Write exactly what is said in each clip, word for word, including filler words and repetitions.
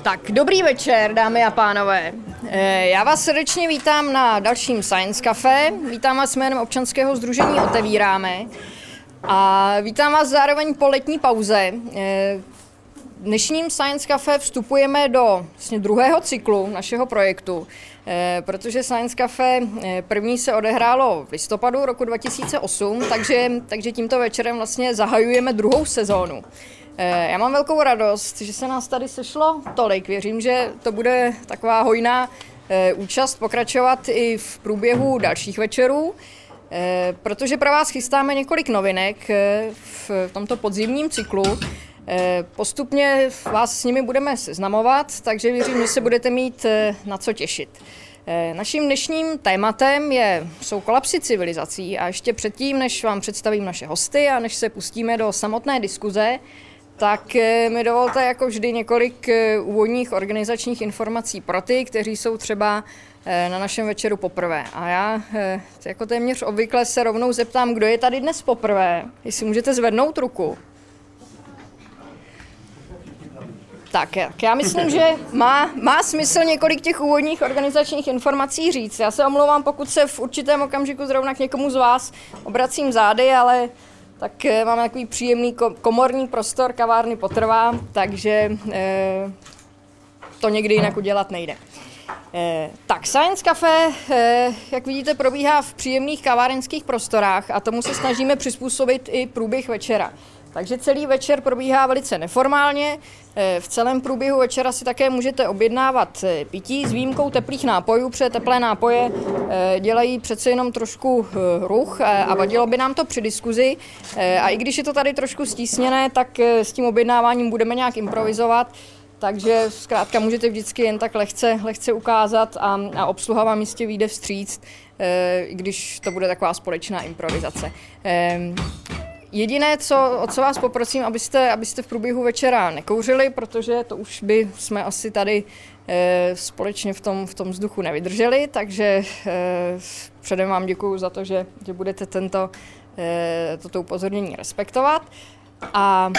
Tak, dobrý večer, dámy a pánové. Já vás srdečně vítám na dalším Science Café. Vítám vás jménem občanského sdružení Otevíráme. A vítám vás zároveň po letní pauze. Dnešním Science Café vstupujeme do vlastně druhého cyklu našeho projektu, protože Science Café první se odehrálo v listopadu roku dva tisíce osm, takže, takže tímto večerem vlastně zahajujeme druhou sezónu. Já mám velkou radost, že se nás tady sešlo tolik. Věřím, že to bude taková hojná účast pokračovat i v průběhu dalších večerů, protože pro vás chystáme několik novinek v tomto podzimním cyklu. Postupně vás s nimi budeme seznamovat, takže věřím, že se budete mít na co těšit. Naším dnešním tématem je, jsou kolapsy civilizací a ještě předtím, než vám představím naše hosty a než se pustíme do samotné diskuze, tak mi dovolte jako vždy několik úvodních organizačních informací pro ty, kteří jsou třeba na našem večeru poprvé. A já jako téměř obvykle se rovnou zeptám, kdo je tady dnes poprvé, jestli můžete zvednout ruku. Tak, já myslím, že má, má smysl několik těch úvodních organizačních informací říct. Já se omlouvám, pokud se v určitém okamžiku zrovna k někomu z vás obracím zády, ale tak máme takový příjemný komorní prostor, kavárny potrvá, takže eh, to někdy jinak udělat nejde. Eh, tak, Science Café, eh, jak vidíte, probíhá v příjemných kavárenských prostorách a tomu se snažíme přizpůsobit i průběh večera. Takže celý večer probíhá velice neformálně. V celém průběhu večera si také můžete objednávat pití s výjimkou teplých nápojů, protože teplé nápoje dělají přece jenom trošku ruch a vadilo by nám to při diskuzi. A i když je to tady trošku stísněné, tak s tím objednáváním budeme nějak improvizovat. Takže zkrátka můžete vždycky jen tak lehce, lehce ukázat a, a obsluha vám jistě vyjde vstříc, i když to bude taková společná improvizace. Jediné, co, o co vás poprosím, abyste, abyste v průběhu večera nekouřili, protože to už by jsme asi tady e, společně v tom, v tom vzduchu nevydrželi, takže e, předem vám děkuju za to, že, že budete tento, e, toto upozornění respektovat. A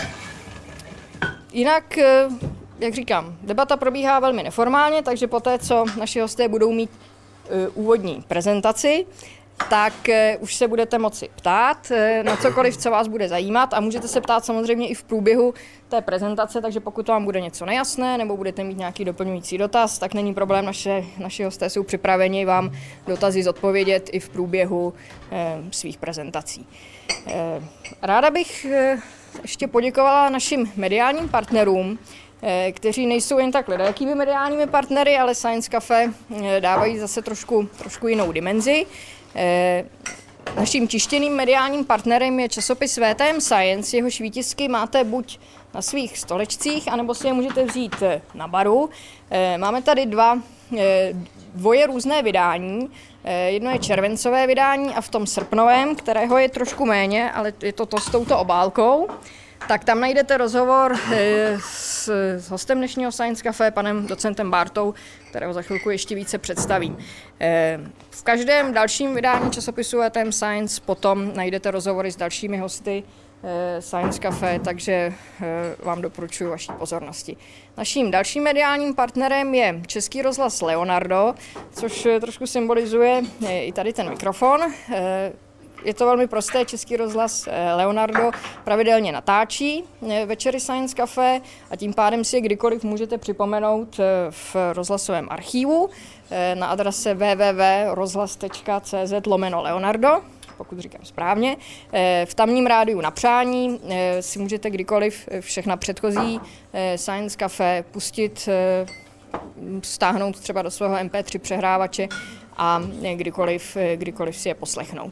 jinak, e, jak říkám, debata probíhá velmi neformálně, takže poté, co naši hosté budou mít e, úvodní prezentaci, tak uh, už se budete moci ptát uh, na cokoliv, co vás bude zajímat a můžete se ptát samozřejmě i v průběhu té prezentace, takže pokud vám bude něco nejasné nebo budete mít nějaký doplňující dotaz, tak není problém, naše, naši hosté jsou připraveni vám dotazy zodpovědět i v průběhu uh, svých prezentací. Uh, ráda bych uh, ještě poděkovala našim mediálním partnerům, uh, kteří nejsou jen tak lidakými mediálními partnery, ale Science Café uh, dávají zase trošku, trošku jinou dimenzi. Eh, naším tištěným mediálním partnerem je časopis V T M Science, jehož výtisky máte buď na svých stolečcích, anebo si je můžete vzít na baru. Eh, máme tady dva, eh, dvoje různé vydání. Eh, jedno je červencové vydání a v tom srpnovém, kterého je trošku méně, ale je to to s touto obálkou. Tak tam najdete rozhovor s, s hostem dnešního Science Café, panem docentem Bártou, kterého za chvilku ještě více představím. V každém dalším vydání časopisu V T M Science potom najdete rozhovory s dalšími hosty Science Café, takže vám doporučuji vaší pozornosti. Naším dalším mediálním partnerem je Český rozhlas Leonardo, což trošku symbolizuje i tady ten mikrofon. Je to velmi prosté, Český rozhlas Leonardo pravidelně natáčí večery Science Café a tím pádem si je kdykoliv můžete připomenout v rozhlasovém archívu na adrese w w w tečka rozhlas tečka c z lomeno Leonardo, pokud říkám správně. V tamním rádiu na přání si můžete kdykoliv všechna předchozí Science Café pustit, stáhnout třeba do svého M P tři přehrávače a kdykoliv, kdykoliv si je poslechnout.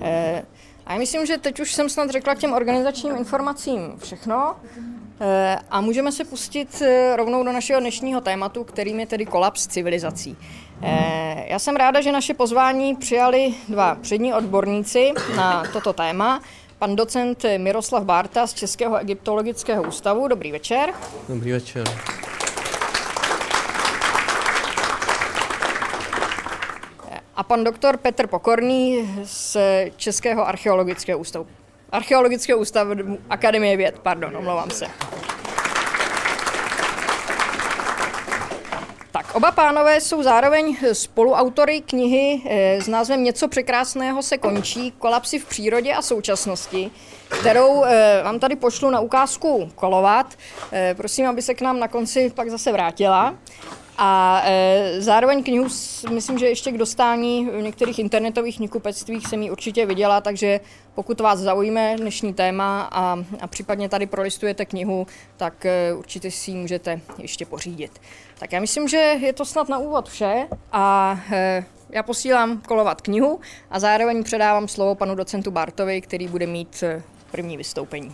A já myslím, že teď už jsem snad řekla k těm organizačním informacím všechno a můžeme se pustit rovnou do našeho dnešního tématu, kterým je tedy kolaps civilizací. Já jsem ráda, že naše pozvání přijali dva přední odborníci na toto téma. Pan docent Miroslav Bárta z Českého egyptologického ústavu. Dobrý večer. Dobrý večer. A pan doktor Petr Pokorný z Českého archeologického ústavu. Archeologického ústavu Akademie věd, pardon, omlouvám se. Oba pánové jsou zároveň spoluautory knihy s názvem Něco překrásného se končí, kolapsy v přírodě a současnosti, kterou vám tady pošlu na ukázku kolovat. Prosím, aby se k nám na konci pak zase vrátila. A e, zároveň knihu, myslím, že ještě k dostání v některých internetových knihkupectvích jsem ji určitě viděla, takže pokud vás zaujme dnešní téma a, a případně tady prolistujete knihu, tak e, určitě si ji můžete ještě pořídit. Tak já myslím, že je to snad na úvod vše a e, já posílám kolovat knihu a zároveň předávám slovo panu docentu Bartovi, který bude mít e, první vystoupení.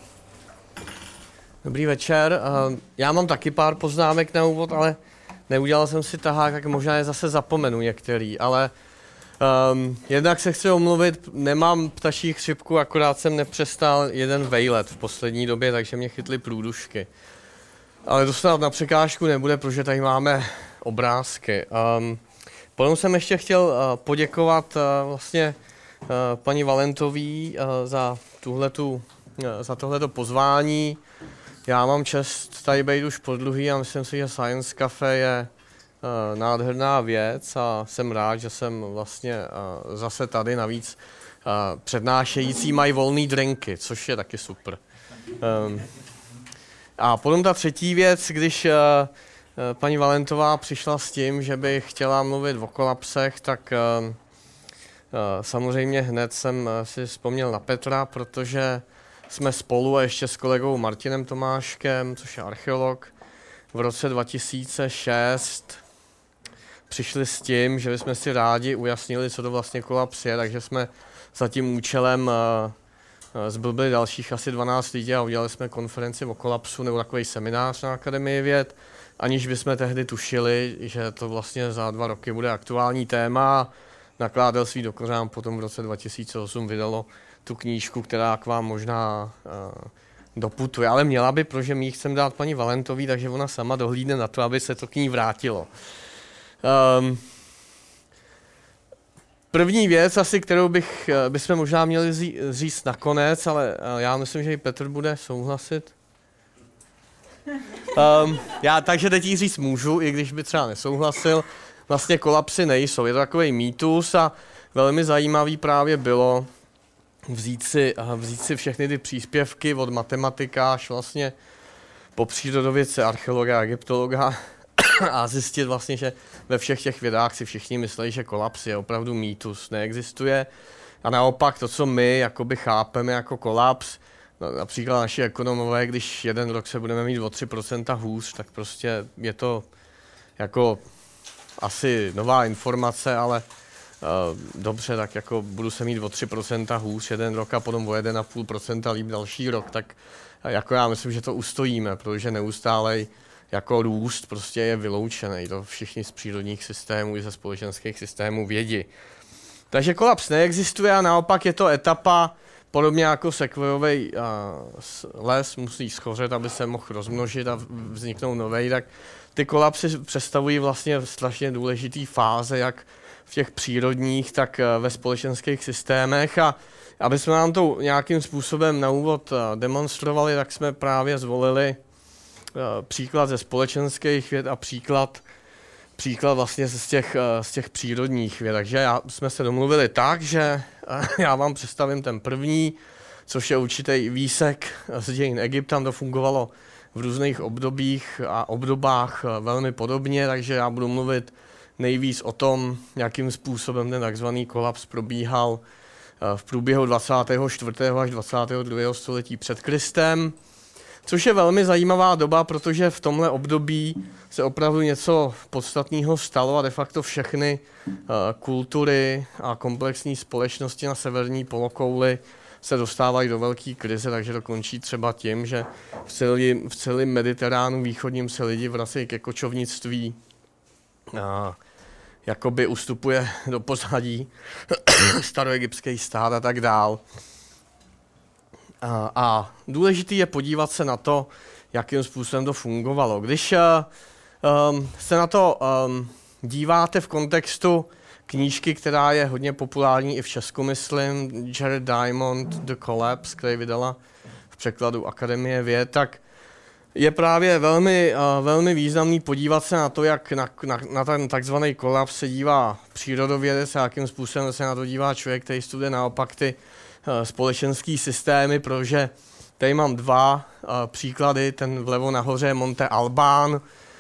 Dobrý večer, já mám taky pár poznámek na úvod, ale neudělal jsem si tahák, tak možná je zase zapomenu některý, ale um, jednak se chci omluvit, nemám ptačí chřipku, akorát jsem nepřestal jeden vejlet v poslední době, takže mě chytly průdušky. Ale to snad na překážku nebude, protože tady máme obrázky. Um, potom jsem ještě chtěl uh, poděkovat uh, vlastně uh, paní Valentový uh, za, tuhletu, uh, za tohleto pozvání. Já mám čest tady být už podruhý a myslím si, že Science Cafe je uh, nádherná věc a jsem rád, že jsem vlastně uh, zase tady. Navíc uh, přednášející mají volný drinky, což je taky super. Um, a potom ta třetí věc, když uh, uh, paní Valentová přišla s tím, že by chtěla mluvit o kolapsech, tak uh, uh, samozřejmě hned jsem uh, si vzpomněl na Petra, protože jsme spolu a ještě s kolegou Martinem Tomáškem, což je archeolog, v roce dva tisíce šest přišli s tím, že bychom si rádi ujasnili, co to vlastně kolaps je, takže jsme za tím účelem zblbili dalších asi dvanáct lidí a udělali jsme konferenci o kolapsu nebo takový seminář na Akademii věd, aniž bychom tehdy tušili, že to vlastně za dva roky bude aktuální téma. Nakladatelství Do kořán potom v roce dva tisíce osm vydalo tu knížku, která k vám možná uh, doputuje, ale měla by, protože my ji chceme dát paní Valentový, takže ona sama dohlídne na to, aby se to k ní vrátilo. Um, první věc asi, kterou bych, bychom možná měli říct nakonec, ale uh, já myslím, že i Petr bude souhlasit. Um, já takže teď jí říct můžu, i když by třeba nesouhlasil. Vlastně kolapsy nejsou, je to takový mýtus a velmi zajímavý právě bylo vzít si, vzít si všechny ty příspěvky od matematika až vlastně po přírodovědce, archeologa, egyptologa a zjistit vlastně, že ve všech těch vědách si všichni myslí, že kolaps je opravdu mýtus, neexistuje. A naopak to, co my jakoby chápeme jako kolaps, no, například naši ekonomové, když jeden rok se budeme mít o tři procenta hůř, tak prostě je to jako asi nová informace, ale Uh, dobře, tak jako budu se mít o tři procenta hůř jeden rok a potom o jedna celá pět procenta líp další rok, tak jako já myslím, že to ustojíme, protože neustálej jako růst prostě je vyloučený. To všichni z přírodních systémů i ze společenských systémů vědí. Takže kolaps neexistuje a naopak je to etapa, podobně jako sekvojový uh, les musí schořet, aby se mohl rozmnožit a vzniknout novej, tak ty kolapsy představují vlastně strašně důležitý fáze, jak v těch přírodních, tak ve společenských systémech a aby jsme nám to nějakým způsobem na úvod demonstrovali, tak jsme právě zvolili příklad ze společenských věd a příklad, příklad vlastně z těch, z těch přírodních věd. Takže já, jsme se domluvili tak, že já vám představím ten první, což je určitý výsek z dějin Egypta, tam to fungovalo v různých obdobích a obdobách velmi podobně, takže já budu mluvit nejvíc o tom, jakým způsobem ten takzvaný kolaps probíhal v průběhu dvacátého čtvrtého až dvacátého druhého století před Kristem, což je velmi zajímavá doba, protože v tomhle období se opravdu něco podstatného stalo a de facto všechny kultury a komplexní společnosti na severní polokouli se dostávají do velké krize, takže to končí třeba tím, že v celém, v celém Mediteránu východním se lidi vracejí ke kočovnictví, a jakoby ustupuje do pozadí staroegyptský stát a tak dál. A, a důležitý je podívat se na to, jakým způsobem to fungovalo. Když um, se na to um, díváte v kontextu knížky, která je hodně populární i v Česku, myslím, Jared Diamond, The Collapse, který vydala v překladu Akademie věd, tak je právě velmi, velmi významný podívat se na to, jak na, na, na ten takzvaný kolaps se dívá přírodovědec a jakým způsobem se na to dívá člověk, který studuje naopak ty společenský systémy, protože tady mám dva příklady, ten vlevo nahoře je Monte Albán,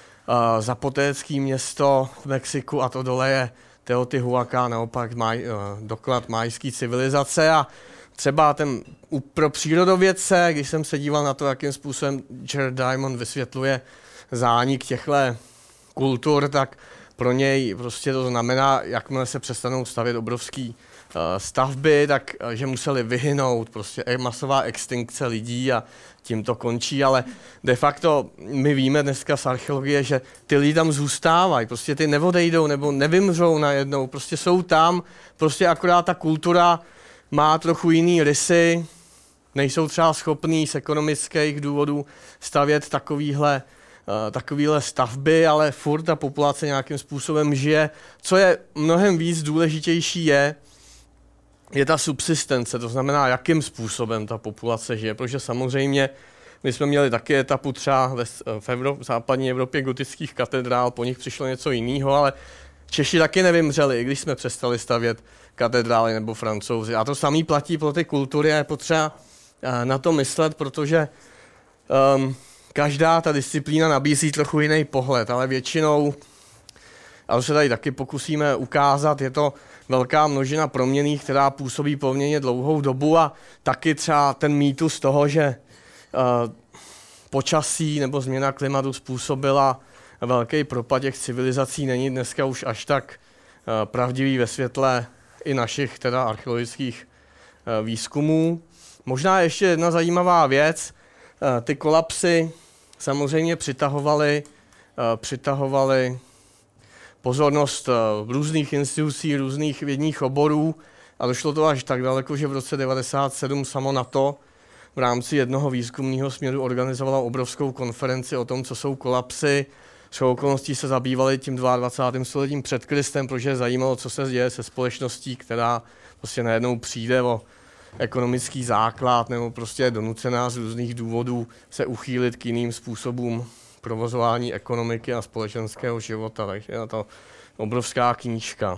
zapotécké město v Mexiku, a to dole je Teotihuacán, naopak maj, doklad majské civilizace. A třeba ten, pro přírodovědce, když jsem se díval na to, jakým způsobem Jared Diamond vysvětluje zánik těchto kultur, tak pro něj prostě to znamená, jakmile se přestanou stavět obrovský uh, stavby, tak uh, že museli vyhynout, prostě masová extinkce lidí a tím to končí, ale de facto my víme dneska z archeologie, že ty lidi tam zůstávají, prostě ty neodejdou nebo nevymřou najednou, prostě jsou tam, prostě akorát ta kultura má trochu jiný rysy, nejsou třeba schopní z ekonomických důvodů stavět takovýhle, uh, takovýhle stavby, ale furt ta populace nějakým způsobem žije. Co je mnohem víc důležitější je, je ta subsistence, to znamená, jakým způsobem ta populace žije, protože samozřejmě my jsme měli taky etapu třeba ve, v, Evrop, v západní Evropě gotických katedrál, po nich přišlo něco jiného, ale Češi taky nevymřeli, i když jsme přestali stavět katedrály nebo Francouzi. A to samé platí pro ty kultury a je potřeba na to myslet, protože um, každá ta disciplína nabízí trochu jiný pohled, ale většinou, a to se tady taky pokusíme ukázat, je to velká množina proměnných, která působí poměrně dlouhou dobu a taky třeba ten mýtus toho, že uh, počasí nebo změna klimatu způsobila velký propad těch civilizací, není dneska už až tak uh, pravdivý ve světle i našich teda archeologických uh, výzkumů. Možná ještě jedna zajímavá věc, uh, ty kolapsy samozřejmě přitahovaly, uh, přitahovaly pozornost uh, různých institucí, různých vědních oborů a došlo to až tak daleko, že v roce devadesát sedm samo NATO v rámci jednoho výzkumného směru organizovalo obrovskou konferenci o tom, co jsou kolapsy. Shodou okolností se zabývali tím dvacátým druhým stoletím před Kristem, protože je zajímalo, co se děje se společností, která prostě najednou přijde o ekonomický základ nebo prostě je donucená z různých důvodů se uchýlit k jiným způsobům provozování ekonomiky a společenského života. Takže je to obrovská knížka.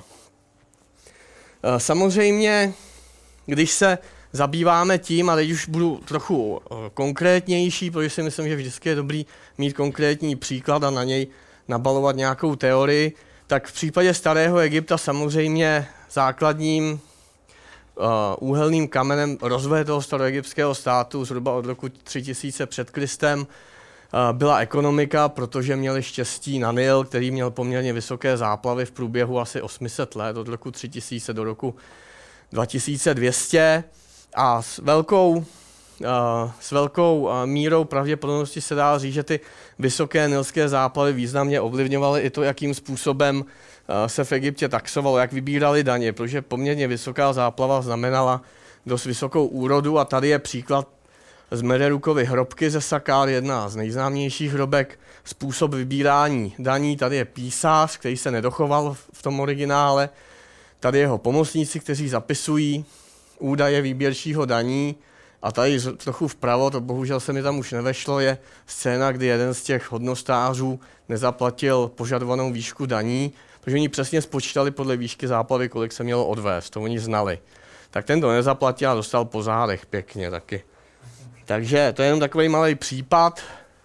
Samozřejmě, když se zabýváme tím, a teď už budu trochu konkrétnější, protože si myslím, že vždycky je dobrý mít konkrétní příklad a na něj nabalovat nějakou teorii, tak v případě starého Egypta samozřejmě základním uh, úhelným kamenem rozvoje toho staroegyptského státu zhruba od roku tři tisíce před Kristem uh, byla ekonomika, protože měli štěstí na Nil, který měl poměrně vysoké záplavy v průběhu asi osm set let, od roku tři tisíce do roku dva tisíce dvě stě. A s velkou, uh, s velkou uh, mírou pravděpodobnosti se dá říct, že ty vysoké nilské záplavy významně ovlivňovaly i to, jakým způsobem uh, se v Egyptě taxovalo, jak vybírali daně, protože poměrně vysoká záplava znamenala dost vysokou úrodu a tady je příklad z Mererukovy hrobky ze Sakár, jedna z nejznámějších hrobek, způsob vybírání daní. Tady je písař, který se nedochoval v tom originále, tady jeho pomocníci, kteří zapisují údaje výběrčího daní a tady trochu vpravo, to bohužel se mi tam už nevešlo, je scéna, kdy jeden z těch hodnostářů nezaplatil požadovanou výšku daní, protože oni přesně spočítali podle výšky záplavy, kolik se mělo odvést, to oni znali. Tak ten to nezaplatil a dostal po zádech pěkně taky. Takže to je jenom takový malý případ.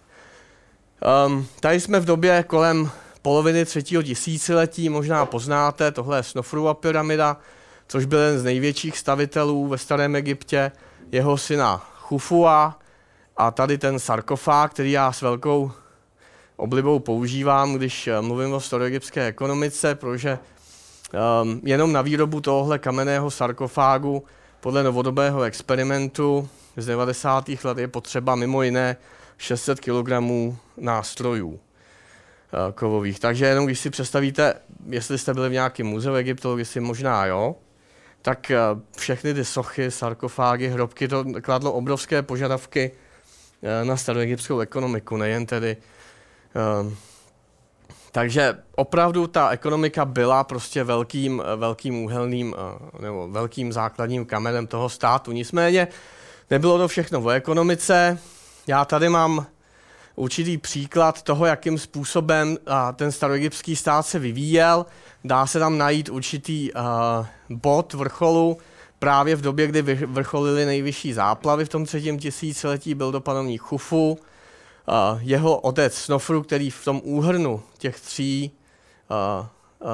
Um, tady jsme v době kolem poloviny třetího tisíciletí, možná poznáte, tohle je Snofrua pyramida, což byl jeden z největších stavitelů ve starém Egyptě, jeho syna Chufua a tady ten sarkofág, který já s velkou oblibou používám, když mluvím o staroegyptské ekonomice, protože um, jenom na výrobu tohohle kamenného sarkofágu podle novodobého experimentu z devadesátých let je potřeba mimo jiné šest set kilogramů nástrojů uh, kovových. Takže jenom když si představíte, jestli jste byli v nějakém muzeu egyptologii, si možná jo, tak všechny ty sochy, sarkofágy, hrobky, to kladlo obrovské požadavky na staroegyptskou ekonomiku, nejen tedy. Um, takže opravdu ta ekonomika byla prostě velkým, velkým úhelným nebo velkým základním kamenem toho státu. Nicméně nebylo to všechno o ekonomice. Já tady mám určitý příklad toho, jakým způsobem a, ten staroegyptský stát se vyvíjel. Dá se tam najít určitý a, bod vrcholu právě v době, kdy vrcholily nejvyšší záplavy v tom třetím tisíciletí, byl to panovník Chufu. A, jeho otec Snofru, který v tom úhrnu těch tří a, a,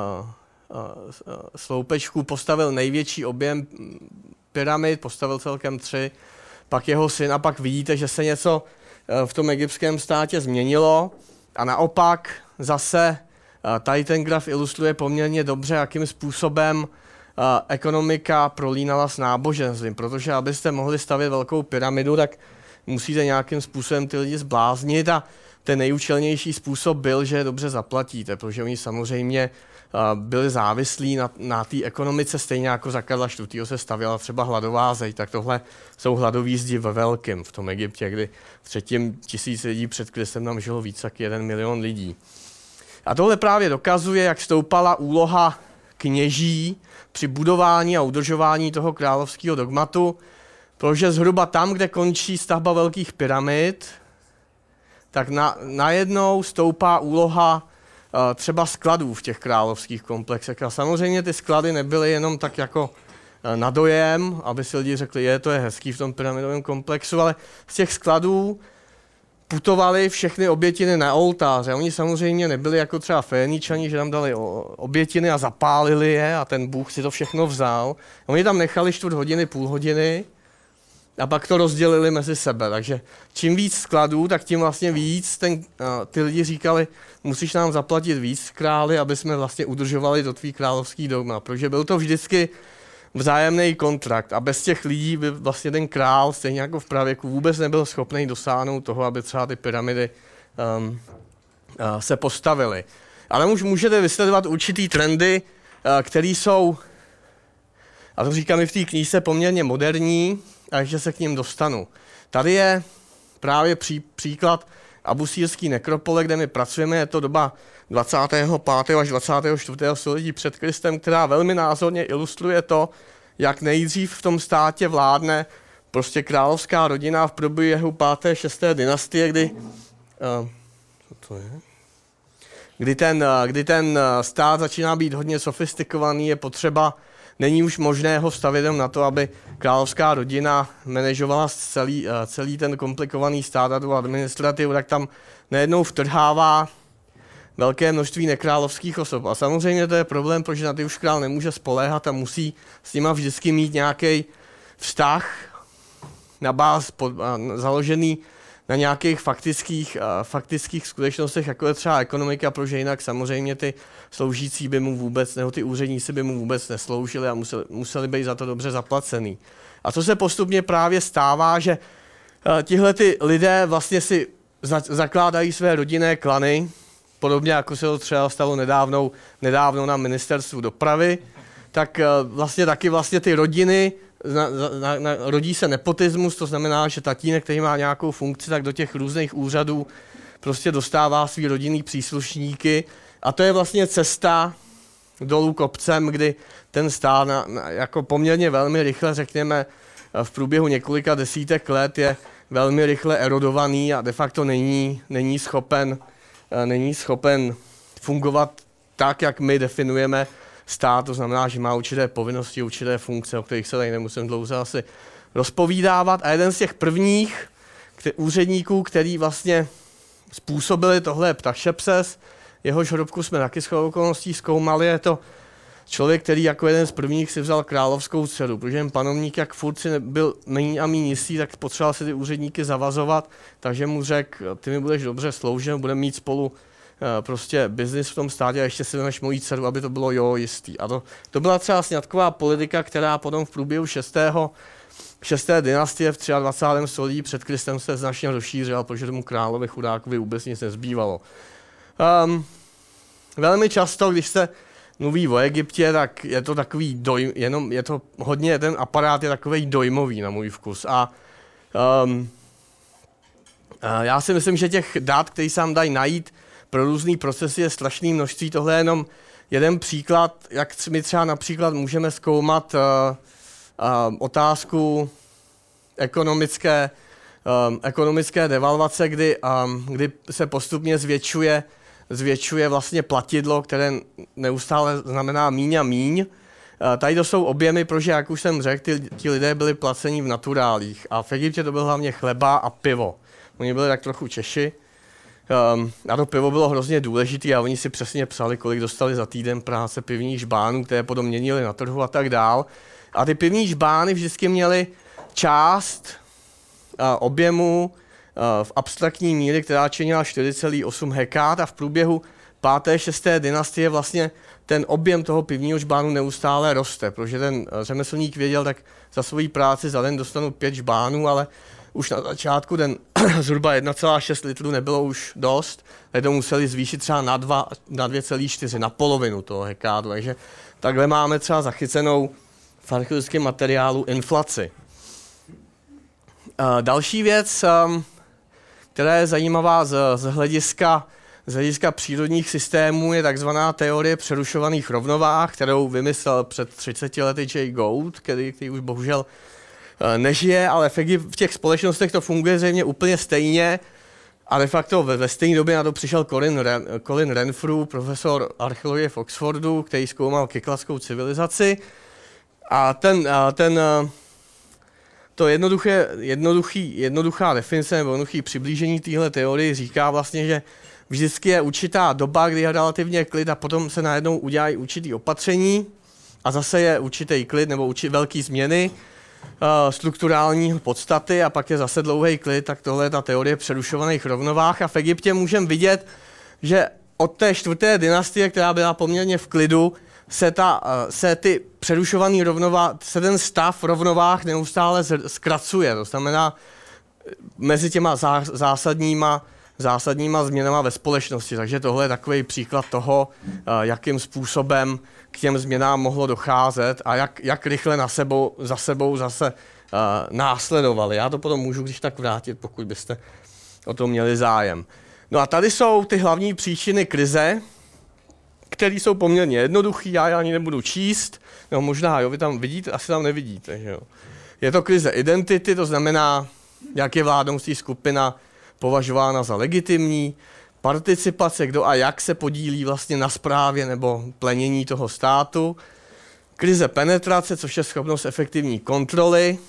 a, sloupečků postavil největší objem pyramid, postavil celkem tři, pak jeho syn a pak vidíte, že se něco v tom egyptském státě změnilo a naopak zase tady ten graf ilustruje poměrně dobře, jakým způsobem ekonomika prolínala s náboženstvím, protože abyste mohli stavět velkou pyramidu, tak musíte nějakým způsobem ty lidi zbláznit a ten nejúčelnější způsob byl, že je dobře zaplatíte, protože oni samozřejmě byli závislí na, na té ekonomice, stejně jako za Karla čtvrtého se stavěla třeba hladová zeď, tak tohle jsou hladový zdi ve velkém v tom Egyptě, kdy v třetím tisíci lidí před Kristem tam žilo víc jak jeden milion lidí. A tohle právě dokazuje, jak stoupala úloha kněží při budování a udržování toho královského dogmatu, protože zhruba tam, kde končí stavba velkých pyramid, tak na, najednou stoupá úloha uh, třeba skladů v těch královských komplexech. A samozřejmě ty sklady nebyly jenom tak jako uh, na dojem, aby si lidi řekli, je, to je hezký v tom pyramidovém komplexu, ale z těch skladů putovaly všechny obětiny na oltáře. Oni samozřejmě nebyli jako třeba Féničani, že tam dali obětiny a zapálili je a ten Bůh si to všechno vzal. Oni tam nechali čtvrt hodiny, půl hodiny a pak to rozdělili mezi sebe. Takže čím víc skladů, tak tím vlastně víc ten, uh, ty lidi říkali, musíš nám zaplatit víc králi, aby jsme vlastně udržovali to tvý královský dogma. Protože byl to vždycky vzájemný kontrakt a bez těch lidí by vlastně ten král, stejně jako v pravěku, vůbec nebyl schopný dosáhnout toho, aby třeba ty pyramidy um, uh, se postavily. Ale už můžete vysledovat určitý trendy, uh, které jsou, a to říkám i v té knížce, poměrně moderní, a ještě se k ním dostanu. Tady je právě pří, příklad abusírský nekropole, kde my pracujeme, je to doba dvacátého pátého až dvacátého čtvrtého století před Kristem, která velmi názorně ilustruje to, jak nejdřív v tom státě vládne prostě královská rodina v průběhu páté šesté dynastie, kdy, uh, co to je? Kdy, ten, uh, kdy ten stát začíná být hodně sofistikovaný, je potřeba, není už možné ho stavět jenom na to, aby královská rodina manažovala celý, uh, celý ten komplikovaný stát a tu administrativu, tak tam najednou vtrhává velké množství nekrálovských osob. A samozřejmě to je problém, protože na ty už král nemůže spoléhat a musí s nima vždycky mít nějaký vztah na báz pod, založený na nějakých faktických, faktických skutečnostech, jako je třeba ekonomika, protože jinak samozřejmě ty sloužící by mu vůbec, nebo ty úředníci by mu vůbec nesloužili a museli, museli být za to dobře zaplacený. A co se postupně právě stává, že tihle ty lidé vlastně si za, zakládají své rodinné klany, podobně jako se to třeba stalo nedávno, nedávno na ministerstvu dopravy, tak vlastně taky vlastně ty rodiny, na, na, na, rodí se nepotismus, to znamená, že tatínek, který má nějakou funkci, tak do těch různých úřadů prostě dostává svý rodinný příslušníky a to je vlastně cesta dolů kopcem, kdy ten stát na, na, jako poměrně velmi rychle, řekněme, v průběhu několika desítek let je velmi rychle erodovaný a de facto není, není schopen není schopen fungovat tak, jak my definujeme stát, to znamená, že má určité povinnosti, určité funkce, o kterých se tady nemusím dlouze asi rozpovídávat. A jeden z těch prvních kte- úředníků, který vlastně způsobili tohle, je Ptašepses, jehož hrobku jsme taky shodou okolností zkoumali, je to člověk, který jako jeden z prvních si vzal královskou dceru, protože ten panovník, jak furt si byl méně a méně jistý, tak potřeboval si ty úředníky zavazovat, takže mu řekl, ty mi budeš dobře sloužit, budeme mít spolu prostě biznis v tom státě a ještě si vezmeš mojí dceru, aby to bylo jo jistý. A to, to byla třeba sňatková politika, která potom v průběhu šestého šesté dynastie v dvacátém třetím století před Kristem se značně rozšířila, protože tomu královi chudákovi vůbec nic nezbývalo. Um, velmi často, když se mluví o Egyptě, tak je to takový dojm, jenom je to hodně, ten aparát je takovej dojmový na můj vkus. A um, já si myslím, že těch dat, který se nám dají najít pro různý procesy, je strašný množství. Tohle je jenom jeden příklad, jak my třeba například můžeme zkoumat uh, uh, otázku ekonomické um, ekonomické devalvace, kdy, um, kdy se postupně zvětšuje, zvětšuje vlastně platidlo, které neustále znamená míň a míň. Uh, tady to jsou objemy, protože, jak už jsem řekl, ty, ti lidé byli placeni v naturálích. A v Egyptě to byl hlavně chleba a pivo. Oni byli tak trochu Češi. Um, a to pivo bylo hrozně důležité a oni si přesně psali, kolik dostali za týden práce pivních žbánů, které potom měnili na trhu a tak dál. A ty pivní žbány vždycky měly část uh, objemu uh, v abstraktní míry, která činila čtyři celá osm hekád a v průběhu páté, šesté dynastie vlastně ten objem toho pivního žbánu neustále roste, protože ten řemeslník věděl, tak za svoji práci za den dostanu pět žbánů, ale už na začátku ten zhruba jedna celá šest litru nebylo už dost, tak to museli zvýšit třeba na, dva, na dvě celá čtyři, na polovinu toho hekádu. Takže takhle máme třeba zachycenou v archeologickém materiálu inflaci. Uh, další věc, um, která je zajímavá z, z, hlediska, z hlediska přírodních systémů, je takzvaná teorie přerušovaných rovnováh, kterou vymyslel před třiceti lety Jay Gould, který, který už bohužel nežije, ale v, v těch společnostech to funguje zřejmě úplně stejně a de facto ve, ve stejné době na to přišel Colin, Ren, Colin Renfrew, profesor archeologie v Oxfordu, který zkoumal kykladskou civilizaci a ten, a ten to jednoduché, jednoduchý, jednoduchá definice nebo jednoduchý přiblížení téhle teorii říká vlastně, že vždycky je určitá doba, kdy je relativně klid a potom se najednou udělají určitý opatření a zase je určitý klid nebo určitý velký změny Uh, strukturální podstaty a pak je zase dlouhý klid, tak tohle je ta teorie přerušovaných rovnovách a v Egyptě můžeme vidět, že od té čtvrté dynastie, která byla poměrně v klidu, se, ta, uh, se ty přerušovaný rovnováh, se ten stav rovnovách neustále zkracuje, to znamená mezi těma zá, zásadníma, zásadníma změnama ve společnosti, takže tohle je takový příklad toho, uh, jakým způsobem k těm změnám mohlo docházet a jak, jak rychle na sebou, za sebou zase uh, následovali. Já to potom můžu když tak vrátit, pokud byste o tom měli zájem. No a tady jsou ty hlavní příčiny krize, které jsou poměrně jednoduché, já je ani nebudu číst, no možná, jo, vy tam vidíte, asi tam nevidíte. Že jo. Je to krize identity, to znamená, jak je vládnoucí skupina považována za legitimní, participace, kdo a jak se podílí vlastně na správě nebo plenění toho státu, krize penetrace, což je schopnost efektivní kontroly,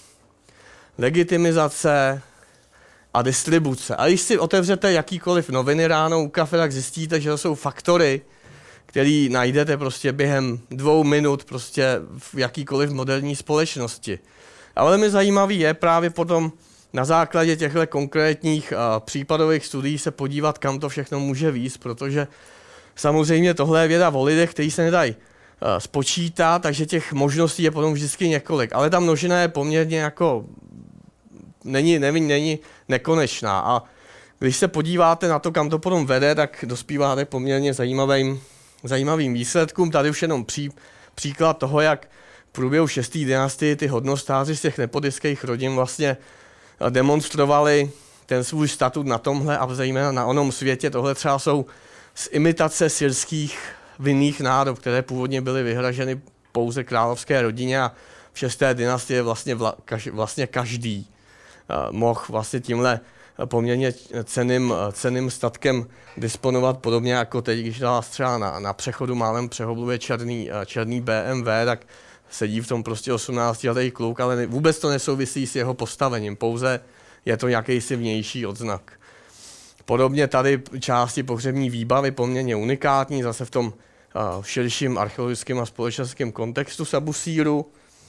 legitimizace a distribuce. A když si otevřete jakýkoliv noviny ráno u kafe, tak zjistíte, že to jsou faktory, který najdete prostě během dvou minut prostě v jakýkoliv moderní společnosti. A velmi zajímavý je právě potom na základě těchto konkrétních uh, případových studií se podívat, kam to všechno může vést, protože samozřejmě tohle je věda o lidech, který se nedají uh, spočítat, takže těch možností je potom vždycky několik. Ale ta množina je poměrně jako, není, nevím, není nekonečná. A když se podíváte na to, kam to potom vede, tak dospíváte poměrně zajímavým, zajímavým výsledkům. Tady už jenom pří, příklad toho, jak v průběhu šesté dynastie ty hodnostáři z těch nepodiských rodin vlastně demonstrovali ten svůj statut na tomhle a zejména na onom světě. Tohle třeba jsou z imitace syrských vinných nádob, které původně byly vyhraženy pouze královské rodině a v šesté dynastii vlastně, vla, kaž, vlastně každý uh, mohl vlastně tímhle poměrně cenným, cenným statkem disponovat podobně jako teď, když nás třeba na, na přechodu málem přehobluje černý, černý bé em vé, tak sedí v tom prostě osmnáctiletý kluk, ale vůbec to nesouvisí s jeho postavením, pouze je to jakýsi vnější odznak. Podobně tady části pohřební výbavy poměrně unikátní, zase v tom uh, širším archeologickém a společenském kontextu Sabusíru.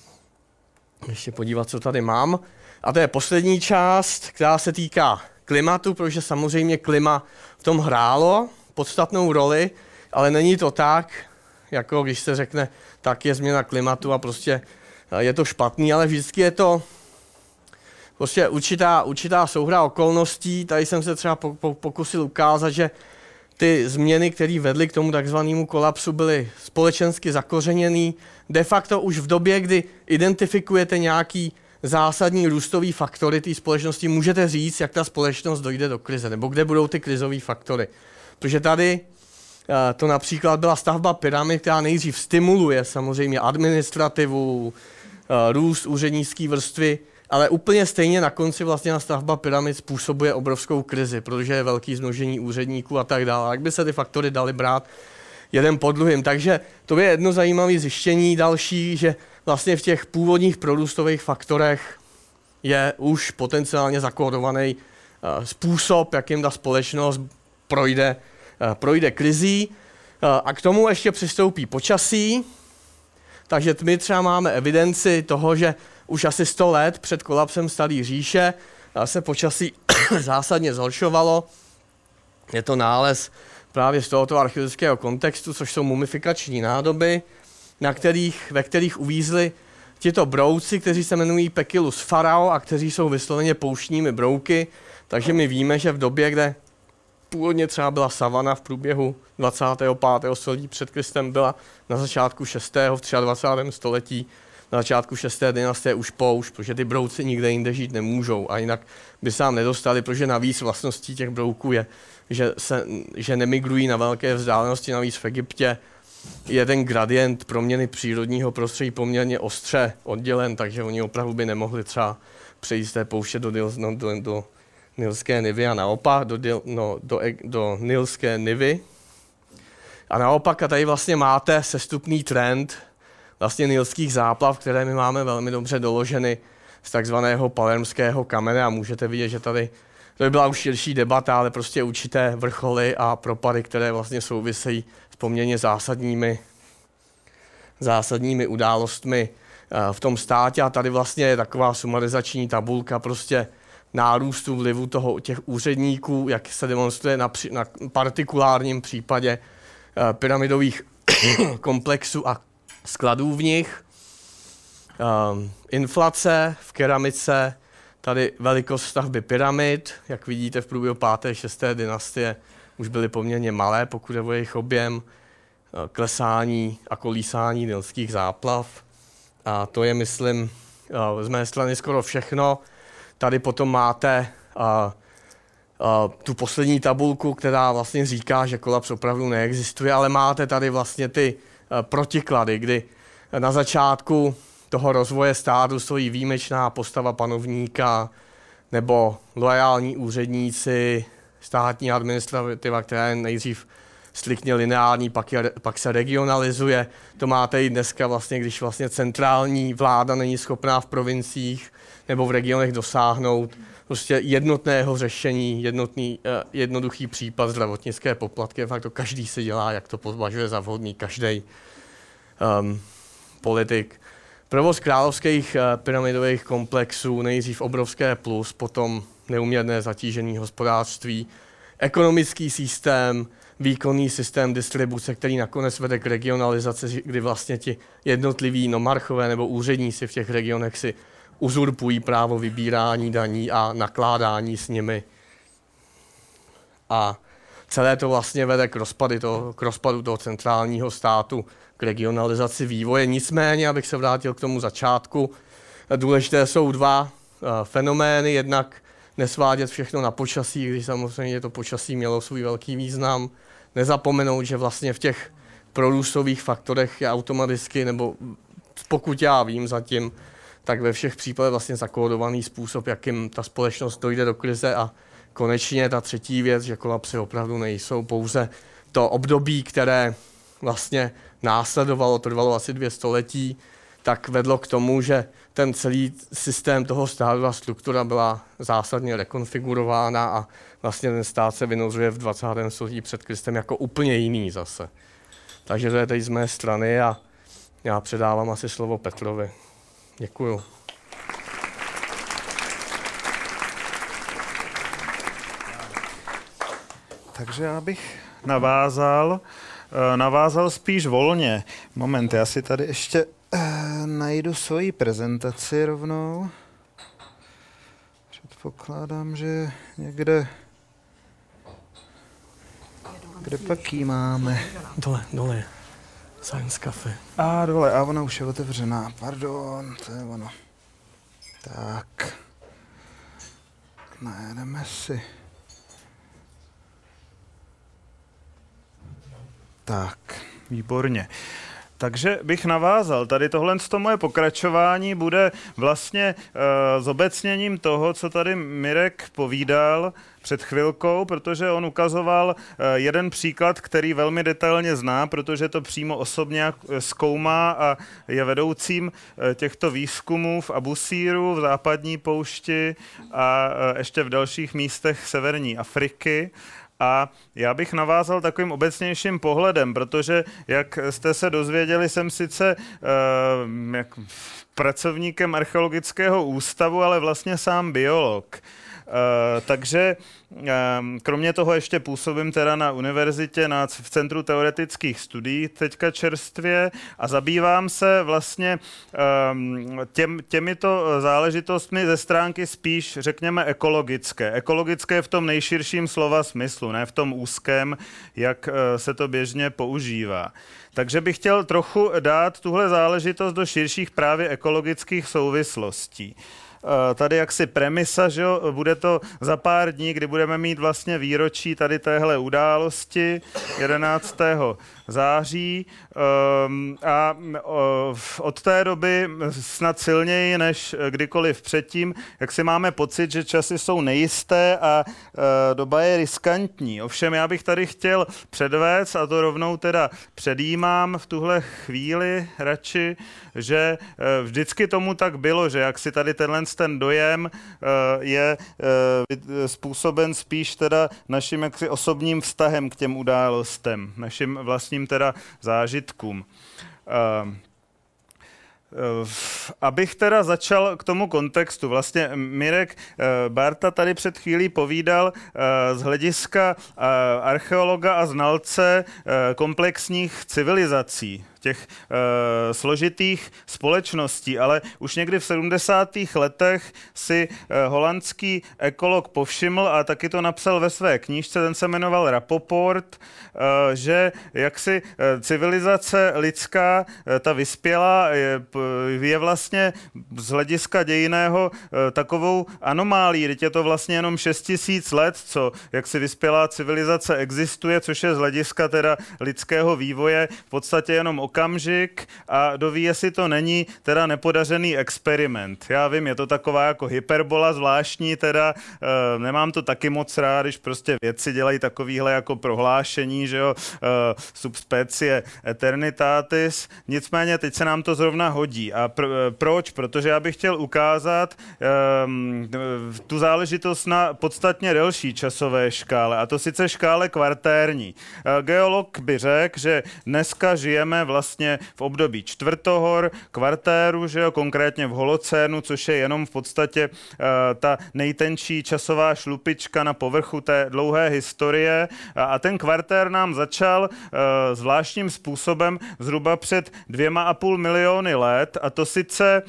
Ještě podívat, co tady mám. A to je poslední část, která se týká klimatu, protože samozřejmě klima v tom hrálo podstatnou roli, ale není to tak, jako když se řekne, tak je změna klimatu a prostě je to špatný, ale vždycky je to prostě určitá, určitá souhra okolností. Tady jsem se třeba pokusil ukázat, že ty změny, které vedly k tomu takzvanému kolapsu, byly společensky zakořeněný. De facto už v době, kdy identifikujete nějaký zásadní růstový faktory té společnosti, můžete říct, jak ta společnost dojde do krize, nebo kde budou ty krizové faktory. Protože tady to například byla stavba pyramid, která nejdřív stimuluje samozřejmě administrativu, růst úřednické vrstvy Ale úplně stejně na konci vlastně na stavba pyramid způsobuje obrovskou krizi, protože je velký zmnožení úředníků a tak dále. Jak by se ty faktory daly brát jeden po druhým. Takže to je jedno zajímavé zjištění další, že vlastně v těch původních prorůstových faktorech je už potenciálně zakódovaný uh, způsob, jakým ta společnost projde, uh, projde krizí. Uh, a k tomu ještě přistoupí počasí. Takže my třeba máme evidenci toho, že už asi sto let před kolapsem Staré říše se počasí zásadně zhoršovalo. Je to nález právě z tohoto archeologického kontextu, což jsou mumifikační nádoby, na kterých, ve kterých uvízli tito brouci, kteří se jmenují Pecilus farao a kteří jsou vysloveně pouštními brouky. Takže my víme, že v době, kde původně třeba byla savana v průběhu dvacátého pátého století před Kristem, byla na začátku šestého v dvacátém třetím století, na začátku šesté dynastie už poušť, protože ty brouci nikde jinde žít nemůžou a jinak by se nám nedostali, protože navíc vlastností těch brouků je, že, se, že nemigrují na velké vzdálenosti, navíc v Egyptě je ten gradient proměny přírodního prostředí poměrně ostře oddělen, takže oni opravdu by nemohli třeba přejít z té pouště do, no, do, do Nilské Nivy a naopak do, no, do, do Nilské Nivy. A naopak a tady vlastně máte sestupný trend vlastně nilských záplav, které my máme velmi dobře doloženy z takzvaného palermského kamene a můžete vidět, že tady to by byla už širší debata, ale prostě určité vrcholy a propady, které vlastně souvisejí s poměrně zásadními, zásadními událostmi v tom státě a tady vlastně je taková sumarizační tabulka prostě nárůstu vlivu toho, těch úředníků, jak se demonstruje na, na partikulárním případě uh, pyramidových komplexů a skladů v nich. Um, inflace v keramice, tady velikost stavby pyramid, jak vidíte v průběhu páté šesté dynastie už byly poměrně malé, pokud je o jejich objem, uh, klesání a kolísání nilských záplav. A to je, myslím, uh, z mé strany skoro všechno. Tady potom máte uh, uh, tu poslední tabulku, která vlastně říká, že kolaps opravdu neexistuje, ale máte tady vlastně ty uh, protiklady, kdy na začátku toho rozvoje státu stojí výjimečná postava panovníka nebo loajální úředníci, státní administrativa, která je nejdřív striktně lineární, pak, je, pak se regionalizuje. To máte i dneska vlastně, když vlastně centrální vláda není schopná v provinciích nebo v regionech dosáhnout prostě jednotného řešení, jednotný, eh, jednoduchý případ zdravotnické poplatky. Fakt to každý si dělá, jak to považuje za vhodný, každý um, politik. Provoz královských eh, pyramidových komplexů, nejdřív obrovské plus, potom neuměrné zatížení hospodářství, ekonomický systém, výkonný systém distribuce, který nakonec vede k regionalizaci, kdy vlastně ti jednotliví nomarchové nebo úředníci v těch regionech si uzurpují právo vybírání daní a nakládání s nimi. A celé to vlastně vede k, rozpady to, k rozpadu toho centrálního státu, k regionalizaci vývoje. Nicméně, abych se vrátil k tomu začátku, důležité jsou dva uh, fenomény. Jednak nesvádět všechno na počasí, když samozřejmě to počasí mělo svůj velký význam. Nezapomenout, že vlastně v těch prorůstových faktorech je automaticky, nebo pokud já vím zatím, tak ve všech případech vlastně zakódovaný způsob, jakým ta společnost dojde do krize. A konečně ta třetí věc, že kolapsy opravdu nejsou pouze to období, které vlastně následovalo, trvalo asi dvě století, tak vedlo k tomu, že ten celý systém toho státu a struktura byla zásadně rekonfigurována a vlastně ten stát se vynořuje v dvacátém století před Kristem jako úplně jiný zase. Takže to je teď z mé strany a já předávám asi slovo Petrovi. Děkuju. Takže já bych navázal, navázal spíš volně. Moment, já si tady ještě uh, najdu svoji prezentaci rovnou. Předpokládám, že někde... Kde pak ji máme? Dole, dole. Science Cafe. A dole, a ona už je otevřená. Pardon, to je ono. Tak. Najedeme si. Tak, výborně. Takže bych navázal. Tady tohle moje pokračování bude vlastně uh, zobecněním toho, co tady Mirek povídal před chvilkou, protože on ukazoval uh, jeden příklad, který velmi detailně zná, protože to přímo osobně zkoumá a je vedoucím uh, těchto výzkumů v Abusíru, v západní poušti a uh, ještě v dalších místech severní Afriky. A já bych navázal takovým obecnějším pohledem, protože, jak jste se dozvěděli, jsem sice uh, jak pracovníkem archeologického ústavu, ale vlastně sám biolog. Uh, takže um, kromě toho ještě působím teda na univerzitě na, v Centru teoretických studií teďka čerstvě a zabývám se vlastně um, těm, těmito záležitostmi ze stránky spíš, řekněme, ekologické. Ekologické v tom nejširším slova smyslu, ne v tom úzkém, jak uh, se to běžně používá. Takže bych chtěl trochu dát tuhle záležitost do širších právě ekologických souvislostí. Tady jaksi premisa, že jo, bude to za pár dní, kdy budeme mít vlastně výročí tady téhle události jedenáctého září a od té doby snad silněji než kdykoliv předtím, jak si máme pocit, že časy jsou nejisté a doba je riskantní. Ovšem já bych tady chtěl předvést, a to rovnou teda předjímám v tuhle chvíli radši, že vždycky tomu tak bylo, že jak si tady tenhle ten dojem je způsoben spíš teda naším jaksi osobním vztahem k těm událostem, naším vlastním teda zážitkům. Abych teda začal k tomu kontextu. Vlastně Mirek Bárta tady před chvílí povídal z hlediska archeologa a znalce komplexních civilizací, těch e, složitých společností, ale už někdy v sedmdesátých letech si e, holandský ekolog povšiml a taky to napsal ve své knížce, ten se jmenoval Rapoport, e, že jaksi e, civilizace lidská, e, ta vyspělá, je, je vlastně z hlediska dějinného e, takovou anomálí, teď je to vlastně jenom šest tisíc let, co jaksi vyspělá civilizace existuje, což je z hlediska teda lidského vývoje v podstatě jenom okamžik a doví, jestli to není teda nepodařený experiment. Já vím, je to taková jako hyperbola zvláštní, teda e, nemám to taky moc rád, když prostě vědci dělají takovýhle jako prohlášení, že jo, e, subspecie eternitatis, nicméně teď se nám to zrovna hodí. A pr- proč? Protože já bych chtěl ukázat e, tu záležitost na podstatně delší časové škále, a to sice škále kvartérní. E, geolog by řekl, že dneska žijeme vlastně v období čtvrtohor, kvartéru, že jo, konkrétně v holocénu, což je jenom v podstatě uh, ta nejtenčí časová šlupička na povrchu té dlouhé historie. A, a ten kvartér nám začal uh, zvláštním způsobem zhruba před dvěma a půl miliony let, a to sice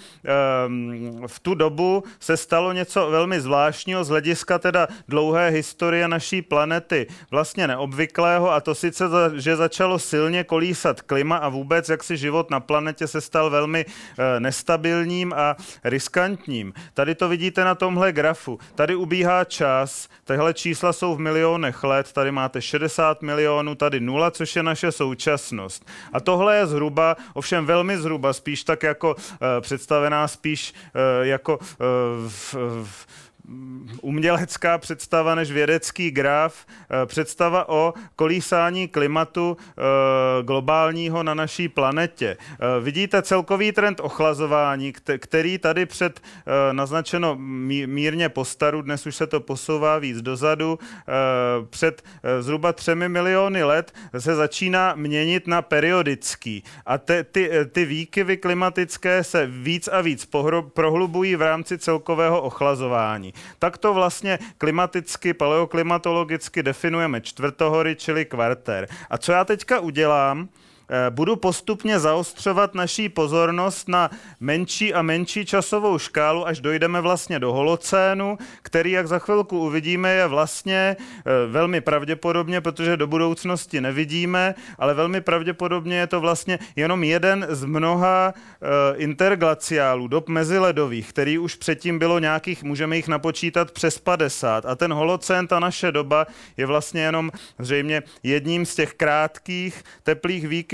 um, v tu dobu se stalo něco velmi zvláštního z hlediska teda dlouhé historie naší planety, vlastně neobvyklého, a to sice, že začalo silně kolísat klima a vůbec jak si život na planetě se stal velmi e, nestabilním a riskantním. Tady to vidíte na tomhle grafu. Tady ubíhá čas, tyhle čísla jsou v milionech let, tady máte šedesát milionů, tady nula, což je naše současnost. A tohle je zhruba, ovšem velmi zhruba, spíš tak jako e, představená spíš e, jako e, v, v, umělecká představa než vědecký graf, představa o kolísání klimatu globálního na naší planetě. Vidíte celkový trend ochlazování, který tady před naznačeno mírně postaru, dnes už se to posouvá víc dozadu, před zhruba třemi miliony let se začíná měnit na periodický. A te, ty, ty výkyvy klimatické se víc a víc pohro, prohlubují v rámci celkového ochlazování. Tak to vlastně klimaticky, paleoklimatologicky definujeme čtvrtohory, čili kvartér. A co já teďka udělám? Budu postupně zaostřovat naší pozornost na menší a menší časovou škálu, až dojdeme vlastně do holocénu, který, jak za chvilku uvidíme, je vlastně velmi pravděpodobně, protože do budoucnosti nevidíme, ale velmi pravděpodobně je to vlastně jenom jeden z mnoha interglaciálů, dob meziledových, který už předtím bylo nějakých, můžeme jich napočítat přes padesát. A ten holocén, ta naše doba, je vlastně jenom zřejmě jedním z těch krátkých teplých výkyvů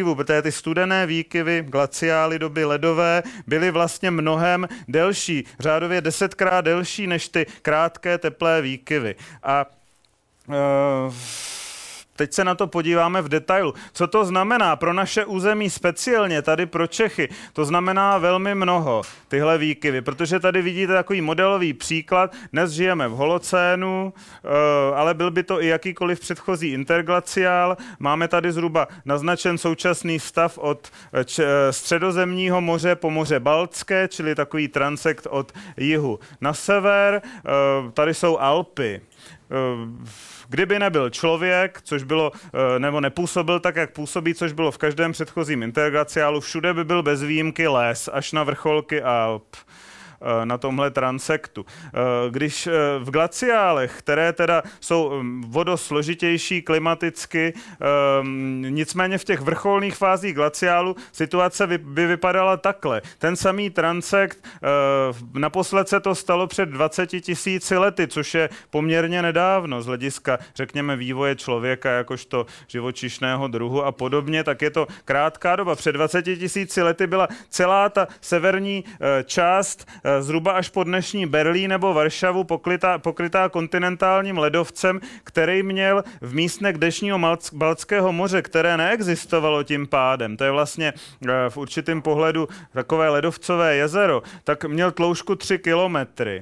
výkyvů, protože ty studené výkyvy, glaciály doby ledové, byly vlastně mnohem delší, řádově desetkrát delší než ty krátké teplé výkyvy. A uh, teď se na to podíváme v detailu. Co to znamená pro naše území speciálně, tady pro Čechy? To znamená velmi mnoho, tyhle výkyvy, protože tady vidíte takový modelový příklad. Dnes žijeme v holocénu, ale byl by to i jakýkoliv předchozí interglaciál. Máme tady zhruba naznačen současný stav od středozemního moře po moře Baltské, čili takový transekt od jihu na sever. Tady jsou Alpy. Kdyby nebyl člověk, což bylo, nebo nepůsobil tak, jak působí, což bylo v každém předchozím interglaciálu, všude by byl bez výjimky les, až na vrcholky Alp na tomhle transektu. Když v glaciálech, které teda jsou vodosložitější klimaticky, nicméně v těch vrcholných fázích glaciálu situace by vypadala takhle. Ten samý transekt, naposled se to stalo před dvaceti tisíci lety, což je poměrně nedávno z hlediska, řekněme, vývoje člověka jakožto živočišného druhu a podobně, tak je to krátká doba. Před dvaceti tisíci lety byla celá ta severní část zhruba až po dnešní Berlín nebo Varšavu pokrytá, pokrytá kontinentálním ledovcem, který měl v místech dnešního Baltského moře, které neexistovalo tím pádem. To je vlastně v určitém pohledu takové ledovcové jezero, tak měl tloušku tři kilometry.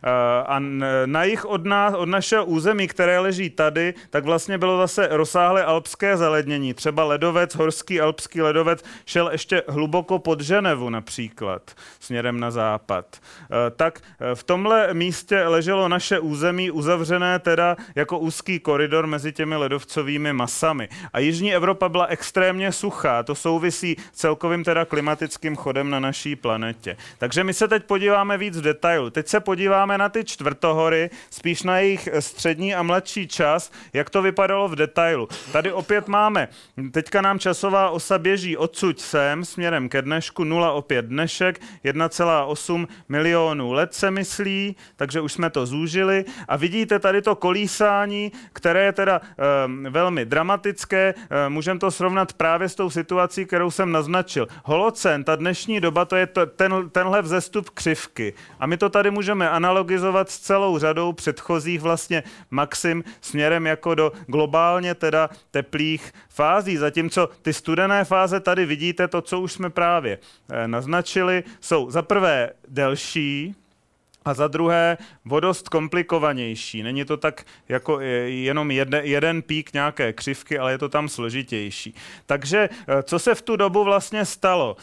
A na jih od, nás, od našeho území, které leží tady, tak vlastně bylo zase rozsáhlé alpské zalednění. Třeba ledovec, horský alpský ledovec šel ještě hluboko pod Ženevu například, směrem na západ. Tak v tomhle místě leželo naše území uzavřené teda jako úzký koridor mezi těmi ledovcovými masami. A jižní Evropa byla extrémně suchá. To souvisí s celkovým teda klimatickým chodem na naší planetě. Takže my se teď podíváme víc v detailu. Teď se podíváme na ty čtvrtohory, spíš na jejich střední a mladší čas, jak to vypadalo v detailu. Tady opět máme, teďka nám časová osa běží odsud sem, směrem ke dnešku, nula opět dnešek, jedna celá osm milionů let se myslí, takže už jsme to zúžili a vidíte tady to kolísání, které je teda e, velmi dramatické, e, můžeme to srovnat právě s tou situací, kterou jsem naznačil. Holocén, ta dnešní doba, to je to, ten, tenhle vzestup křivky a my to tady můžeme analogizovat s celou řadou předchozích vlastně maxim směrem jako do globálně teda teplých fází, zatímco ty studené fáze tady vidíte to, co už jsme právě e, naznačili, jsou za prvé delší a za druhé vodost komplikovanější. Není to tak jako jenom jedne, jeden pík nějaké křivky, ale je to tam složitější. Takže co se v tu dobu vlastně stalo?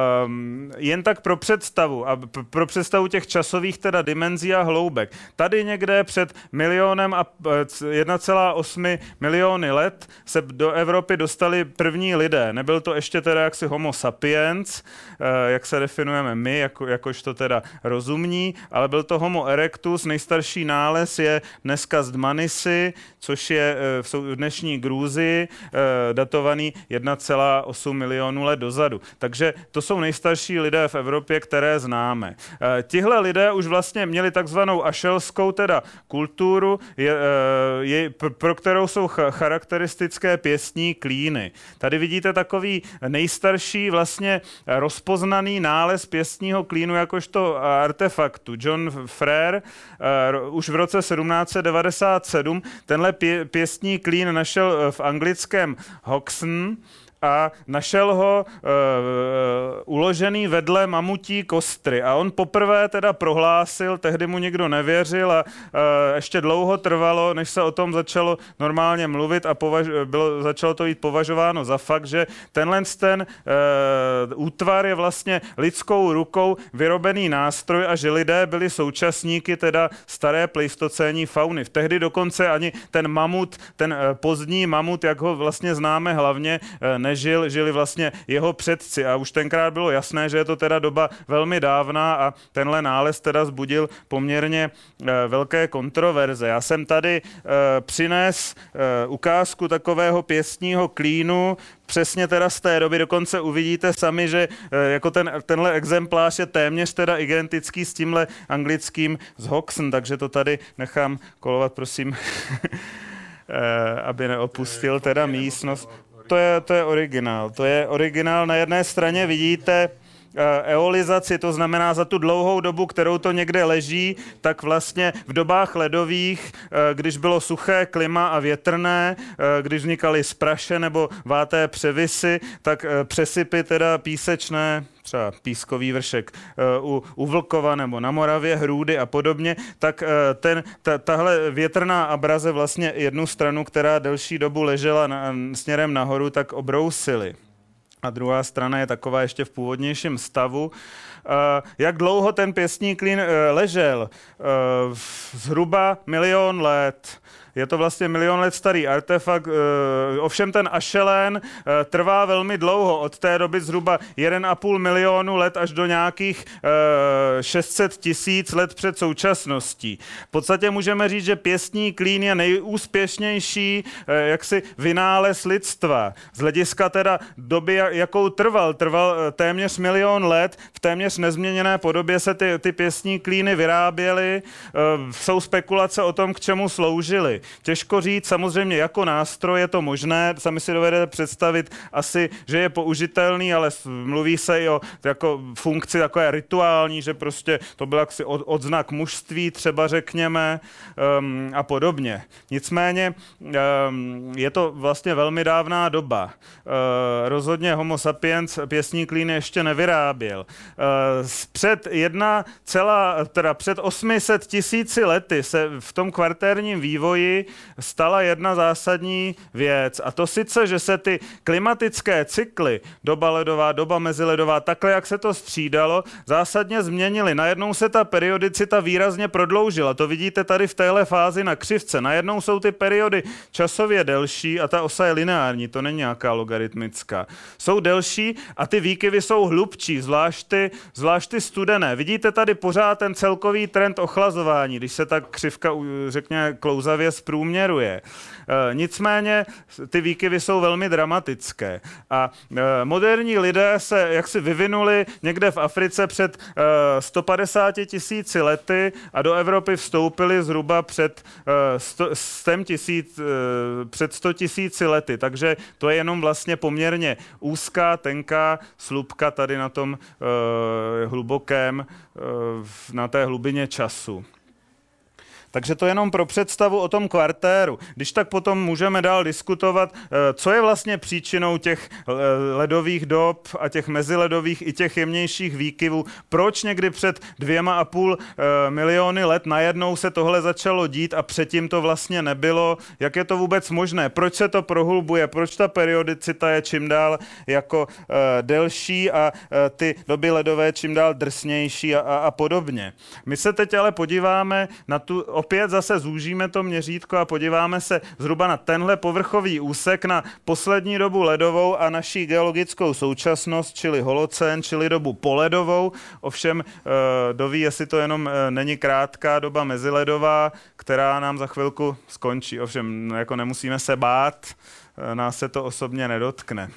Um, jen tak pro představu a pro představu těch časových teda dimenzí a hloubek. Tady někde před milionem a jedna celá osm miliony let se do Evropy dostali první lidé. Nebyl to ještě teda jaksi homo sapiens, jak se definujeme my, jako, jakožto teda rozumní, ale byl to homo erectus, nejstarší nález je dneska z Dmanisi, což je v dnešní Gruzii, datovaný jedna celá osm milionů let dozadu. Takže to jsou nejstarší lidé v Evropě, které známe. Tihle lidé už vlastně měli takzvanou ašelskou teda kulturu, je, je, pro kterou jsou charakteristické pěstní klíny. Tady vidíte takový nejstarší vlastně rozpoznaný nález pěstního klínu jakožto artefaktu. John Frere uh, už v roce sedmnáct set devadesát sedm tenhle pě- pěstní klín našel v anglickém Hoxton a našel ho uh, uložený vedle mamutí kostry. A on poprvé teda prohlásil, tehdy mu nikdo nevěřil a uh, ještě dlouho trvalo, než se o tom začalo normálně mluvit a považ- bylo, začalo to být považováno za fakt, že tenhle ten uh, útvar je vlastně lidskou rukou vyrobený nástroj a že lidé byli současníky teda staré pleistocénní fauny. V tehdy dokonce ani ten mamut, ten uh, pozdní mamut, jak ho vlastně známe hlavně, uh, nežil, žili vlastně jeho předci a už tenkrát bylo jasné, že je to teda doba velmi dávná a tenhle nález teda vzbudil poměrně e, velké kontroverze. Já jsem tady e, přines e, ukázku takového pěstního klínu, přesně teda z té doby, dokonce uvidíte sami, že e, jako ten, tenhle exemplář je téměř teda identický s tímhle anglickým z Hoxton, takže to tady nechám kolovat, prosím, e, aby neopustil teda místnost. to je, to je originál. To je originál. Na jedné straně vidíte eolizaci, to znamená za tu dlouhou dobu, kterou to někde leží, tak vlastně v dobách ledových, když bylo suché klima a větrné, když vznikaly spraše nebo váté převisy, tak přesypy teda písečné, třeba pískový vršek u, u Vlkova nebo na Moravě, Hrůdy a podobně, tak ten, ta, tahle větrná abraze vlastně jednu stranu, která delší dobu ležela na, směrem nahoru, tak obrousily. A druhá strana je taková ještě v původnějším stavu. Jak dlouho ten pěstní klín ležel? Zhruba milion let. Je to vlastně milion let starý artefakt, ovšem ten ašelén trvá velmi dlouho, od té doby zhruba jeden a půl milionu let až do nějakých šest set tisíc let před současností. V podstatě můžeme říct, že pěstní klín je nejúspěšnější jaksi vynález lidstva. Z hlediska teda doby, jakou trval, trval téměř milion let, v téměř nezměněné podobě se ty, ty pěstní klíny vyráběly, jsou spekulace o tom, k čemu sloužily. Těžko říct, samozřejmě jako nástroj je to možné, sami si dovedete představit asi, že je použitelný, ale mluví se i o jako funkci takové rituální, že prostě to byl jaksi od, odznak mužství třeba řekněme um, a podobně. Nicméně um, je to vlastně velmi dávná doba. Uh, rozhodně Homo sapiens pěstní klíny ještě nevyráběl. Uh, před jedna celá, teda před osmi set tisíci lety se v tom kvartérním vývoji stala jedna zásadní věc. A to sice, že se ty klimatické cykly, doba ledová, doba meziledová, takhle, jak se to střídalo, zásadně změnily. Najednou se ta periodicita výrazně prodloužila. To vidíte tady v téhle fázi na křivce. Najednou jsou ty periody časově delší a ta osa je lineární, to není nějaká logaritmická. Jsou delší a ty výkyvy jsou hlubčí, zvlášť ty, zvlášť ty studené. Vidíte tady pořád ten celkový trend ochlazování, když se ta křivka, řekněme, klouzavě zprůměruje. E, nicméně ty výkyvy jsou velmi dramatické. A e, moderní lidé se jaksi vyvinuli někde v Africe před e, sto padesáti tisíci lety a do Evropy vstoupili zhruba před, e, sto, tisíc, e, před sto tisíci lety. Takže to je jenom vlastně poměrně úzká, tenká slupka tady na tom e, hlubokém, e, na té hlubině času. Takže to jenom pro představu o tom kvartéru. Když tak potom můžeme dál diskutovat, co je vlastně příčinou těch ledových dob a těch meziledových i těch jemnějších výkyvů. Proč někdy před dvěma a půl miliony let najednou se tohle začalo dít a předtím to vlastně nebylo? Jak je to vůbec možné? Proč se to prohlubuje? Proč ta periodicita je čím dál jako delší a ty doby ledové čím dál drsnější a, a, a podobně? My se teď ale podíváme na tu opět zase zúžíme to měřítko a podíváme se zhruba na tenhle povrchový úsek, na poslední dobu ledovou a naší geologickou současnost, čili holocén, čili dobu poledovou. Ovšem doví, jestli to jenom není krátká doba meziledová, která nám za chvilku skončí. Ovšem jako nemusíme se bát, nás se to osobně nedotkne.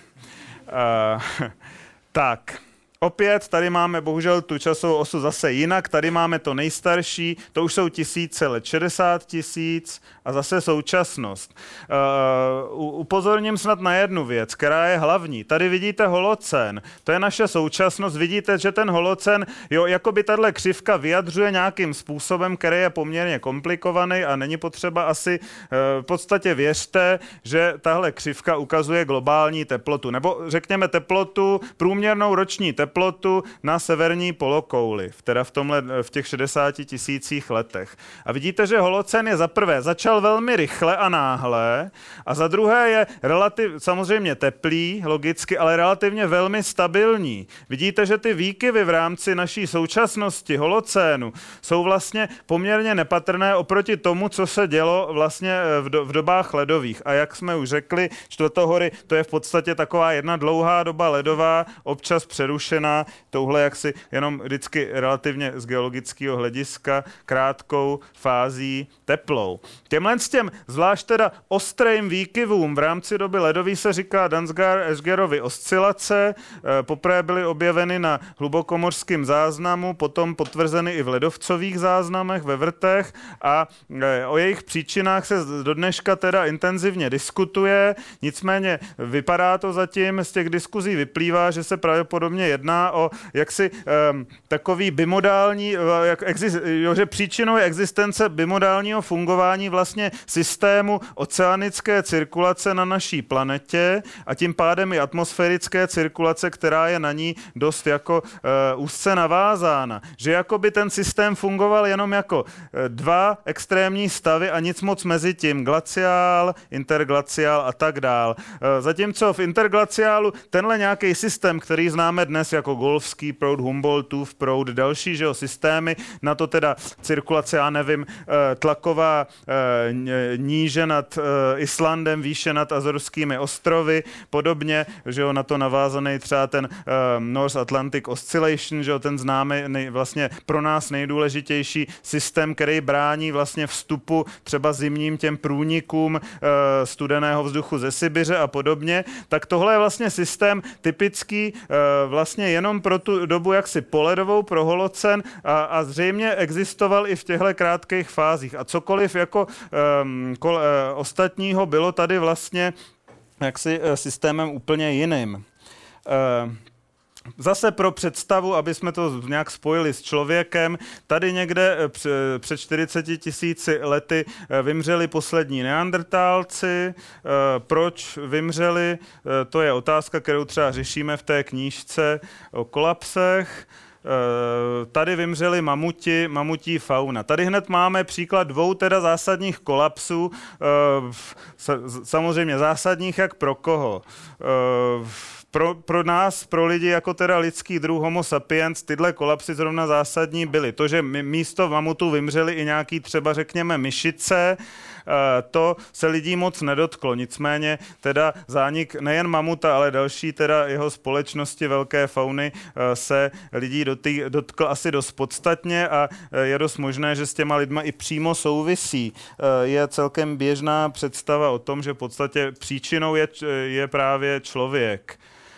Uh, tak... Opět tady máme bohužel tu časovou osu zase jinak, tady máme to nejstarší, to už jsou tisíce let, šedesát tisíc a zase současnost. Uh, upozorním snad na jednu věc, která je hlavní. Tady vidíte holocén, to je naše současnost, vidíte, že ten holocén, jo, jako by tahle křivka vyjadřuje nějakým způsobem, který je poměrně komplikovaný a není potřeba asi, uh, v podstatě věřte, že tahle křivka ukazuje globální teplotu, nebo řekněme teplotu, průměrnou roční teplotu, teplotu na severní polokouli, teda v, tomhle, v těch šedesáti tisících letech. A vidíte, že holocén je za prvé začal velmi rychle a náhle a za druhé je relativ, samozřejmě teplý, logicky, ale relativně velmi stabilní. Vidíte, že ty výkyvy v rámci naší současnosti holocénu jsou vlastně poměrně nepatrné oproti tomu, co se dělo vlastně v, do, v dobách ledových. A jak jsme už řekli, čtvrtohory, to je v podstatě taková jedna dlouhá doba ledová, občas přerušená zakončená touhle jaksi jenom vždycky relativně z geologického hlediska krátkou fází teplou. Těmhle s těm zvlášť teda ostrým výkyvům v rámci doby ledový se říká Dansgaard-Eschgerovy oscilace. Poprvé byly objeveny na hlubokomořském záznamu, potom potvrzeny i v ledovcových záznamech ve vrtech a o jejich příčinách se do dneška teda intenzivně diskutuje. Nicméně vypadá to zatím, z těch diskuzí vyplývá, že se pravděpodobně jedná o jaksi um, takový bimodální, jak exist, jo, že příčinou je existence bimodálního fungování vlastně systému oceanické cirkulace na naší planetě a tím pádem i atmosférické cirkulace, která je na ní dost jako uh, úzce navázána. Že jakoby ten systém fungoval jenom jako uh, dva extrémní stavy a nic moc mezi tím, glaciál, interglaciál a tak dál. Uh, zatímco v interglaciálu tenhle nějaký systém, který známe dnes jako Golfský proud, Humboldtův proud, další, že jo, systémy, na to teda cirkulace, já nevím, tlaková níže nad Islandem, výše nad Azorskými ostrovy, podobně, že jo, na to navázaný třeba ten North Atlantic Oscillation, že jo, ten známý, nej, vlastně pro nás nejdůležitější systém, který brání vlastně vstupu třeba zimním těm průnikům studeného vzduchu ze Sibiře a podobně, tak tohle je vlastně systém typický vlastně jenom pro tu dobu jaksi poledovou, pro holocen a, a zřejmě existoval i v těchto krátkých fázích. A cokoliv jako um, kol, uh, ostatního bylo tady vlastně jaksi uh, systémem úplně jiným. Uh, Zase pro představu, aby jsme to nějak spojili s člověkem, tady někde před čtyřiceti tisíci lety vymřeli poslední neandertálci. Proč vymřeli? To je otázka, kterou třeba řešíme v té knížce o kolapsech. Tady vymřeli mamuti, mamutí fauna. Tady hned máme příklad dvou teda zásadních kolapsů, samozřejmě zásadních jak pro koho. Pro, pro nás, pro lidi jako teda lidský druh Homo sapiens, tyhle kolapsy zrovna zásadní byly. To, že místo mamutů vymřeli i nějaký třeba řekněme myšice, to se lidí moc nedotklo. Nicméně teda zánik nejen mamuta, ale další teda jeho společnosti velké fauny se lidí dotý, dotkl asi dost podstatně a je dost možné, že s těma lidma i přímo souvisí. Je celkem běžná představa o tom, že v podstatě příčinou je, je právě člověk.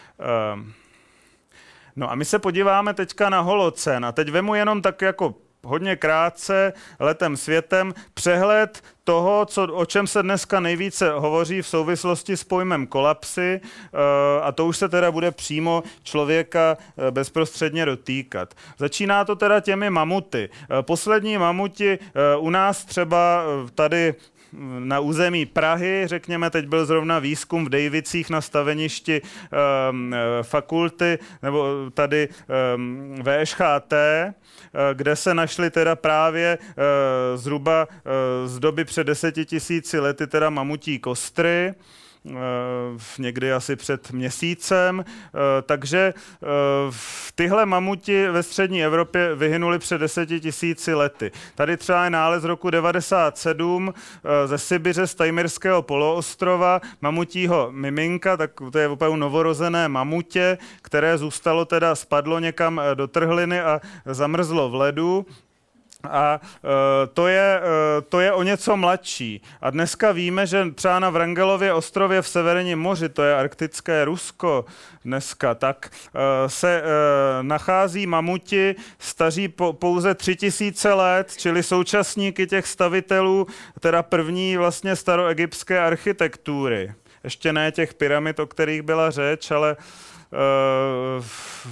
No a my se podíváme teďka na holocén a teď vemu jenom tak jako hodně krátce letem světem přehled toho, co, o čem se dneska nejvíce hovoří v souvislosti s pojmem kolapsy a to už se teda bude přímo člověka bezprostředně dotýkat. Začíná to teda těmi mamuty. Poslední mamuti u nás třeba tady na území Prahy, řekněme, teď byl zrovna výzkum v Dejvicích na staveništi um, fakulty, nebo tady um, V Š H T, kde se našly teda právě uh, zhruba uh, z doby před deseti tisíci lety teda mamutí kostry, někdy asi před měsícem, takže tyhle mamuti ve střední Evropě vyhynuli před deseti tisíci lety. Tady třeba je nález roku devadesát sedm ze Sibiře z Tajmirského poloostrova mamutího miminka, tak to je opravdu novorozené mamutě, které zůstalo teda, spadlo někam do trhliny a zamrzlo v ledu. A uh, to, je, uh, to je o něco mladší. A dneska víme, že třeba na Wrangelově ostrově v Severním moři, to je arktické Rusko dneska, tak uh, se uh, nachází mamuti staří po, pouze tři tisíce let, čili současníky těch stavitelů, teda první vlastně staroegyptské architektury. Ještě ne těch pyramid, o kterých byla řeč, ale uh,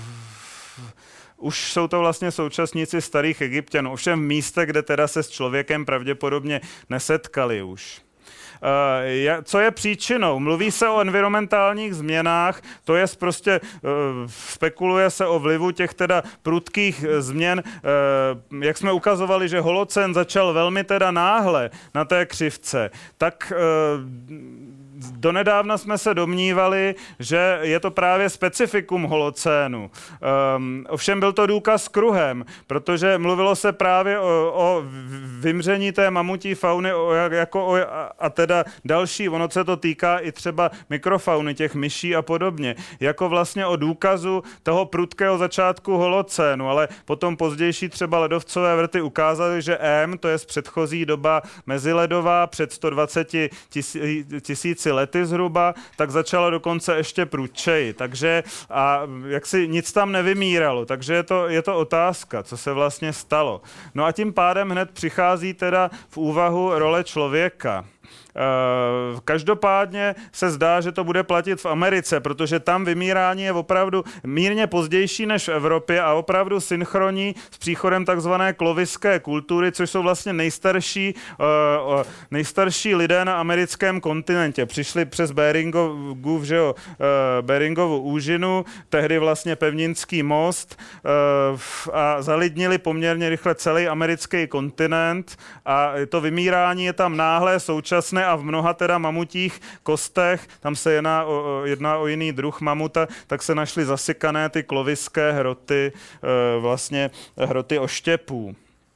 už jsou to vlastně současníci starých Egypťanů, ovšem v místě, kde teda se s člověkem pravděpodobně nesetkali už. Co je příčinou? Mluví se o environmentálních změnách, to je prostě, spekuluje se o vlivu těch teda prudkých změn, jak jsme ukazovali, že holocén začal velmi teda náhle na té křivce, tak donedávna jsme se domnívali, že je to právě specifikum holocénu. Um, ovšem byl to důkaz kruhem, protože mluvilo se právě o, o vymření té mamutí fauny o, jako o, a teda další, ono se to týká i třeba mikrofauny, těch myší a podobně, jako vlastně o důkazu toho prudkého začátku holocénu, ale potom pozdější třeba ledovcové vrty ukázaly, že M, to je předchozí doba meziledová před sto dvaceti tisíci lety zhruba, tak začala dokonce ještě prudčeji. Takže a jaksi nic tam nevymíralo, takže je to, je to otázka, co se vlastně stalo. No a tím pádem hned přichází teda v úvahu role člověka. Každopádně se zdá, že to bude platit v Americe, protože tam vymírání je opravdu mírně pozdější než v Evropě a opravdu synchronní s příchodem takzvané kloviské kultury, což jsou vlastně nejstarší, nejstarší lidé na americkém kontinentě. Přišli přes Beringov, že jo, Beringovu úžinu, tehdy vlastně Pevninský most a zalidnili poměrně rychle celý americký kontinent a to vymírání je tam náhlé, současné a v mnoha teda mamutích kostech, tam se jedná o, jedná o jiný druh mamuta, tak se našly zasykané ty kloviské hroty, vlastně hroty oštěpů.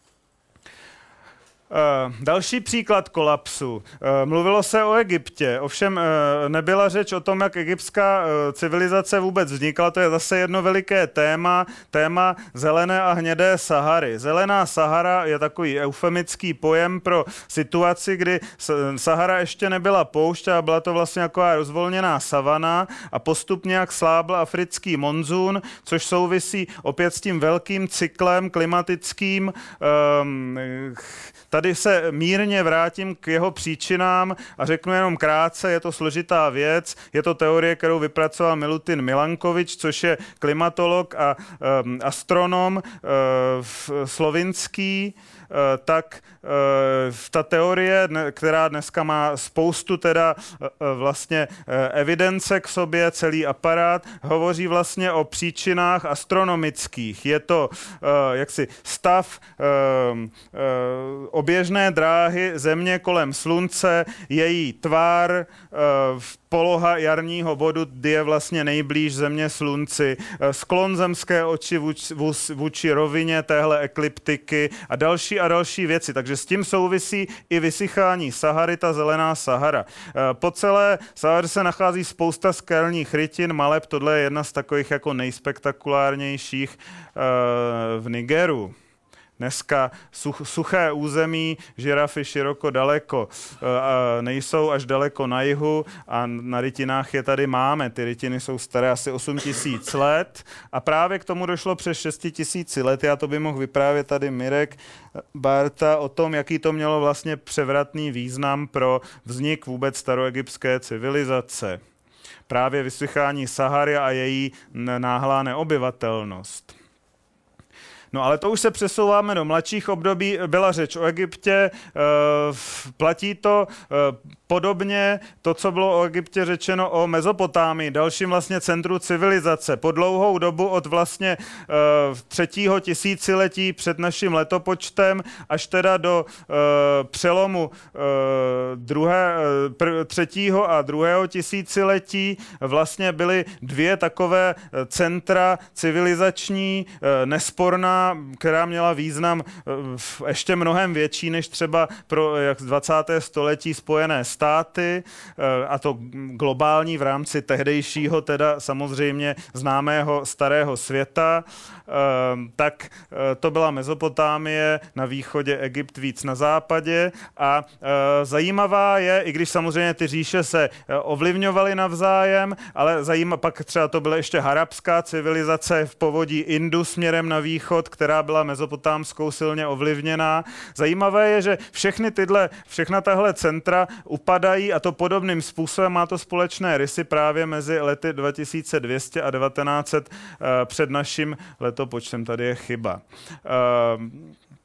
Další příklad kolapsu. Mluvilo se o Egyptě, ovšem nebyla řeč o tom, jak egyptská civilizace vůbec vznikla. To je zase jedno veliké téma, téma zelené a hnědé Sahary. Zelená Sahara je takový eufemický pojem pro situaci, kdy Sahara ještě nebyla poušť a byla to vlastně taková rozvolněná savana a postupně jak slábl africký monzun, což souvisí opět s tím velkým cyklem klimatickým. Tady se mírně vrátím k jeho příčinám a řeknu jenom krátce, je to složitá věc, je to teorie, kterou vypracoval Milutin Milankovič, což je klimatolog a um, astronom uh, slovinský, uh, tak uh, ta teorie, která dneska má spoustu teda uh, vlastně uh, evidence k sobě, celý aparát, hovoří vlastně o příčinách astronomických. Je to uh, jaksi stav uh, uh, oběžné dráhy Země kolem Slunce, její tvar, poloha jarního bodu, kdy je vlastně nejblíž Země Slunci, sklon zemské oči vůči, vůči rovině téhle ekliptiky a další a další věci. Takže s tím souvisí i vysychání Sahary, ta zelená Sahara. Po celé Sahaře se nachází spousta skelních rytin, maleb, tohle je jedna z takových jako nejspektakulárnějších v Nigeru. Dneska such, suché území, žirafy široko daleko e, nejsou až daleko na jihu a na rytinách je tady máme. Ty rytiny jsou staré asi osm tisíc let a právě k tomu došlo přes šest tisíc let. Já to by mohl vyprávět tady Mirek Bárta o tom, jaký to mělo vlastně převratný význam pro vznik vůbec staroegyptské civilizace. Právě vysychání Sahary a její náhlá neobyvatelnost. No ale to už se přesouváme do mladších období. Byla řeč o Egyptě, platí to podobně to, co bylo o Egyptě řečeno o Mezopotámii, dalším vlastně centru civilizace. Po dlouhou dobu od vlastně třetího tisíciletí před naším letopočtem až teda do přelomu druhé, třetího a druhého tisíciletí vlastně byly dvě takové centra civilizační, nesporná, která měla význam ještě mnohem větší než třeba pro jak dvacáté století Spojené státy, a to globální v rámci tehdejšího teda samozřejmě známého starého světa, tak to byla Mezopotámie na východě, Egypt víc na západě a zajímavá je, i když samozřejmě ty říše se ovlivňovaly navzájem, ale zajímavá, pak třeba to byla ještě harabská civilizace v povodí Indu směrem na východ, která byla mezopotámskou silně ovlivněná. Zajímavé je, že všechny tyhle, všechna tahle centra upadají a to podobným způsobem, má to společné rysy právě mezi lety dva tisíce dvě stě a devatenáct set před naším letopočtem. Tady je chyba.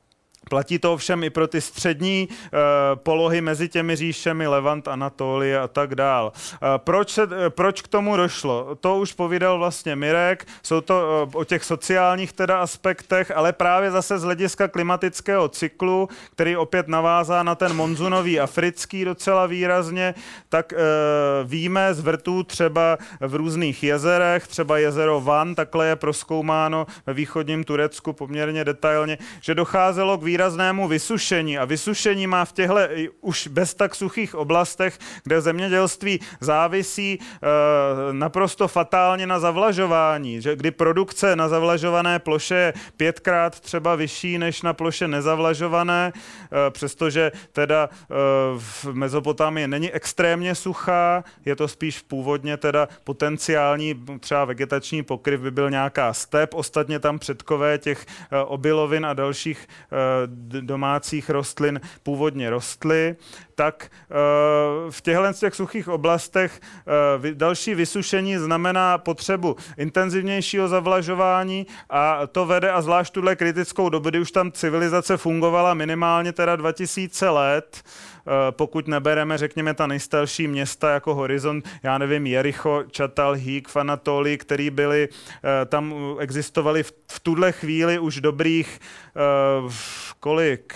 Platí to ovšem i pro ty střední e, polohy mezi těmi říšemi, Levant, Anatolie a tak dál. E, proč, se, e, proč k tomu došlo? To už povídal vlastně Mirek, jsou to e, o těch sociálních teda aspektech, ale právě zase z hlediska klimatického cyklu, který opět navázá na ten monzunový africký docela výrazně, tak e, víme z vrtů třeba v různých jezerech, třeba jezero Van, takhle je prozkoumáno ve východním Turecku poměrně detailně, že docházelo k výraznému vysušení a vysušení má v těchto už bez tak suchých oblastech, kde zemědělství závisí e, naprosto fatálně na zavlažování, že kdy produkce na zavlažované ploše je pětkrát třeba vyšší než na ploše nezavlažované, e, přestože teda e, v Mezopotámii není extrémně suchá, je to spíš původně teda potenciální třeba vegetační pokryv by byl nějaká step, ostatně tam předkové těch e, obilovin a dalších e, domácích rostlin původně rostly, tak v těchto těch suchých oblastech další vysušení znamená potřebu intenzivnějšího zavlažování a to vede, a zvlášť tuhle kritickou dobu, kdy už tam civilizace fungovala minimálně teda dva tisíce let, pokud nebereme, řekněme, ta nejstarší města jako horizont, já nevím, Jericho, Čatalhík, v Anatolii, který byly, tam existovaly v, v tuhle chvíli už dobrých kolik?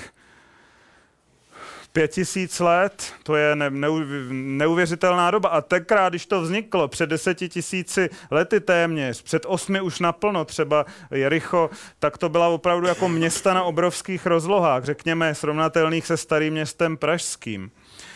Pět tisíc let, to je ne, neu, neuvěřitelná doba. A tenkrát, když to vzniklo, před deseti tisíci lety téměř, před osmi už naplno, třeba Jericho, tak to byla opravdu jako města na obrovských rozlohách, řekněme, srovnatelných se starým městem pražským.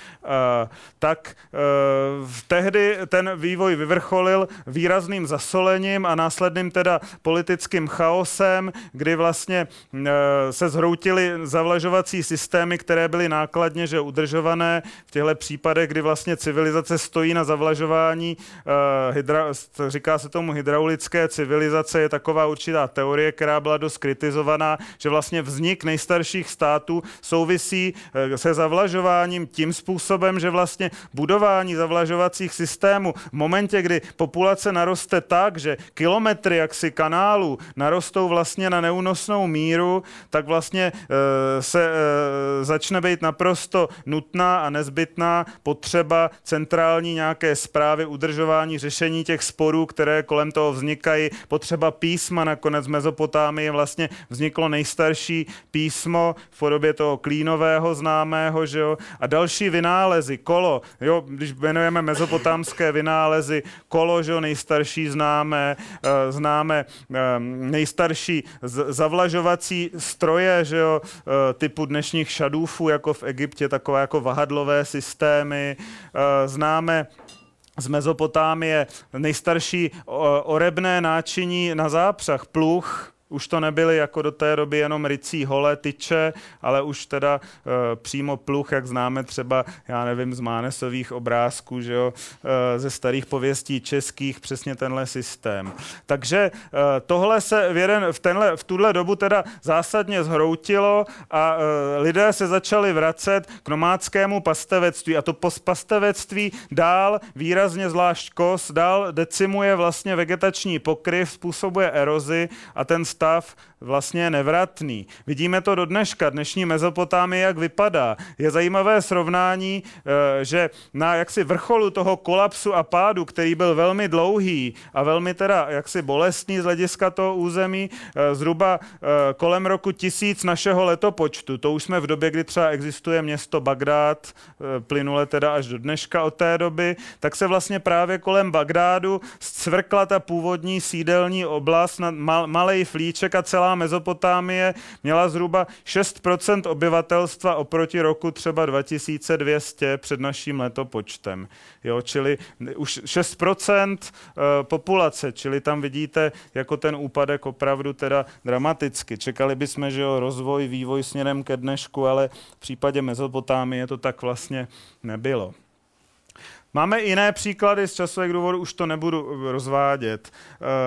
Uh, tak uh, tehdy ten vývoj vyvrcholil výrazným zasolením a následným teda politickým chaosem, kdy vlastně uh, se zhroutily zavlažovací systémy, které byly nákladně že udržované v těchto případech, kdy vlastně civilizace stojí na zavlažování. Uh, hydra, říká se tomu hydraulické civilizace, je taková určitá teorie, která byla dost kritizovaná, že vlastně vznik nejstarších států souvisí uh, se zavlažováním tím způsobem, že vlastně budování zavlažovacích systémů v momentě, kdy populace naroste tak, že kilometry jaksi kanálů narostou vlastně na neúnosnou míru, tak vlastně e, se e, začne být naprosto nutná a nezbytná potřeba centrální nějaké správy, udržování, řešení těch sporů, které kolem toho vznikají, potřeba písma. Nakonec v Mezopotámii vlastně vzniklo nejstarší písmo v podobě toho klínového známého, že jo, a další vynálezy, kolo, jo, když jmenujeme mezopotámské vynálezy, kolo, že jo, nejstarší známé, e, známe e, nejstarší z, zavlažovací stroje, že jo, e, typu dnešních šadůfů, jako v Egyptě, takové jako vahadlové systémy, e, známe z Mezopotámie nejstarší o, orebné náčiní na zápřah, pluh. Už to nebyly jako do té doby jenom rycí hole, tyče, ale už teda e, přímo pluh, jak známe třeba, já nevím, z Mánesových obrázků, že jo, e, ze starých pověstí českých, přesně tenhle systém. Takže e, tohle se v, jeden, v, tenhle, v tuhle dobu teda zásadně zhroutilo a e, lidé se začali vracet k nomádskému pastevectví a to pastevectví dál výrazně, zvlášť kos, dál decimuje vlastně vegetační pokryv, způsobuje erozi a ten stav vlastně je nevratný. Vidíme to do dneška, dnešní Mezopotámie, jak vypadá. Je zajímavé srovnání, že na jaksi vrcholu toho kolapsu a pádu, který byl velmi dlouhý a velmi teda jaksi bolestný z hlediska toho území, zhruba kolem roku tisíc našeho letopočtu. To už jsme v době, kdy třeba existuje město Bagdád, plynule teda až do dneška od té doby, tak se vlastně právě kolem Bagdádu zcvrkla ta původní sídelní oblast na mal, malej flíček a celá Mezopotámie měla zhruba šest procent obyvatelstva oproti roku třeba dva tisíce dvě stě před naším letopočtem. Jo, čili už šest procent populace, čili tam vidíte jako ten úpadek opravdu teda dramaticky. Čekali bychom, že jo, rozvoj, vývoj směrem ke dnešku, ale v případě Mezopotámie to tak vlastně nebylo. Máme jiné příklady, z časových důvodů už to nebudu rozvádět.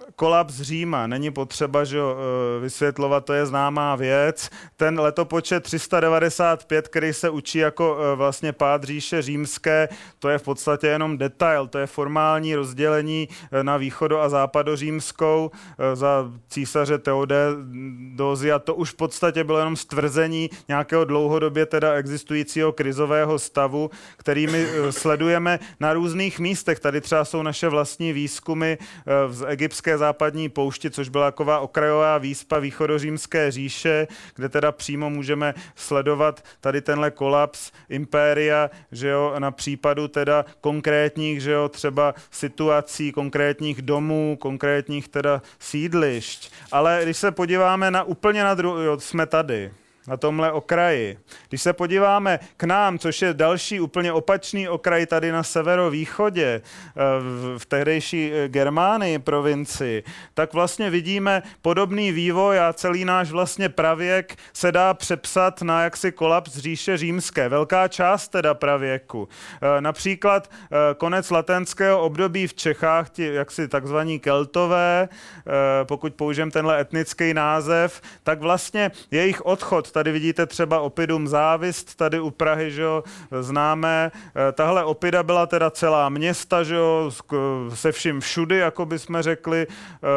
kolaps Říma, není potřeba, že vysvětlovat, to je známá věc. Ten letopočet tři sta devadesát pět, který se učí jako vlastně pád říše římské, to je v podstatě jenom detail, to je formální rozdělení na východo- a západořímskou za císaře Teodósia. To už v podstatě bylo jenom stvrzení nějakého dlouhodobě teda existujícího krizového stavu, který my sledujeme na různých místech. Tady třeba jsou naše vlastní výzkumy z egyptské západní poušti, což byla taková okrajová výspa východořímské říše, kde teda přímo můžeme sledovat tady tenhle kolaps impéria, že jo, na případu teda konkrétních, že jo, třeba situací, konkrétních domů, konkrétních teda sídlišť. Ale když se podíváme na úplně na druhou, jsme tady, na tomhle okraji. Když se podíváme k nám, což je další úplně opačný okraj tady na severovýchodě, v tehdejší Germánii provincii, tak vlastně vidíme podobný vývoj a celý náš vlastně pravěk se dá přepsat na jaksi kolaps říše římské. Velká část teda pravěku. Například konec latenského období v Čechách, ti jaksi takzvaní Keltové, pokud použijem tenhle etnický název, tak vlastně jejich odchod, tady vidíte třeba Oppidum Závist, tady u Prahy, že jo, známé. Tahle Oppida byla teda celá města, že jo, se vším všudy, jako bychom řekli.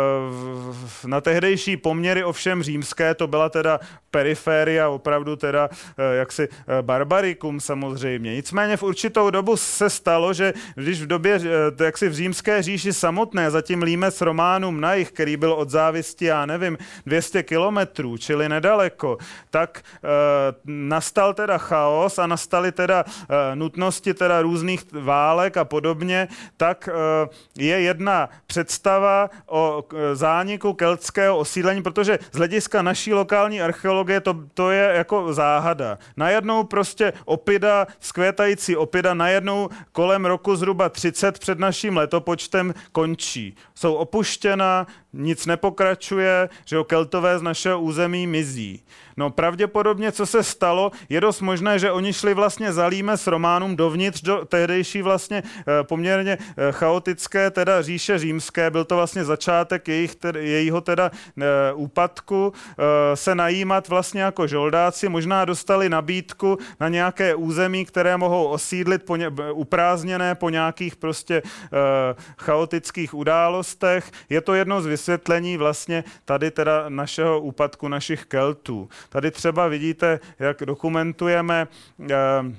Na tehdejší poměry ovšem římské, to byla teda periféria, opravdu teda jaksi barbarikum samozřejmě. Nicméně v určitou dobu se stalo, že když v době jaksi v římské říši samotné, zatím Limes Romanum na jih, který byl od Závisti, já nevím, dvě stě kilometrů, čili nedaleko, tak e, nastal teda chaos a nastaly teda e, nutnosti teda různých válek a podobně, tak e, je jedna představa o e, zániku keltského osídlení, protože z hlediska naší lokální archeologie to, to je jako záhada. Najednou prostě Oppida, skvětající Oppida, najednou kolem roku zhruba třicet před naším letopočtem končí. Jsou opuštěna, nic nepokračuje, že jo, Keltové z našeho území mizí. No pravděpodobně, co se stalo, je dost možné, že oni šli vlastně za Limes Romanum dovnitř do tehdejší vlastně poměrně chaotické teda říše římské, byl to vlastně začátek jejich, teda, jejího teda e, úpadku, e, se najímat vlastně jako žoldáci, možná dostali nabídku na nějaké území, které mohou osídlit po ně, uprázdněné po nějakých prostě e, chaotických událostech. Je to jedno z vysvětlení vlastně tady teda našeho úpadku našich Keltů. Tady třeba vidíte, jak dokumentujeme eh,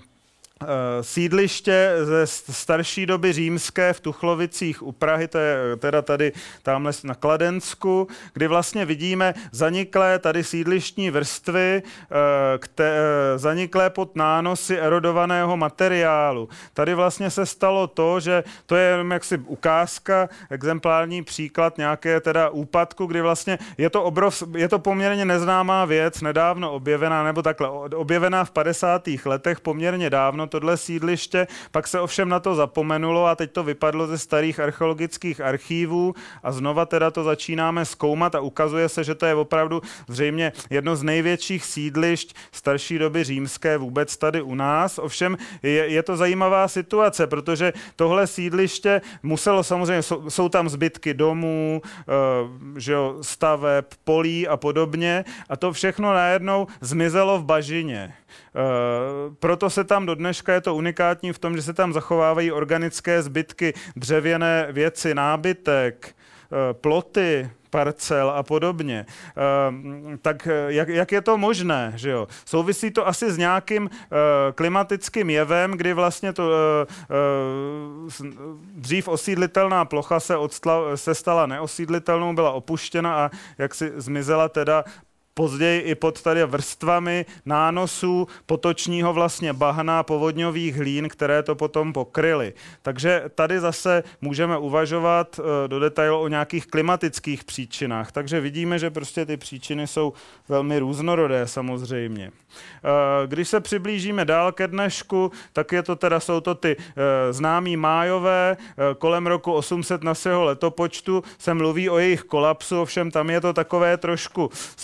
sídliště ze starší doby římské v Tuchlovicích u Prahy, to je teda tady tamhle na Kladensku, kdy vlastně vidíme zaniklé tady sídlištní vrstvy, které, zaniklé pod nánosy erodovaného materiálu. Tady vlastně se stalo to, že to je jaksi ukázka, exemplární příklad nějaké teda úpadku, kdy vlastně je to, obrov, je to poměrně neznámá věc, nedávno objevená, nebo takhle, objevená v padesátých letech poměrně dávno, tohle sídliště, pak se ovšem na to zapomenulo a teď to vypadlo ze starých archeologických archívů a znova teda to začínáme zkoumat a ukazuje se, že to je opravdu zřejmě jedno z největších sídlišť starší doby římské vůbec tady u nás. Ovšem je, je to zajímavá situace, protože tohle sídliště muselo samozřejmě, jsou, jsou tam zbytky domů, e, že jo, staveb, polí a podobně a to všechno najednou zmizelo v bažině. Uh, proto se tam do dneška, je to unikátní v tom, že se tam zachovávají organické zbytky, dřevěné věci, nábytek, uh, ploty, parcel a podobně. Uh, tak jak, jak je to možné, že jo? Souvisí to asi s nějakým uh, klimatickým jevem, kdy vlastně to uh, uh, dřív osídlitelná plocha se, odstla, se stala neosídlitelnou, byla opuštěna a jak si zmizela teda později i pod tady vrstvami nánosů potočního vlastně bahna, povodňových hlín, které to potom pokryly. Takže tady zase můžeme uvažovat do detailu o nějakých klimatických příčinách. Takže vidíme, že prostě ty příčiny jsou velmi různorodé samozřejmě. Když se přiblížíme dál ke dnešku, tak je to teda, jsou to ty známí májové, kolem roku osm set našeho letopočtu se mluví o jejich kolapsu, ovšem tam je to takové trošku složitější.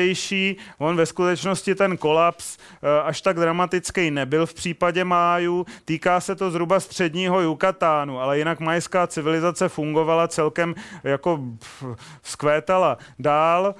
nejvyspělejší. On ve skutečnosti ten kolaps až tak dramatický nebyl v případě Májů. Týká se to zhruba středního Yukatánu, ale jinak majská civilizace fungovala celkem jako vzkvétala dál.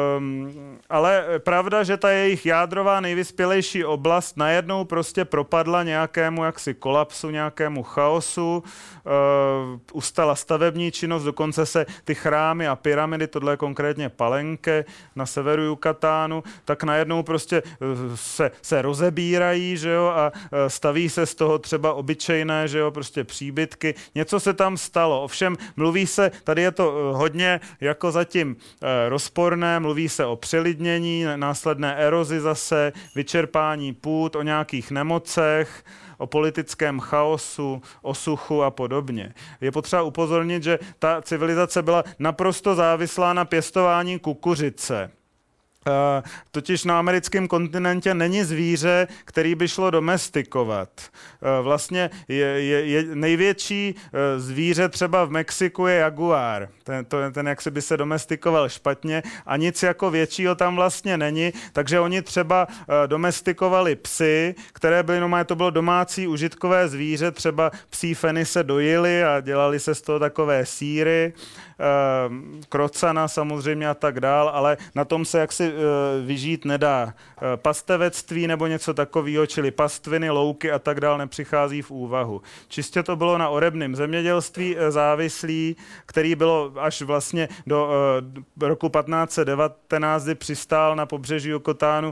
Um, ale pravda, že ta jejich jádrová nejvyspělejší oblast najednou prostě propadla nějakému jaksi kolapsu, nějakému chaosu. Uh, ustala stavební činnost, dokonce se ty chrámy a pyramidy, tohle je konkrétně Palenque na severu Yukatánu, tak najednou prostě se, se rozebírají, že jo, a staví se z toho třeba obyčejné, že jo, prostě příbytky. Něco se tam stalo. Ovšem mluví se, tady je to hodně jako zatím rozporné, mluví se o přelidnění, následné erozi zase, vyčerpání půd, o nějakých nemocech, o politickém chaosu, o suchu a podobně. Je potřeba upozornit, že ta civilizace byla naprosto závislá na pěstování kukuřice. Uh, totiž na americkém kontinentě není zvíře, který by šlo domestikovat. Uh, vlastně je, je, je největší uh, zvíře třeba v Mexiku je jaguár. Ten, to, ten jak si by se domestikoval špatně a nic jako většího tam vlastně není, takže oni třeba uh, domestikovali psy, které byly, no to bylo domácí užitkové zvíře, třeba psí feny se dojily a dělali se z toho takové sýry, uh, krocana samozřejmě a tak dál, ale na tom se jaksi vyžít nedá. Pastevectví nebo něco takového, čili pastviny, louky a tak dál nepřichází v úvahu. Čistě to bylo na orebném zemědělství závislý, který bylo až vlastně do uh, roku patnáct set devatenáct, kdy přistál na pobřeží Yukatánu uh,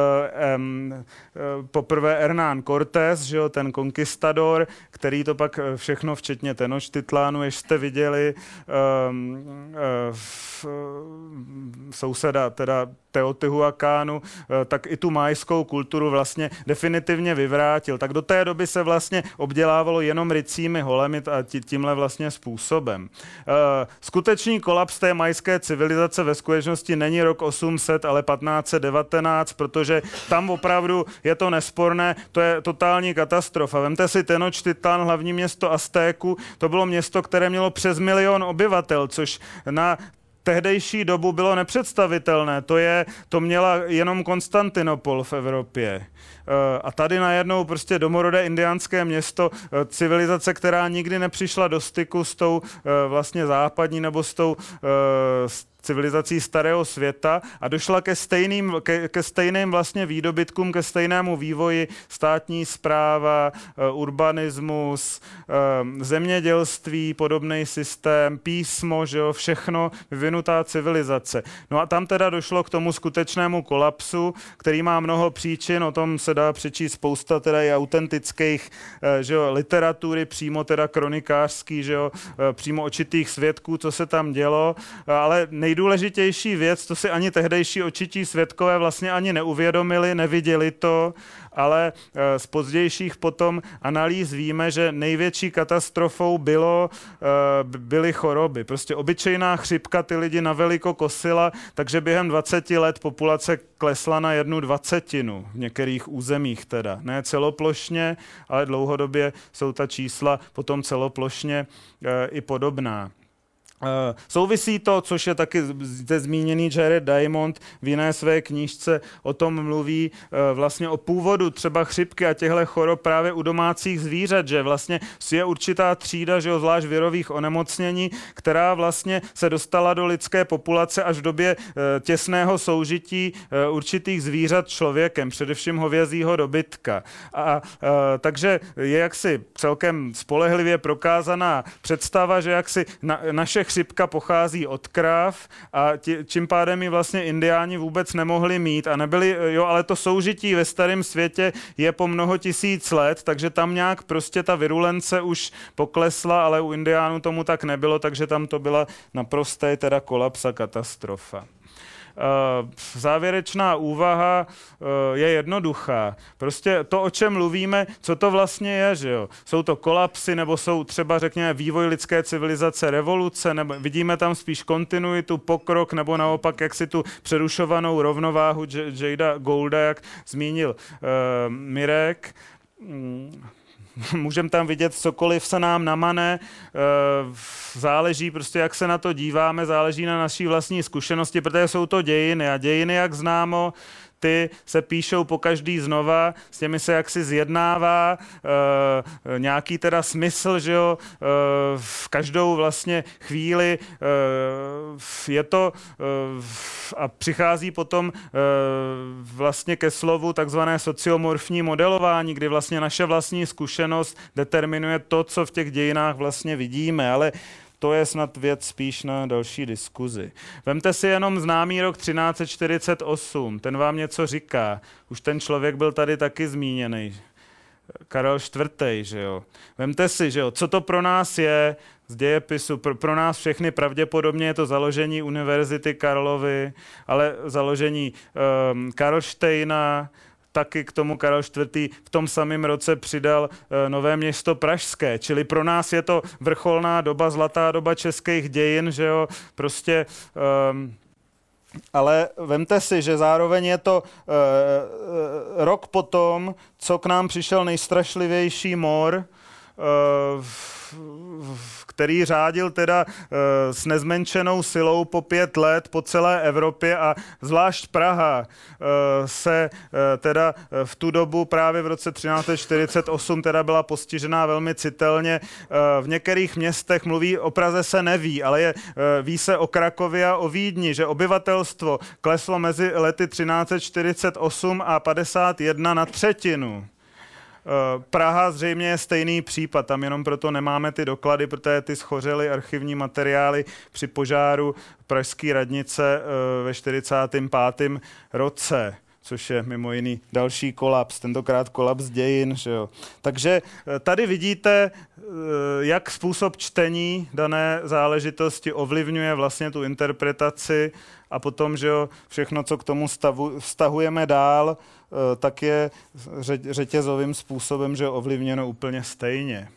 um, uh, poprvé Hernán Cortés, že jo, ten konkistador, který to pak všechno, včetně Tenochtitlánu, jež jste viděli, um, uh, v, uh, souseda, teda Teotihuacánu, tak i tu majskou kulturu vlastně definitivně vyvrátil. Tak do té doby se vlastně obdělávalo jenom rycími holemi a tímhle vlastně způsobem. Skutečný kolaps té majské civilizace ve skutečnosti není rok osm set, ale patnáct set devatenáct, protože tam opravdu je to nesporné, to je totální katastrofa. Vemte si Tenochtitlán, hlavní město Aztéku, to bylo město, které mělo přes milion obyvatel, což na tehdejší dobu bylo nepředstavitelné. To je, to měla jenom Konstantinopol v Evropě. A tady najednou prostě domorodé indiánské město, civilizace, která nikdy nepřišla do styku s tou vlastně západní nebo s tou civilizací starého světa a došla ke stejným, ke, ke stejným vlastně výdobytkům, ke stejnému vývoji, státní správa, urbanismus, zemědělství, podobný systém, písmo, že jo, všechno vyvinutá civilizace. No a tam teda došlo k tomu skutečnému kolapsu, který má mnoho příčin, o tom se dá přečíst spousta teda i autentických, že jo, literatury, přímo teda kronikářský, že jo, přímo očitých svědků, co se tam dělo, ale nej Nejdůležitější věc, to si ani tehdejší očití svědkové vlastně ani neuvědomili, neviděli to, ale z pozdějších potom analýz víme, že největší katastrofou bylo, byly choroby. Prostě obyčejná chřipka ty lidi naveliko kosila, takže během dvaceti let populace klesla na jednu dvacetinu v některých územích teda. Ne celoplošně, ale dlouhodobě jsou ta čísla potom celoplošně i podobná. Uh, souvisí to, což je taky zde zmíněný Jared Diamond v jiné své knížce o tom mluví uh, vlastně o původu třeba chřipky a těchto chorob právě u domácích zvířat, že vlastně je určitá třída, že jo, zvlášť virových onemocnění, která vlastně se dostala do lidské populace až v době uh, těsného soužití uh, určitých zvířat člověkem, především hovězího dobytka. A uh, takže je jaksi celkem spolehlivě prokázaná představa, že jaksi na, naše chřipka pochází od krav a tí, čím pádem ji vlastně indiáni vůbec nemohli mít a nebyli, jo, ale to soužití ve starém světě je po mnoho tisíc let, takže tam nějak prostě ta virulence už poklesla, ale u indiánů tomu tak nebylo, takže tam to byla naprostá teda kolaps a katastrofa. Závěrečná úvaha je jednoduchá. Prostě to, o čem mluvíme, co to vlastně je, že jo? Jsou to kolapsy, nebo jsou třeba, řekněme, vývoj lidské civilizace, revoluce, nebo vidíme tam spíš kontinuitu, pokrok, nebo naopak, jak si tu přerušovanou rovnováhu Jada Goulda, jak zmínil uh, Mirek. můžeme tam vidět cokoliv se nám namane, záleží prostě, jak se na to díváme, záleží na naší vlastní zkušenosti, protože jsou to dějiny a dějiny, jak známo, ty se píšou po každý znova, s těmi se jaksi zjednává e, nějaký teda smysl, že jo, e, v každou vlastně chvíli e, je to e, a přichází potom e, vlastně ke slovu takzvané sociomorfní modelování, kdy vlastně naše vlastní zkušenost determinuje to, co v těch dějinách vlastně vidíme, ale to je snad věc spíš na další diskuzi. Vemte si jenom známý rok třináct set čtyřicet osm, ten vám něco říká. Už ten člověk byl tady taky zmíněný. Karel čtvrtý, že jo. Vemte si, že jo, co to pro nás je z dějepisu. Pro, pro nás všechny pravděpodobně je to založení Univerzity Karlovy, ale založení um, Karlštejna, taky k tomu Karel čtvrtý v tom samém roce přidal e, Nové Město pražské, čili pro nás je to vrcholná doba, zlatá doba českých dějin, že jo, prostě, um, ale vemte si, že zároveň je to e, e, rok potom, co k nám přišel nejstrašlivější mor, e, který řádil teda e, s nezmenšenou silou po pět let po celé Evropě a zvlášť Praha e, se e, teda v tu dobu právě v roce třináct set čtyřicet osm teda byla postižená velmi citelně. E, v některých městech mluví, o Praze se neví, ale je, e, ví se o Krakově a o Vídni, že obyvatelstvo kleslo mezi lety třináct set čtyřicet osm a padesát jedna na třetinu. Praha zřejmě je stejný případ, tam jenom proto nemáme ty doklady, protože ty schořely archivní materiály při požáru pražské radnice ve čtyřicátém pátém roce, což je mimo jiný další kolaps, tentokrát kolaps dějin. Že jo. Takže tady vidíte, jak způsob čtení dané záležitosti ovlivňuje vlastně tu interpretaci a potom, že jo, všechno, co k tomu stavu, vztahujeme dál, tak je řetězovým způsobem, že ovlivněno úplně stejně.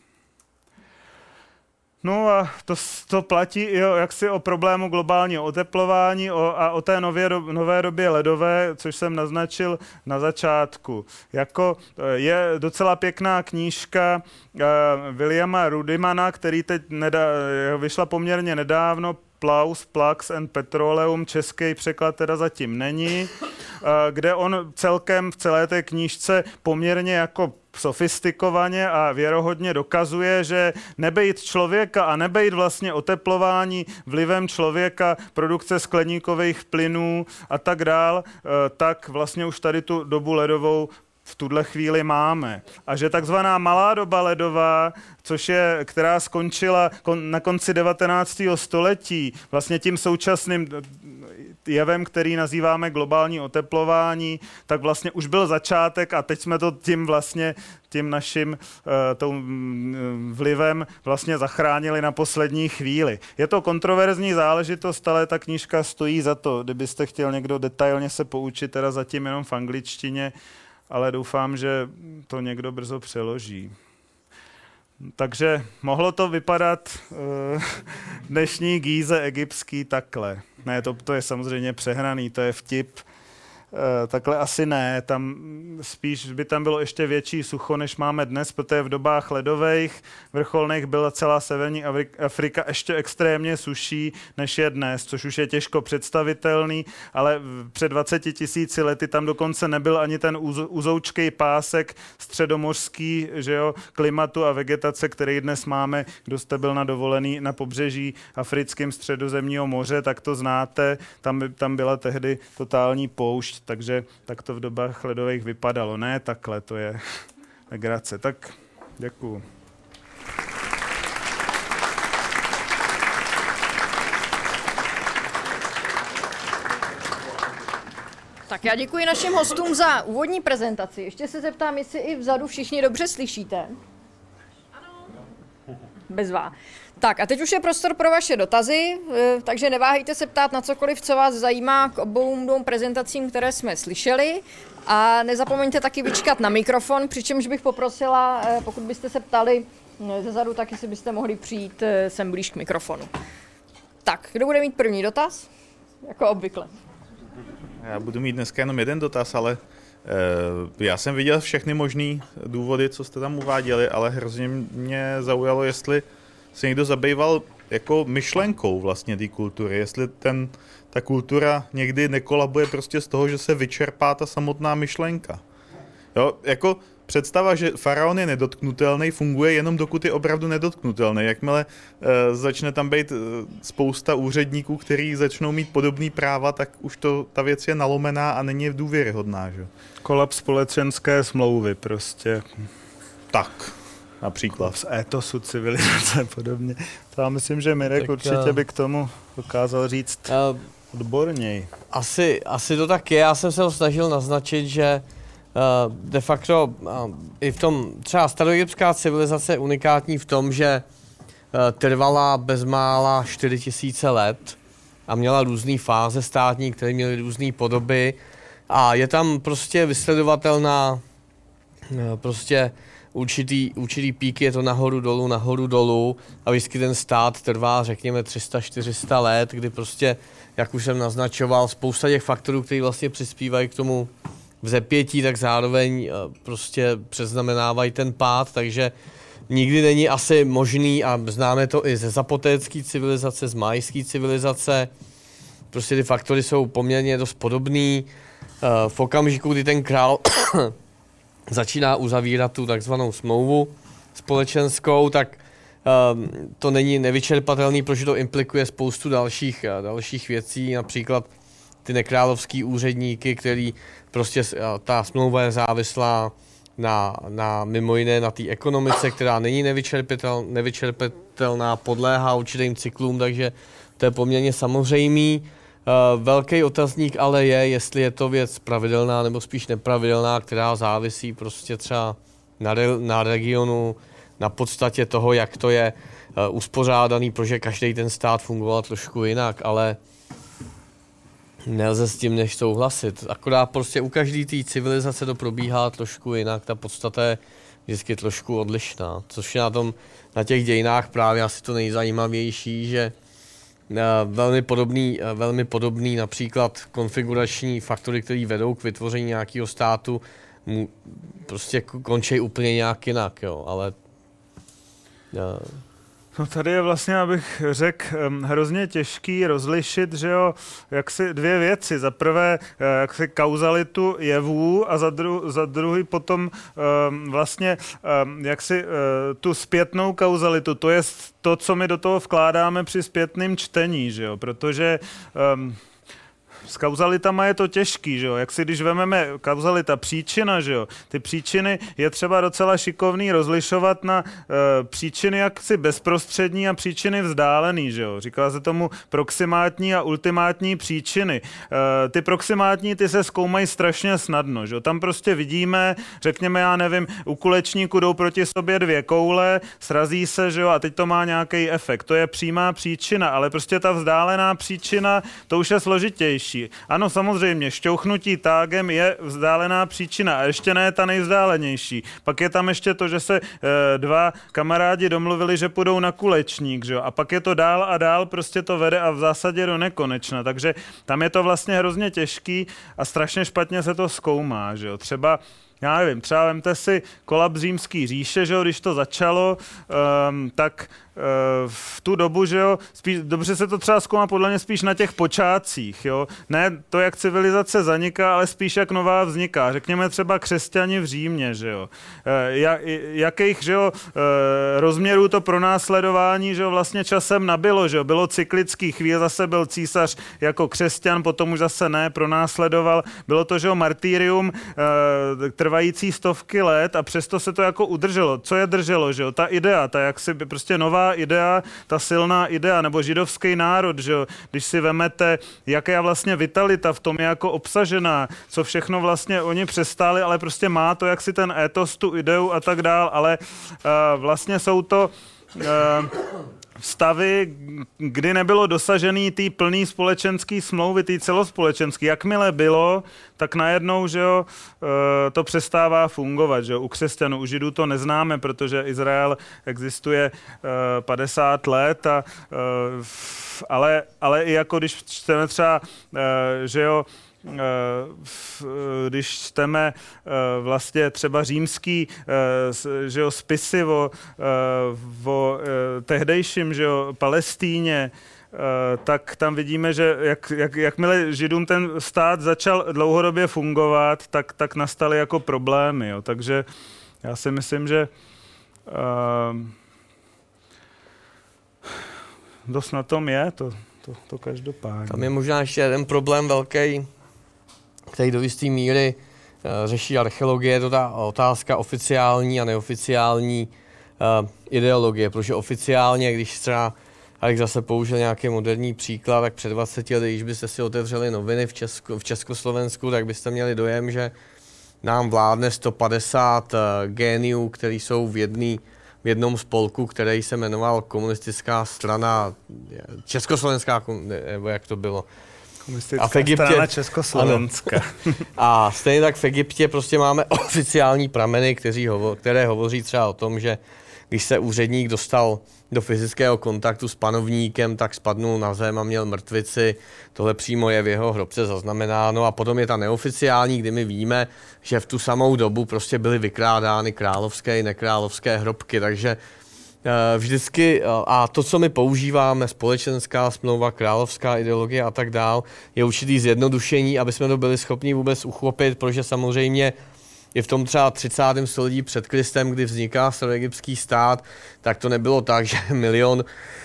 No a to, to platí i o, jaksi o problému globálního oteplování o, a o té nově, nové době ledové, což jsem naznačil na začátku. Jako je docela pěkná knížka uh, Williama Rudimana, který teď nedá, vyšla poměrně nedávno, Plaus, Plux and Petroleum, český překlad teda zatím není, kde on celkem v celé té knížce poměrně jako sofistikovaně a věrohodně dokazuje, že nebejt člověka a nebejt vlastně oteplování vlivem člověka, produkce skleníkových plynů a tak dál, tak vlastně už tady tu dobu ledovou v tuhle chvíli máme. A že takzvaná malá doba ledová, což je, která skončila kon, na konci devatenáctého století, vlastně tím současným jevem, který nazýváme globální oteplování, tak vlastně už byl začátek a teď jsme to tím vlastně, tím naším uh, vlivem vlastně zachránili na poslední chvíli. Je to kontroverzní záležitost, ale ta knížka stojí za to, kdybyste chtěl někdo detailně se poučit, teda zatím jenom v angličtině, ale doufám, že to někdo brzo přeloží. Takže mohlo to vypadat uh, dnešní Gíze egyptský takhle. Ne, to, to je samozřejmě přehnaný, to je vtip. Uh, takhle asi ne, tam spíš by tam bylo ještě větší sucho, než máme dnes, protože v dobách ledových vrcholných byla celá severní Afrika ještě extrémně suší, než je dnes, což už je těžko představitelný, ale před dvaceti tisíci lety tam dokonce nebyl ani ten uzoučkej pásek středomořský, že jo, klimatu a vegetace, který dnes máme. Kdo jste byl na dovolený na pobřeží africkém středozemního moře, tak to znáte, tam, by, tam byla tehdy totální poušť, takže tak to v dobách ledových vypadalo. Ne takhle, to je legrace. Tak děkuju. Tak já děkuji našim hostům za úvodní prezentaci. Ještě se zeptám, jestli i vzadu všichni dobře slyšíte. Ano. Bezvá. Tak a teď už je prostor pro vaše dotazy, takže neváhejte se ptát na cokoliv, co vás zajímá k obou dvou prezentacím, které jsme slyšeli. A nezapomeňte taky vyčkat na mikrofon, přičemž bych poprosila, pokud byste se ptali zezadu, tak jestli byste mohli přijít sem blíž k mikrofonu. Tak, kdo bude mít první dotaz? Jako obvykle. Já budu mít dneska jenom jeden dotaz, ale Já jsem viděl všechny možný důvody, co jste tam uváděli, ale hrozně mě zaujalo, jestli se někdo zabýval jako myšlenkou vlastně té kultury, jestli ten, ta kultura někdy nekolabuje prostě z toho, že se vyčerpá ta samotná myšlenka. Jo, jako představa, že faraon je nedotknutelný, funguje jenom dokud je opravdu nedotknutelný. Jakmile e, začne tam být e, spousta úředníků, kteří začnou mít podobný práva, tak už to, ta věc je nalomená a není důvěryhodná. Že? Kolaps společenské smlouvy prostě. Tak, například. Z étosu civilizace podobně. To já myslím, že Mirek tak určitě by k tomu dokázal říct uh, odborněji. Asi, asi to tak je. Já jsem se ho snažil naznačit, že Uh, de facto uh, i v tom třeba staroegyptská civilizace je unikátní v tom, že uh, trvala bezmála čtyři tisíce let a měla různé fáze státní, které měly různé podoby a je tam prostě vysledovatelná uh, prostě určitý, určitý pík, je to nahoru dolů, nahoru dolů a vždycky ten stát trvá řekněme tři sta čtyři sta let, kdy prostě, jak už jsem naznačoval, spousta těch faktorů, které vlastně přispívají k tomu vzepětí, tak zároveň prostě předznamenávají ten pád, takže nikdy není asi možný, a známe to i ze zapotécké civilizace, z majské civilizace, prostě ty faktory jsou poměrně dost podobný. V okamžiku, kdy ten král začíná uzavírat tu takzvanou smlouvu společenskou, tak to není nevyčerpatelný, protože to implikuje spoustu dalších, dalších věcí, například ty nekrálovský úředníky, který prostě ta smlouva je závislá na, na mimo jiné na té ekonomice, která není nevyčerpitel, nevyčerpitelná, podléhá určitým cyklům, takže to je poměrně samozřejmý. Uh, velký otazník ale je, jestli je to věc pravidelná nebo spíš nepravidelná, která závisí prostě třeba na, re, na regionu, na podstatě toho, jak to je uh, uspořádaný, protože každý ten stát fungoval trošku jinak, ale nelze s tím než souhlasit. Akorát prostě u každé té civilizace to probíhá trošku jinak, ta podstata je vždycky trošku odlišná, což je na tom, na těch dějinách právě asi to nejzajímavější, že velmi podobný, velmi podobný například konfigurační faktory, které vedou k vytvoření nějakého státu, mu prostě končí úplně nějak jinak, jo, ale no tady je vlastně, abych řekl, hrozně těžký rozlišit, že jo, jak si dvě věci. Za prvé, jak si kauzalitu jevů a za, dru, za druhý potom um, vlastně um, jak si uh, tu zpětnou kauzalitu, to je to, co my do toho vkládáme při zpětném čtení, že jo, protože um, s kauzalitama je to těžký, že jo? Jak si když vememe kauzalita příčina, že jo? Ty příčiny je třeba docela šikovný rozlišovat na e, příčiny jaksi bezprostřední a příčiny vzdálený, že jo? Říká se tomu proximátní a ultimátní příčiny. E, ty proximátní, ty se zkoumají strašně snadno, že jo? Tam prostě vidíme, řekněme, já nevím, u kulečníku jdou proti sobě dvě koule, srazí se, že jo? A teď to má nějaký efekt. To je přímá příčina, ale prostě ta vzdálená příčina, to už je složitější. Ano, samozřejmě, šťouchnutí tágem je vzdálená příčina a ještě ne ta nejvzdálenější. Pak je tam ještě to, že se e, dva kamarádi domluvili, že půjdou na kulečník, že jo? A pak je to dál a dál, prostě to vede a v zásadě do nekonečna. Takže tam je to vlastně hrozně těžký a strašně špatně se to zkoumá, že jo? Třeba já nevím, třeba vemte si kolaps římský říše, že jo, když to začalo, um, tak uh, v tu dobu, že jo, spíš, dobře se to třeba zkoumá podle mě spíš na těch počátcích, jo, ne to, jak civilizace zaniká, ale spíš jak nová vzniká. Řekněme třeba křesťani v Římě, že jo, uh, jakých, že jo, uh, rozměrů to pronásledování, že jo, vlastně časem nabylo, že jo, bylo cyklický, chvíle zase byl císař jako křesťan, potom už zase ne, pronásledoval, bylo to, že jo, martýrium, uh, trvající stovky let a přesto se to jako udrželo. Co je drželo, že jo? Ta idea, ta jaksi prostě nová idea, ta silná idea, nebo židovský národ, že jo? Když si vemete, jaká vlastně vitalita v tom je jako obsažená, co všechno vlastně oni přestáli, ale prostě má to jaksi ten étos, tu ideu a tak dál, ale uh, vlastně jsou to uh, stavy, kdy nebylo dosažený té plný společenský smlouvy, té celospolečenský. Jakmile bylo, tak najednou, že jo, to přestává fungovat, že jo. U křesťanů, u židů to neznáme, protože Izrael existuje padesát let, a, ale, ale i jako když čteme třeba, že jo, když čteme vlastně třeba římský že jo, spisy o, o tehdejším že jo, Palestíně, tak tam vidíme, že jak, jak, jakmile Židům ten stát začal dlouhodobě fungovat, tak, tak nastaly jako problémy. Jo. Takže já si myslím, že uh, dost na tom je, to, to, to každopádně. Tam je možná ještě jeden problém velký, který do jisté míry uh, řeší archeologie, to ta otázka oficiální a neoficiální uh, ideologie, protože oficiálně, když třeba, abych zase použil nějaký moderní příklad, tak před dvaceti lety, když byste si otevřeli noviny v, Česku, v Československu, tak byste měli dojem, že nám vládne sto padesát uh, géniů, který jsou v, jedný, v jednom spolku, který se jmenoval Komunistická strana Československá, nebo jak to bylo. Komunistická a v Egyptě, strana Československa. A stejně tak v Egyptě prostě máme oficiální prameny, kteří hovo, které hovoří třeba o tom, že když se úředník dostal do fyzického kontaktu s panovníkem, tak spadnul na zem a měl mrtvici. Tohle přímo je v jeho hrobce zaznamenáno. A potom je ta neoficiální, kdy my víme, že v tu samou dobu prostě byly vykrádány královské i nekrálovské hrobky. Takže vždycky, a to, co my používáme, společenská smlouva, královská ideologie a tak dál, je určitý zjednodušení, aby jsme to byli schopni vůbec uchopit, protože samozřejmě je v tom třeba třicátém století před Kristem, kdy vzniká staroegyptský stát, tak to nebylo tak, že milion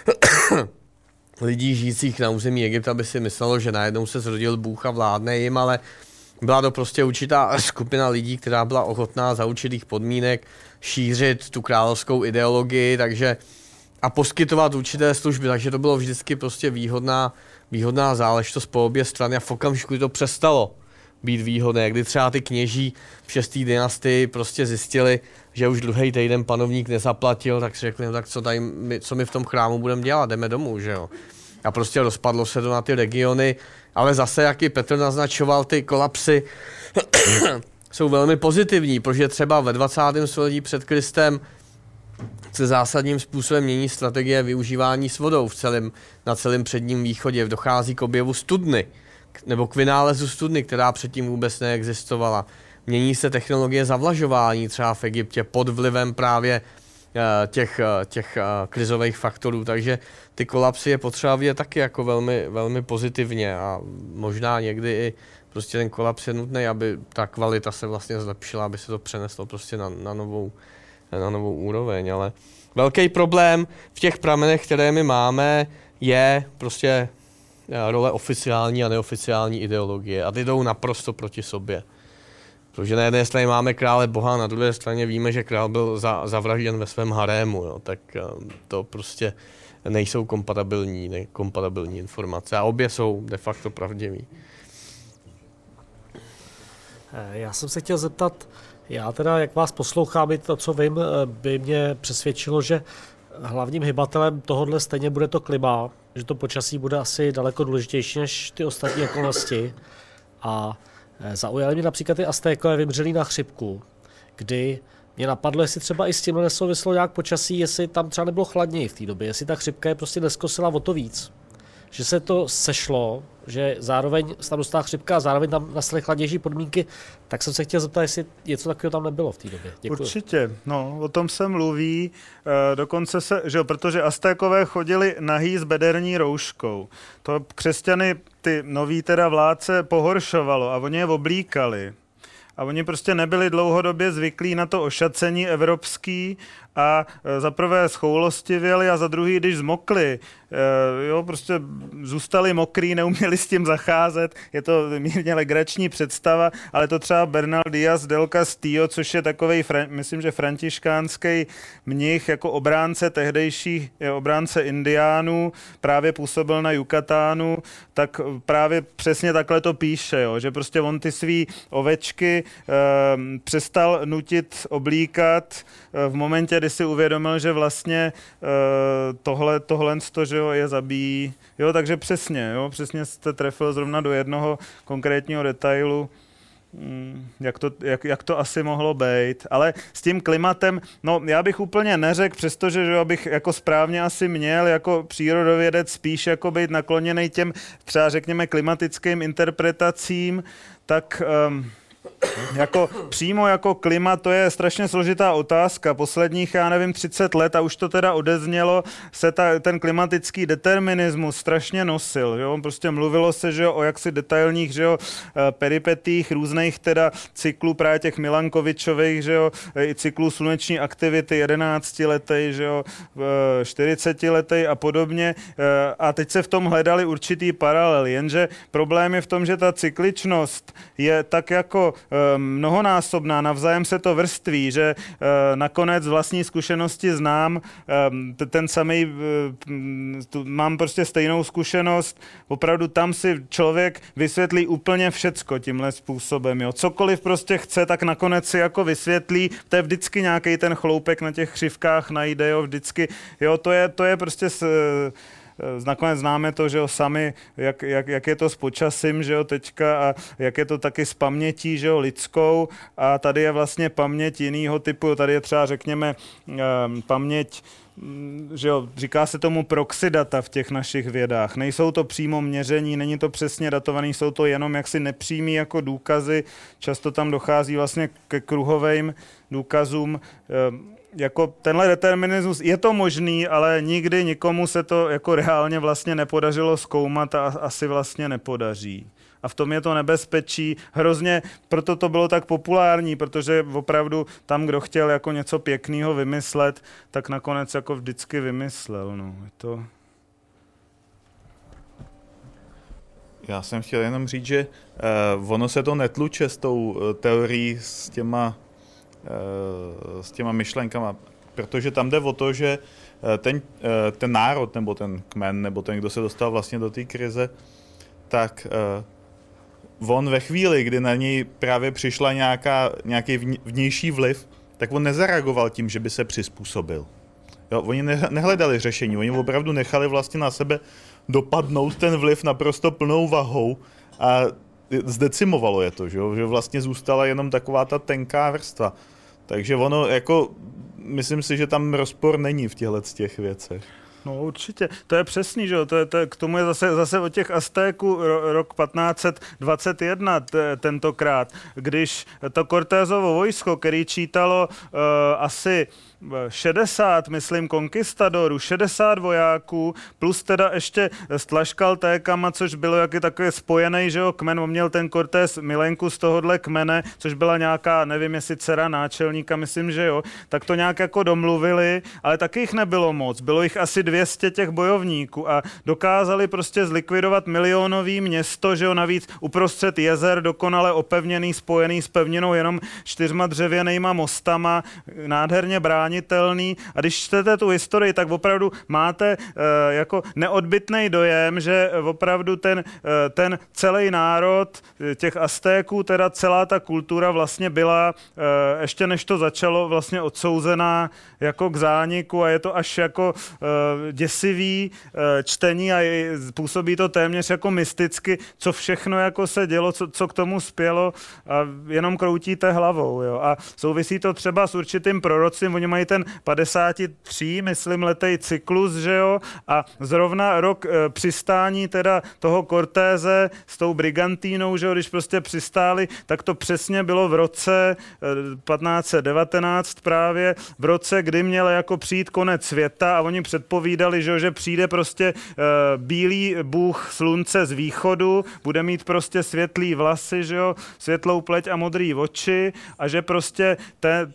lidí žijících na území Egypta by si myslelo, že najednou se zrodil Bůh a vládne jim, ale byla to prostě určitá skupina lidí, která byla ochotná za určitých podmínek šířit tu královskou ideologii, takže a poskytovat určité služby, takže to bylo vždycky prostě výhodná, výhodná záležitost po obě strany a v okamžiku to přestalo být výhodné, kdy třeba ty kněží v šesté dynastii prostě zjistili, že už druhý týden panovník nezaplatil, tak si řekli, no tak co, tady my, co my v tom chrámu budeme dělat, jdeme domů, že jo. A prostě rozpadlo se to na ty regiony, ale zase, jak i Petr naznačoval, ty kolapsy jsou velmi pozitivní, protože třeba ve dvacátém století před Kristem se zásadním způsobem mění strategie využívání s vodou v celém, na celém předním východě. Dochází k objevu studny, nebo k vynálezu studny, která předtím vůbec neexistovala. Mění se technologie zavlažování třeba v Egyptě pod vlivem právě těch, těch krizových faktorů, takže ty kolapsy je potřeba vidět taky jako velmi, velmi pozitivně a možná někdy i prostě ten kolaps je nutný, aby ta kvalita se vlastně zlepšila, aby se to přeneslo prostě na, na, novou, na novou úroveň, ale velký problém v těch pramenech, které my máme, je prostě role oficiální a neoficiální ideologie a ty jdou naprosto proti sobě. Protože na jedné straně máme krále Boha, na druhé straně víme, že král byl za, zavražděn ve svém harému, jo, tak to prostě nejsou kompatibilní, nekompatibilní informace a obě jsou de facto pravdivý. Já jsem se chtěl zeptat, já teda, jak vás poslouchám, i to, co vím, by mě přesvědčilo, že hlavním hybatelem tohohle stejně bude to klima, že to počasí bude asi daleko důležitější než ty ostatní okolnosti. A zaujali mě například ty Aztékové vymřelí na chřipku, kdy mě napadlo, jestli třeba i s tímhle nesouvislo nějak počasí, jestli tam třeba nebylo chladněji v té době, jestli ta chřipka je prostě neskosila o to víc. Že se to sešlo, že zároveň tam dostala chřipka a zároveň tam nastaly chladnější podmínky, tak jsem se chtěl zeptat, jestli něco takového tam nebylo v té době. Děkuji. Určitě, no, o tom se mluví, e, dokonce se, že jo, protože Aztékové chodili nahý s bederní rouškou. To křesťany, ty noví teda vládce pohoršovalo a oni je oblíkali. A oni prostě nebyli dlouhodobě zvyklí na to ošacení evropský a za prvé schoulostivěli a za druhý, když zmokli, jo, prostě zůstali mokrý, neuměli s tím zacházet, je to mírně legrační představa, ale to třeba Bernal Díaz del Castillo, což je takovej, myslím, že františkánský mnich, jako obránce tehdejších, obránce indiánů, právě působil na Yucatánu, tak právě přesně takhle to píše, jo, že prostě on ty svý ovečky eh, přestal nutit oblíkat eh, v momentě, kdy si uvědomil, že vlastně uh, tohle, tohle že jo, je zabíjí. Jo, takže přesně, jo, přesně jste trefil zrovna do jednoho konkrétního detailu. Jak to, jak, jak to asi mohlo být. Ale s tím klimatem, no já bych úplně neřekl, přestože že bych jako správně asi měl jako přírodovědec spíš jako být nakloněný těm třeba řekněme klimatickým interpretacím, tak um, jako přímo jako klima, to je strašně složitá otázka. Posledních, já nevím, třicet let, a už to teda odeznělo, se ta, ten klimatický determinismus strašně nosil. Že jo? Prostě mluvilo se, že jo, o jaksi detailních, že jo, peripetích různých teda cyklů právě těch Milankovičových, že jo, i cyklů sluneční aktivity jedenáctiletý, že jo, čtyřicetiletý a podobně. A teď se v tom hledali určitý paralel, jenže problém je v tom, že ta cykličnost je tak jako mnohonásobná, navzájem se to vrství, že nakonec z vlastní zkušenosti znám ten samý, mám prostě stejnou zkušenost, opravdu tam si člověk vysvětlí úplně všecko tímhle způsobem, jo. Cokoliv prostě chce, tak nakonec si jako vysvětlí, to je vždycky nějaký ten chloupek na těch křivkách najde, jo, vždycky, jo, to je, to je prostě s, nakonec známe to, že jo, sami, jak, jak, jak je to s počasím, že jo, teďka a jak je to taky s pamětí, že jo, lidskou a tady je vlastně paměť jinýho typu, tady je třeba, řekněme, paměť, že jo, říká se tomu proxy data v těch našich vědách. Nejsou to přímo měření, není to přesně datovaný, jsou to jenom jaksi nepřímý jako důkazy, často tam dochází vlastně ke kruhovým důkazům. Jako tenhle determinismus, je to možný, ale nikdy nikomu se to jako reálně vlastně nepodařilo zkoumat a asi vlastně nepodaří. A v tom je to nebezpečí hrozně, proto to bylo tak populární, protože opravdu tam, kdo chtěl jako něco pěkného vymyslet, tak nakonec jako vždycky vymyslel. No. Je to... Já jsem chtěl jenom říct, že uh, ono se to netluče s tou uh, teorií, s těma s těma myšlenkama, protože tam jde o to, že ten, ten národ, nebo ten kmen, nebo ten, kdo se dostal vlastně do té krize, tak on ve chvíli, kdy na něj právě přišla nějaká, nějaký vnější vliv, tak on nezareagoval tím, že by se přizpůsobil. Jo, oni nehledali řešení, oni opravdu nechali vlastně na sebe dopadnout ten vliv naprosto plnou vahou a zdecimovalo je to, že, že vlastně zůstala jenom taková ta tenká vrstva. Takže ono, jako, myslím si, že tam rozpor není v těchto těch věcech. No určitě, to je přesný, že jo, to je, to je, k tomu je zase, zase od těch Aztéků ro, rok patnáct dvacet jedna t, tentokrát, když to Cortézovo vojsko, který čítalo uh, asi šedesát, myslím, konkistadorů, šedesát vojáků, plus teda ještě s tlaškaltékama, což bylo jaký takový spojený, že jo, kmen, on měl ten Cortés milenku z tohohle kmene, což byla nějaká, nevím, jestli dcera náčelníka, myslím, že jo, tak to nějak jako domluvili, ale taky jich nebylo moc, bylo jich asi dvě stě těch bojovníků a dokázali prostě zlikvidovat milionový město, že jo, navíc uprostřed jezer, dokonale opevněný, spojený s pevninou jenom čtyřma dřevěnejma mostama, nádherně brání. A když čtete tu historii, tak opravdu máte uh, jako neodbytný dojem, že opravdu ten, uh, ten celý národ těch Aztéků, teda celá ta kultura vlastně byla, uh, ještě než to začalo, vlastně odsouzená jako k zániku a je to až jako uh, děsivý uh, čtení a je, působí to téměř jako mysticky, co všechno jako se dělo, co, co k tomu spělo a jenom kroutíte hlavou. Jo. A souvisí to třeba s určitým prorocím, oni mají ten padesát tři, myslím, letej cyklus, že jo, a zrovna rok e, přistání teda toho Cortéze s tou Brigantínou, že jo, když prostě přistáli, tak to přesně bylo v roce e, patnáct set devatenáct právě, v roce, kdy měl jako přijít konec světa a oni předpovídali, že jo, že přijde prostě e, bílý bůh slunce z východu, bude mít prostě světlý vlasy, že jo, světlou pleť a modrý oči a že prostě te,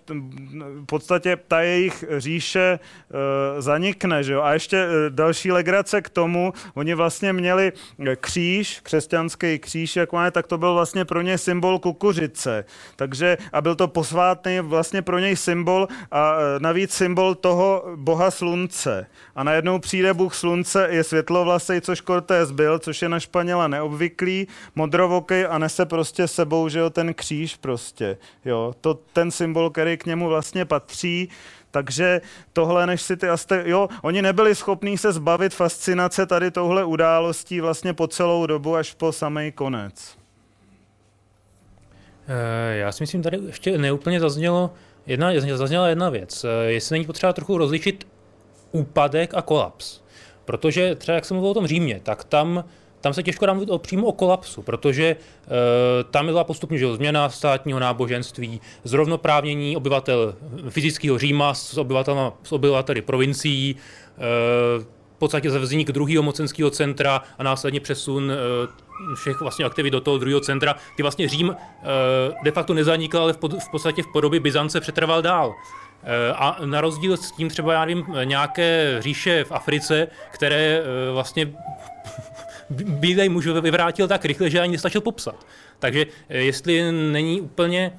v podstatě ta jejich říše e, zanikne, že jo. A ještě e, další legrace k tomu, oni vlastně měli kříž, křesťanský kříž, jak máme, tak to byl vlastně pro ně symbol kukuřice. Takže, a byl to posvátný vlastně pro něj symbol a e, navíc symbol toho boha slunce. A najednou přijde bůh slunce, je světlovlasej, což Cortés byl, což je na Španěla neobvyklý, modrovokej a nese prostě sebou, že jo, ten kříž prostě, jo. To, ten symbol, který k němu vlastně patří. Takže tohle, než si ty Azte... Jo, oni nebyli schopní se zbavit fascinace tady touhle událostí vlastně po celou dobu až po samý konec. Já si myslím, tady ještě neúplně zaznělo jedna, zazněla jedna věc. Jestli není potřeba trochu rozlišit úpadek a kolaps. Protože třeba, jak jsem mluvil o tom Římě, tak tam, tam se těžko dá mluvit o, přímo o kolapsu, protože e, tam byla postupně že, změna státního náboženství, zrovnoprávnění obyvatel fyzického Říma s, s obyvateli provincií, e, v podstatě vznik druhého mocenského centra a následně přesun e, všech vlastně aktivit do toho druhého centra, kdy vlastně Řím e, de facto nezanikl, ale v, pod, v podstatě v podobě Byzance přetrval dál. A na rozdíl s tím třeba, já nevím, nějaké říše v Africe, které vlastně bílej muž vyvrátil tak rychle, že ani nestačil popsat. Takže jestli není úplně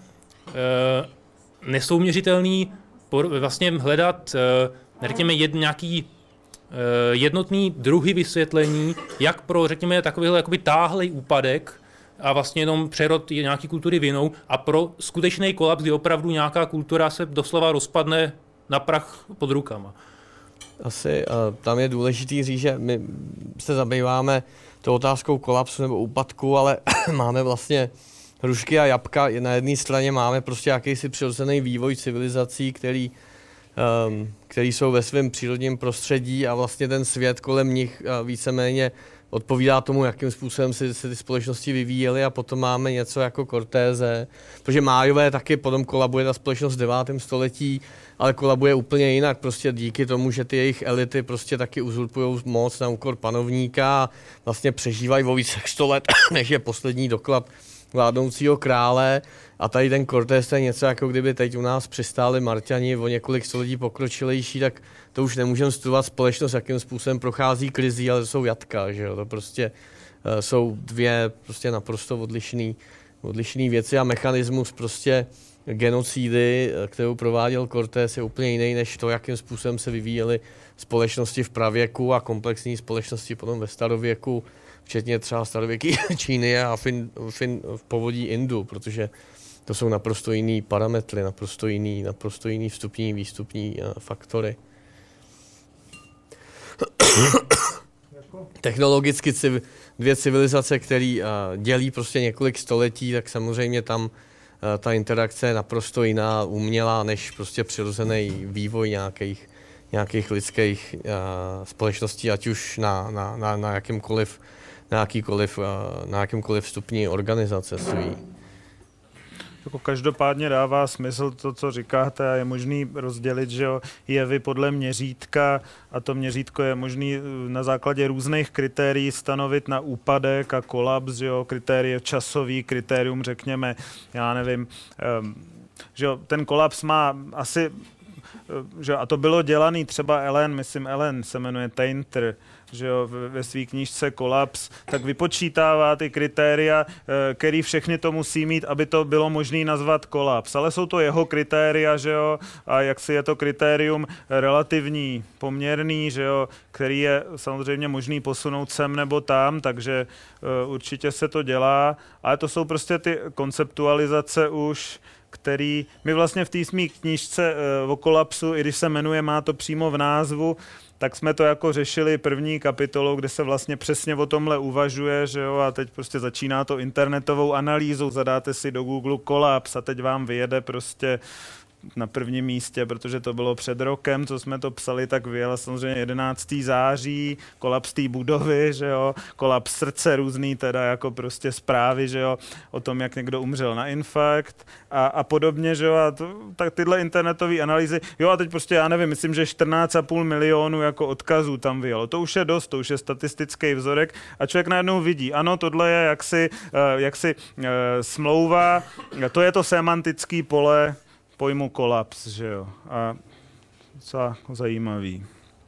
nesouměřitelný vlastně hledat, řekněme, jed, nějaký jednotný druhy vysvětlení, jak pro, řekněme, takovýhle jakoby táhlej úpadek a vlastně jenom přerod nějaký kultury vinou a pro skutečný kolaps, kdy opravdu nějaká kultura se doslova rozpadne na prach pod rukama. Asi uh, tam je důležitý říct, že my se zabýváme tou otázkou kolapsu nebo úpadku, ale máme vlastně hrušky a jabka. Na jedné straně máme prostě jakýsi přirozený vývoj civilizací, který, um, který jsou ve svém přírodním prostředí a vlastně ten svět kolem nich uh, víceméně odpovídá tomu, jakým způsobem se, se ty společnosti vyvíjely a potom máme něco jako Cortéze, protože Májové taky potom kolabuje ta společnost v devátém století, ale kolabuje úplně jinak, prostě díky tomu, že ty jejich elity prostě taky uzurpují moc na úkor panovníka a vlastně přežívají o více sto let, než je poslední doklad vládnoucího krále. A tady ten Cortés je něco, jako kdyby teď u nás přistáli Marťani o několik století pokročilejší, tak to už nemůžeme studovat společnost, jakým způsobem prochází krizí, ale to jsou jatka, že jo, to prostě uh, jsou dvě prostě naprosto odlišný, odlišný věci a mechanismus prostě genocidy, kterou prováděl Cortés, je úplně jiný, než to, jakým způsobem se vyvíjely společnosti v pravěku a komplexní společnosti potom ve starověku, včetně třeba starověké Číny a fin, fin, v povodí Indu, protože to jsou naprosto jiný parametry, naprosto jiný, naprosto jiný vstupní, výstupní uh, faktory. Technologicky civ, dvě civilizace, které uh, dělí prostě několik století, tak samozřejmě tam uh, ta interakce je naprosto jiná, umělá, než prostě přirozený vývoj nějakých, nějakých lidských uh, společností, ať už na, na, na, na jakýmkoliv, na jakýkoliv, uh, na jakýmkoliv stupni organizace svý. Jako každopádně dává smysl to, co říkáte, a je možný rozdělit, že jo, jevy podle měřítka a to měřítko je možný na základě různých kritérií stanovit na úpadek a kolaps, že jo, kritérie časový, kritérium, řekněme, já nevím, um, že jo, ten kolaps má asi, že a to bylo dělaný třeba Ellen, myslím Ellen se jmenuje Tainter, že jo, ve své knížce Kolaps, tak vypočítává ty kritéria, který všechny to musí mít, aby to bylo možné nazvat kolaps. Ale jsou to jeho kritéria, že jo, a jak si je to kritérium relativní, poměrný, že jo, který je samozřejmě možný posunout sem nebo tam, takže uh, určitě se to dělá, ale to jsou prostě ty konceptualizace už, který my vlastně v té smí knížce uh, o kolapsu, i když se jmenuje, má to přímo v názvu, tak jsme to jako řešili první kapitolou, kde se vlastně přesně o tomhle uvažuje, že jo, a teď prostě začíná to internetovou analýzou, zadáte si do Google kolaps a teď vám vyjede prostě na prvním místě, protože to bylo před rokem, co jsme to psali, tak vyjela samozřejmě jedenáctého září, kolaps té budovy, že jo, kolaps srdce, různý teda jako prostě zprávy, že jo, o tom, jak někdo umřel na infarkt a, a podobně, že jo, a to, tak tyhle internetové analýzy, jo a teď prostě já nevím, myslím, že čtrnáct a půl milionu jako odkazů tam vyjelo, to už je dost, to už je statistický vzorek a člověk najednou vidí, ano, tohle je jaksi, jaksi smlouva, to je to semantický pole pojmu kolaps, že jo, a docela zajímavý.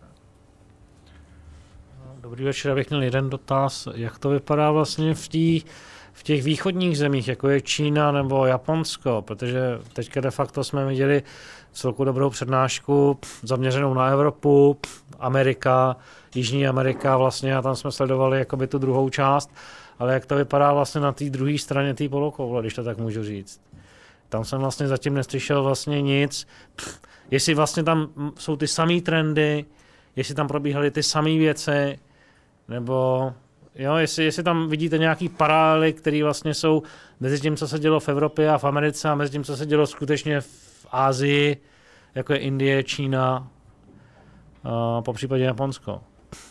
Dobrý večer, já bych měl jeden dotaz. Jak to vypadá vlastně v, tí, v těch východních zemích, jako je Čína nebo Japonsko, protože teďka de facto jsme viděli celkou dobrou přednášku zaměřenou na Evropu, Amerika, Jižní Amerika vlastně a tam jsme sledovali jakoby tu druhou část, ale jak to vypadá vlastně na té druhé straně té polokoule, když to tak můžu říct. Tam jsem vlastně zatím neslyšel vlastně nic. Pff, jestli vlastně tam jsou ty samé trendy, jestli tam probíhaly ty samé věci, nebo Jo, jestli, jestli tam vidíte nějaký paralely, které vlastně jsou mezi tím, co se dělo v Evropě a v Americe a mezi tím, co se dělo skutečně v Asii, jako je Indie, Čína, uh, po případě Japonsko.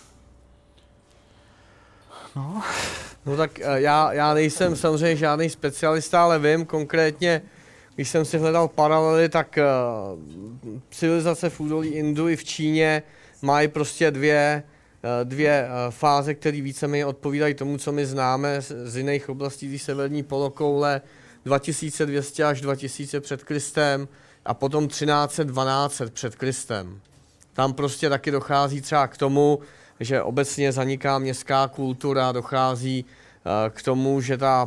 No, no tak uh, já, já nejsem samozřejmě žádný specialista, ale vím konkrétně, když jsem si hledal paralely, tak uh, civilizace v údolí Indu i v Číně mají prostě dvě dvě fáze, které víceméně odpovídají tomu, co my známe z jiných oblastí té severní polokoule, dva tisíce dvě stě až dva tisíce před Kristem a potom třináct set dvanáct set před Kristem. Tam prostě taky dochází třeba k tomu, že obecně zaniká městská kultura, dochází k tomu, že ta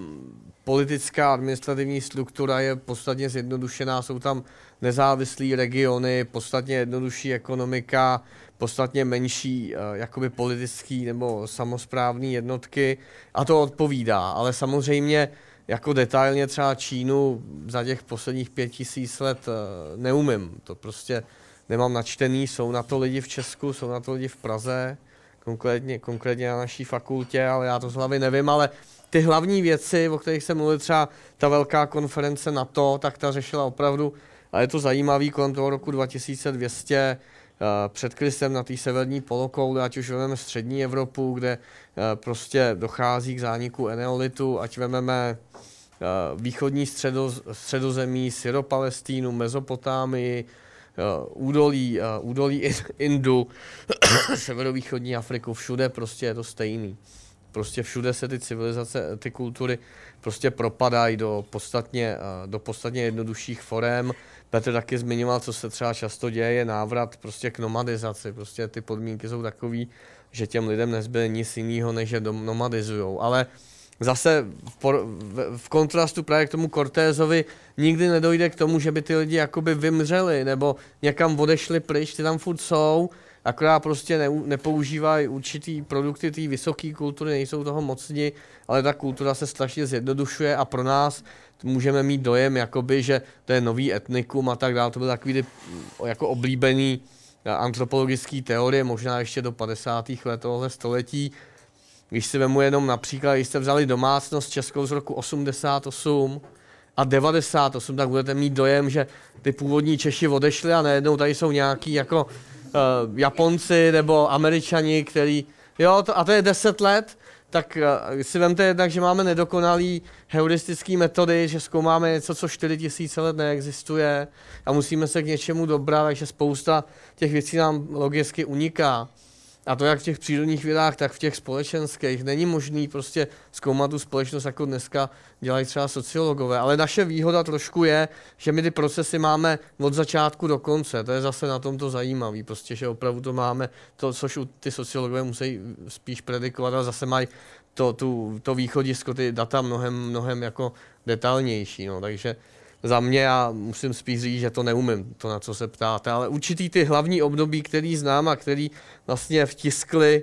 politická administrativní struktura je podstatně zjednodušená, jsou tam nezávislé regiony, podstatně jednodušší ekonomika, podstatně menší jakoby politický nebo samosprávní jednotky a to odpovídá, ale samozřejmě jako detailně třeba Čínu za těch posledních pět tisíc let neumím, to prostě nemám načtený, jsou na to lidi v Česku, jsou na to lidi v Praze, konkrétně, konkrétně na naší fakultě, ale já to z hlavy nevím, ale ty hlavní věci, o kterých jsem mluvil, třeba ta velká konference NATO, tak ta řešila opravdu, a je to zajímavý, kolem toho roku dva tisíce dvě stě uh, před Kristem na té severní polokouli, ať už vezmeme střední Evropu, kde uh, prostě dochází k zániku eneolitu, ať vezmeme uh, východní středo, středozemí, Syropalestínu, Mezopotámii, uh, údolí, uh, údolí Indu, severovýchodní Afriku, všude prostě je to stejný. Prostě všude se ty civilizace, ty kultury prostě propadají do podstatně, do podstatně jednodušších forem. Petr taky zmiňoval, co se třeba často děje, je návrat prostě k nomadizaci. Prostě ty podmínky jsou takový, že těm lidem nezbyde nic jiného, než že nomadizujou. Ale zase v, por, v, v kontrastu právě k tomu Cortézovi nikdy nedojde k tomu, že by ty lidi jakoby vymřeli nebo někam odešli pryč, ty tam furt jsou, akorát prostě ne, nepoužívají určitý produkty té vysoké kultury, nejsou toho mocni, ale ta kultura se strašně zjednodušuje a pro nás můžeme mít dojem, jakoby, že to je nový etnikum a tak dále. To byl takový jako oblíbený antropologický teorie, možná ještě do padesátých let tohohle století. Když si vemu jenom například, když jste vzali domácnost českou z roku osmdesát osm a devadesát osm, tak budete mít dojem, že ty původní Češi odešli a najednou tady jsou nějaký jako Uh, Japonci nebo Američani, který, jo, to, a to je deset let, tak uh, si vemte jednak, že máme nedokonalý heuristický metody, že zkoumáme něco, co čtyři tisíce let neexistuje a musíme se k něčemu dobrat, takže spousta těch věcí nám logicky uniká. A to jak v těch přírodních vědách, tak v těch společenských. Není možný prostě zkoumat tu společnost, jako dneska dělají třeba sociologové. Ale naše výhoda trošku je, že my ty procesy máme od začátku do konce. To je zase na tom to zajímavé. Prostě, že opravdu to máme, to, což ty sociologové musí spíš predikovat, ale zase mají to, tu, to východisko, ty data mnohem, mnohem jako detailnější. No. Takže za mě já musím spíš říct, že to neumím, to, na co se ptáte, ale určitý ty hlavní období, který znám a který vlastně vtiskli,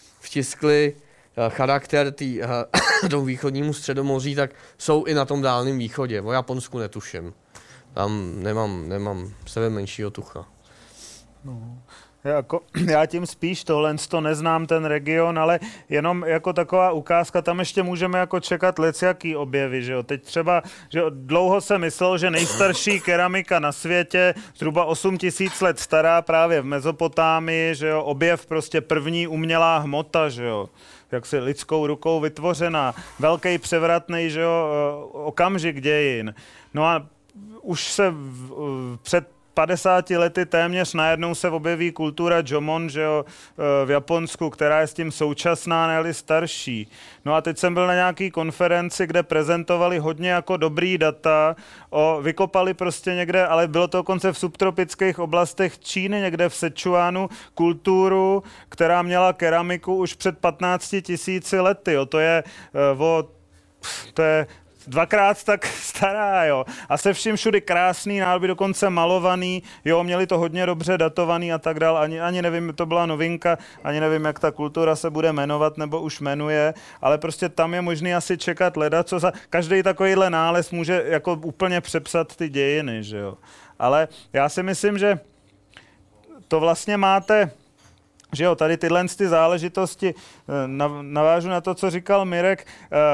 vtiskli charakter tý, tomu východnímu středomoří, tak jsou i na tom dálném východě. O Japonsku netuším. Tam nemám, nemám sebe menšího tucha. No. Jako, já tím spíš tohle to neznám ten region, ale jenom jako taková ukázka, tam ještě můžeme jako čekat lecjaký objevy, že jo. Teď třeba, že dlouho se myslel, že nejstarší keramika na světě, zhruba osm tisíc let stará právě v Mezopotámii, že jo, objev prostě první umělá hmota, že jo, jak si lidskou rukou vytvořená, velký převratný, že jo, okamžik dějin. No a už se v, v, před padesáti lety téměř najednou se objeví kultura Jomon, že jo, v Japonsku, která je s tím současná, ne-li starší. No a teď jsem byl na nějaký konferenci, kde prezentovali hodně jako dobrý data, o, vykopali prostě někde, ale bylo to dokonce v subtropických oblastech Číny, někde v Sichuanu, kulturu, která měla keramiku už před patnácti tisíci lety. Jo. To je o, to je dvakrát tak stará, jo. A se vším všudy krásný, nádoby dokonce malovaný, jo, měli to hodně dobře datovaný a tak dál. Ani, ani nevím, to byla novinka, ani nevím, jak ta kultura se bude jmenovat, nebo už jmenuje, ale prostě tam je možný asi čekat leda, co za... Každý takovýhle nález může jako úplně přepsat ty dějiny, že jo. Ale já si myslím, že to vlastně máte že jo, tady tyhle ty záležitosti, navážu na to, co říkal Mirek,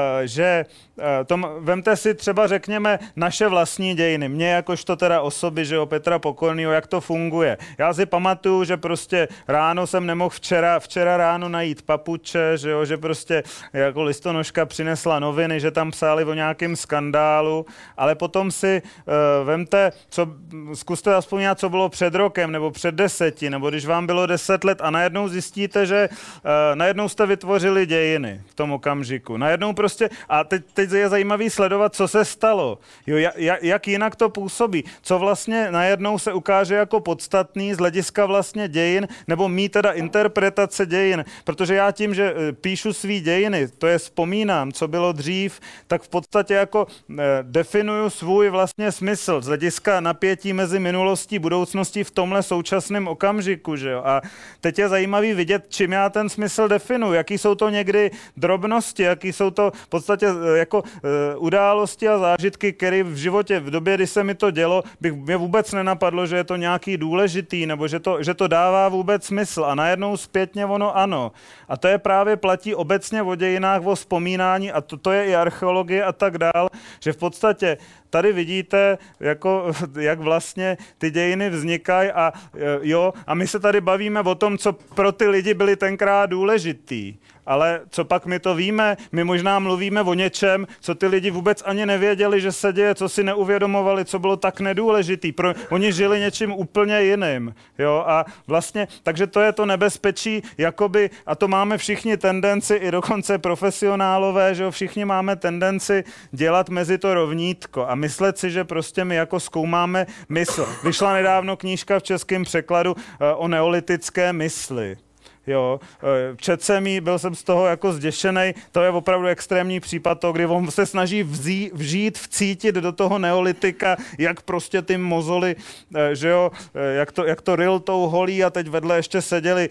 že tom, vemte si třeba, řekněme, naše vlastní dějiny, mě jakožto teda osoby, že jo, Petra Pokornýho, jak to funguje. Já si pamatuju, že prostě ráno jsem nemohl včera, včera ráno najít papuče, že jo, že prostě jako listonoška přinesla noviny, že tam psali o nějakém skandálu, ale potom si uh, vemte, co, zkuste vzpomínat, co bylo před rokem, nebo před deseti, nebo když vám bylo deset let a najednou zjistíte, že uh, najednou jste vytvořili dějiny v tom okamžiku. Najednou prostě, a teď, teď je zajímavý sledovat, co se stalo. Jo, jak, jak jinak to působí. Co vlastně najednou se ukáže jako podstatný z hlediska vlastně dějin, nebo mít teda interpretace dějin. Protože já tím, že píšu svý dějiny, to je vzpomínám, co bylo dřív, tak v podstatě jako eh, definuju svůj vlastně smysl z hlediska napětí mezi minulostí a budoucností v tomhle současném okamžiku. Že jo? A teď je zajímavý vidět, čím já ten smysl definuju, jaký jsou to někdy drobnosti, jaký jsou to v podstatě jako uh, události a zážitky, které v životě, v době, kdy se mi to dělo, bych mě vůbec nenapadlo, že je to nějaký důležitý, nebo že to, že to dává vůbec smysl. A najednou zpětně ono ano. A to je právě platí obecně o dějinách, o vzpomínání, a to, to je i archeologie a tak dál, že v podstatě tady vidíte, jako, jak vlastně ty dějiny vznikají a jo, a my se tady bavíme o tom, co pro ty lidi byly tenkrát důležitý. Ale co pak my to víme? My možná mluvíme o něčem, co ty lidi vůbec ani nevěděli, že se děje, co si neuvědomovali, co bylo tak nedůležitý. Pro, oni žili něčím úplně jiným. Jo? A vlastně, takže to je to nebezpečí, jakoby, a to máme všichni tendenci, i dokonce profesionálové, že jo? Všichni máme tendenci dělat mezi to rovnítko a myslet si, že prostě my jako zkoumáme mysl. Vyšla nedávno knížka v českém překladu uh, o neolitické mysli. Jo, četl jsem jí, byl jsem z toho jako zděšenej, to je opravdu extrémní případ toho, kdy on se snaží vzí, vžít, vcítit do toho neolitika, jak prostě ty mozoly, že jo, jak to, jak to ryl tou holí a teď vedle ještě seděli,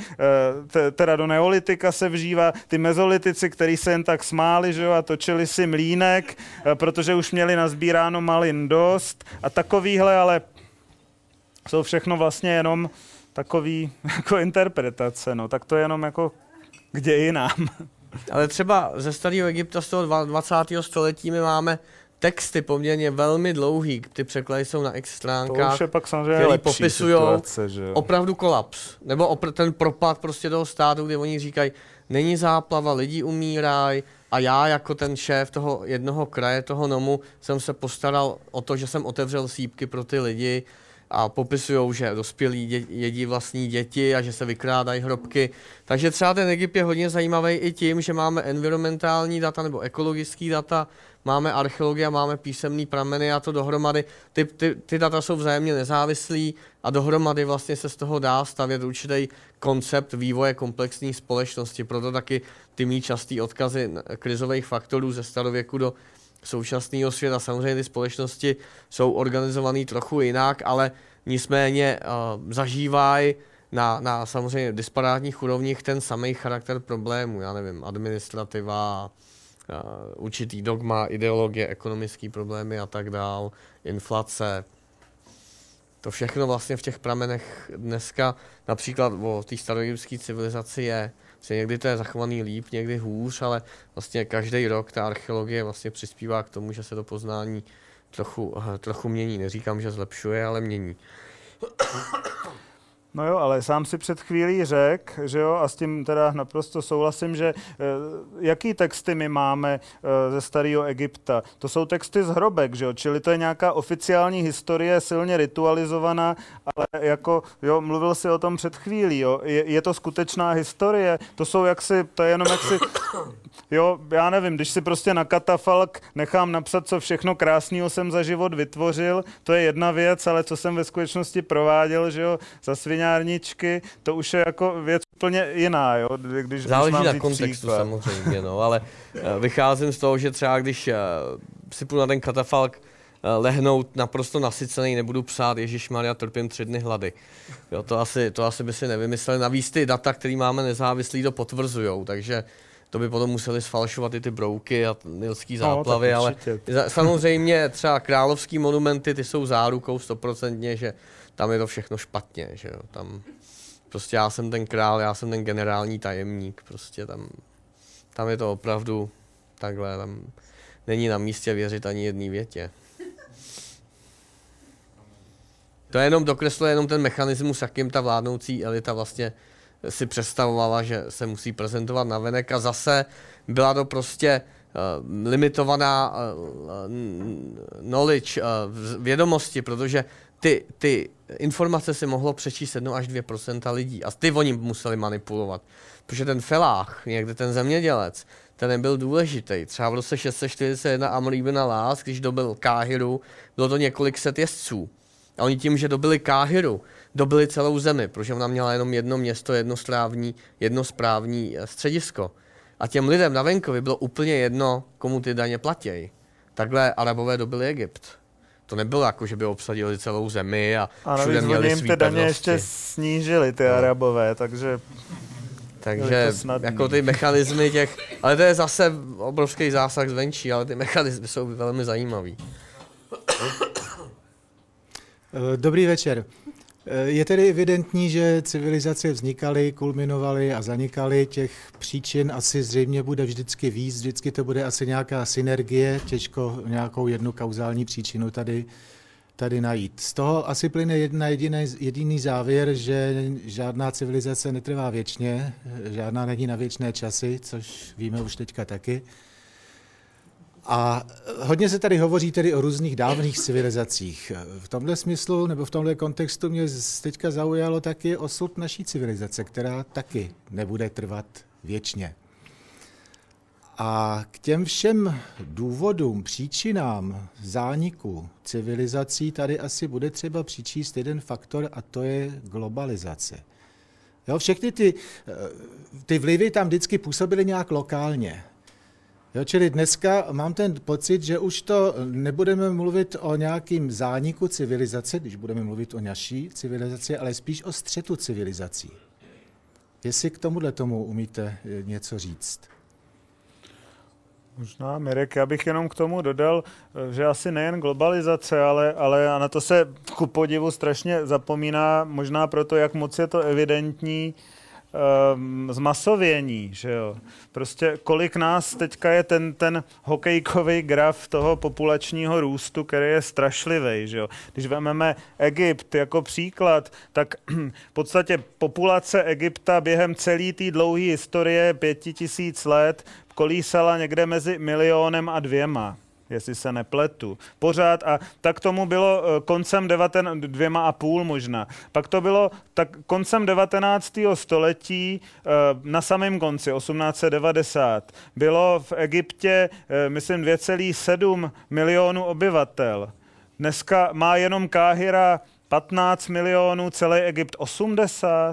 teda do neolitika se vžívá ty mezolitici, který se jen tak smáli, že jo, a točili si mlýnek, protože už měli nazbíráno malin dost a takovýhle, ale jsou všechno vlastně jenom takový jako interpretace, no, tak to je jenom jako k dějinám. Ale třeba ze starého Egypta z toho dvacátého století my máme texty poměrně velmi dlouhý, ty překlady jsou na x stránkách, to už je pak samozřejmě který lepší popisují situace, že jo? Opravdu kolaps, nebo opr- ten propad prostě toho státu, kdy oni říkají, není záplava, lidi umírají, a já jako ten šéf toho jednoho kraje, toho nomu, jsem se postaral o to, že jsem otevřel sýpky pro ty lidi, a popisujou, že dospělí dě- jedí vlastní děti a že se vykrádají hrobky. Takže třeba ten Egypt je hodně zajímavý i tím, že máme environmentální data nebo ekologické data, máme archeologii a máme písemné prameny a to dohromady. Ty, ty, ty data jsou vzájemně nezávislí a dohromady vlastně se z toho dá stavět určitý koncept vývoje komplexní společnosti. Proto taky ty mý častý odkazy krizových faktorů ze starověku do současného světa. Samozřejmě ty společnosti jsou organizované trochu jinak, ale nicméně uh, zažívají na, na samozřejmě disparátních úrovních ten samý charakter problému. Já nevím, administrativa, uh, určitý dogma, ideologie, ekonomické problémy a tak dál, inflace. To všechno vlastně v těch pramenech dneska, například o té staroegyptské civilizaci je, že někdy to je zachovaný líp, někdy hůř, ale vlastně každý rok ta archeologie vlastně přispívá k tomu, že se to poznání trochu, trochu mění. Neříkám, že zlepšuje, ale mění. No jo, ale sám si před chvílí řekl, že jo, a s tím teda naprosto souhlasím, že eh, jaký texty my máme eh, ze starého Egypta? To jsou texty z hrobek, že jo, čili to je nějaká oficiální historie, silně ritualizovaná, ale jako, jo, mluvil si o tom před chvílí, jo, je, je to skutečná historie, to jsou jaksi, to je jenom jaksi, jo, já nevím, když si prostě na katafalk nechám napsat, co všechno krásného jsem za život vytvořil, to je jedna věc, ale co jsem ve skutečnosti prováděl, že jo, za sviňárničky, to už je jako věc úplně jiná, jo, když záleží když na kontextu příklad. Samozřejmě, no, ale vycházím z toho, že třeba když si půjdu na ten katafalk lehnout naprosto nasycený, nebudu psát Ježišmarja, trpím tři dny hlady. Jo, to asi, to asi by si nevymysleli. Navíc ty data, které máme nezávislý, to potvrzujou, takže to by potom museli sfalšovat i ty brouky a nilský záplavy, no, ale samozřejmě třeba královský monumenty, ty jsou zárukou stoprocentně, že tam je to všechno špatně, že jo, tam prostě já jsem ten král, já jsem ten generální tajemník, prostě tam, tam je to opravdu takhle, tam není na místě věřit ani jedné větě. To je jenom dokresluje jenom ten mechanismus, jakým ta vládnoucí elita vlastně si představovala, že se musí prezentovat navenek a zase byla to prostě uh, limitovaná uh, knowledge, uh, vědomosti, protože ty, ty informace si mohlo přečíst jedno až dvě procenta lidí a ty oni museli manipulovat. Protože ten felách, někde ten zemědělec, ten nebyl důležitý. Třeba v roce šest set čtyřicet jedna Amr ibn al-As, když dobil Káhiru, bylo to několik set jezdců. A oni tím, že dobili Káhiru, dobili celou zemi, protože ona měla jenom jedno město, jedno správní, jedno správní středisko. A těm lidem na venkově bylo úplně jedno, komu ty daně platějí. Takhle Arabové dobili Egypt. To nebylo jako, že by obsadili celou zemi a, a všude měli svý ty daně pevnosti. ještě snížili, ty no. Arabové, takže... Takže jako ty mechanismy těch, ale to je zase obrovský zásah zvenčí, ale ty mechanismy jsou velmi zajímavý. Dobrý večer. Je tedy evidentní, že civilizace vznikaly, kulminovaly a zanikaly. Těch příčin asi zřejmě bude vždycky víc, vždycky to bude asi nějaká synergie, těžko nějakou jednu kauzální příčinu tady, tady najít. Z toho asi plyne jedna jediný, jediný závěr, že žádná civilizace netrvá věčně, žádná není na věčné časy, což víme už teďka taky. A hodně se tady hovoří tedy o různých dávných civilizacích. V tomhle smyslu, nebo v tomhle kontextu mě teďka zaujalo taky osud naší civilizace, která taky nebude trvat věčně. A k těm všem důvodům, příčinám zániku civilizací tady asi bude třeba přičíst jeden faktor, a to je globalizace. Jo, všechny ty, ty vlivy tam vždycky působily nějak lokálně. Jo, čili dneska mám ten pocit, že už to nebudeme mluvit o nějakým zániku civilizace, když budeme mluvit o naší civilizaci, ale spíš o střetu civilizací. Jestli k tomuhle tomu umíte něco říct? Možná, Mirek, já bych jenom k tomu dodal, že asi nejen globalizace, ale, ale a na to se ku podivu strašně zapomíná, možná proto, jak moc je to evidentní, um, zmasovění, že jo. Prostě kolik nás teďka je ten, ten hokejkový graf toho populačního růstu, který je strašlivý, že jo. Když vezmeme Egypt jako příklad, tak v podstatě populace Egypta během celé té dlouhé historie pěti tisíc let kolísala někde mezi milionem a dvěma, jestli se nepletu. Pořád a tak tomu bylo koncem devatenáctého dvěma a půl možná. Pak to bylo tak koncem devatenáctého století na samém konci, osmnáct set devadesát, bylo v Egyptě, myslím, dvě celá sedm milionů obyvatel. Dneska má jenom Káhira patnáct milionů, celý Egypt osmdesát.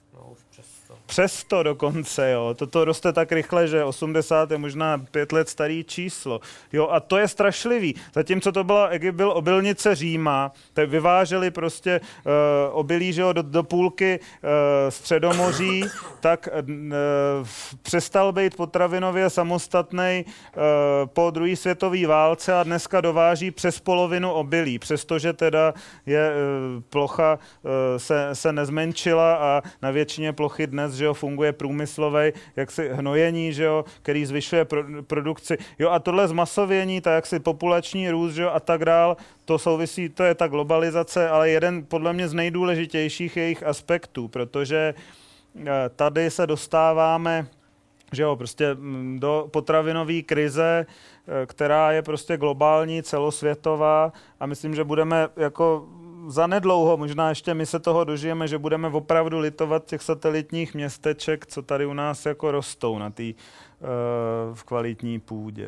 Přesto dokonce, jo. Toto roste tak rychle, že osmdesát je možná pět let starý číslo. Jo, a to je strašlivý. Zatímco to byla, Egypt byl obilnice Říma, tak vyváželi prostě uh, obilí, že jo, do, do půlky uh, Středomoří, tak uh, přestal být potravinově samostatnej uh, po druhé světové válce a dneska dováží přes polovinu obilí, přestože teda je uh, plocha uh, se, se nezmenšila a na většině plochy dnes, že jo, funguje průmyslový jaksi hnojení, že jo, který zvyšuje pro, produkci. Jo, a tohle zmasovění, tak jaksi populační růst, že jo, a tak dál, to souvisí, to je ta globalizace, ale jeden podle mě z nejdůležitějších jejich aspektů, protože tady se dostáváme, že jo, prostě do potravinové krize, která je prostě globální, celosvětová a myslím, že budeme jako zanedlouho, možná ještě my se toho dožijeme, že budeme opravdu litovat těch satelitních městeček, co tady u nás jako rostou na té uh, v kvalitní půdě.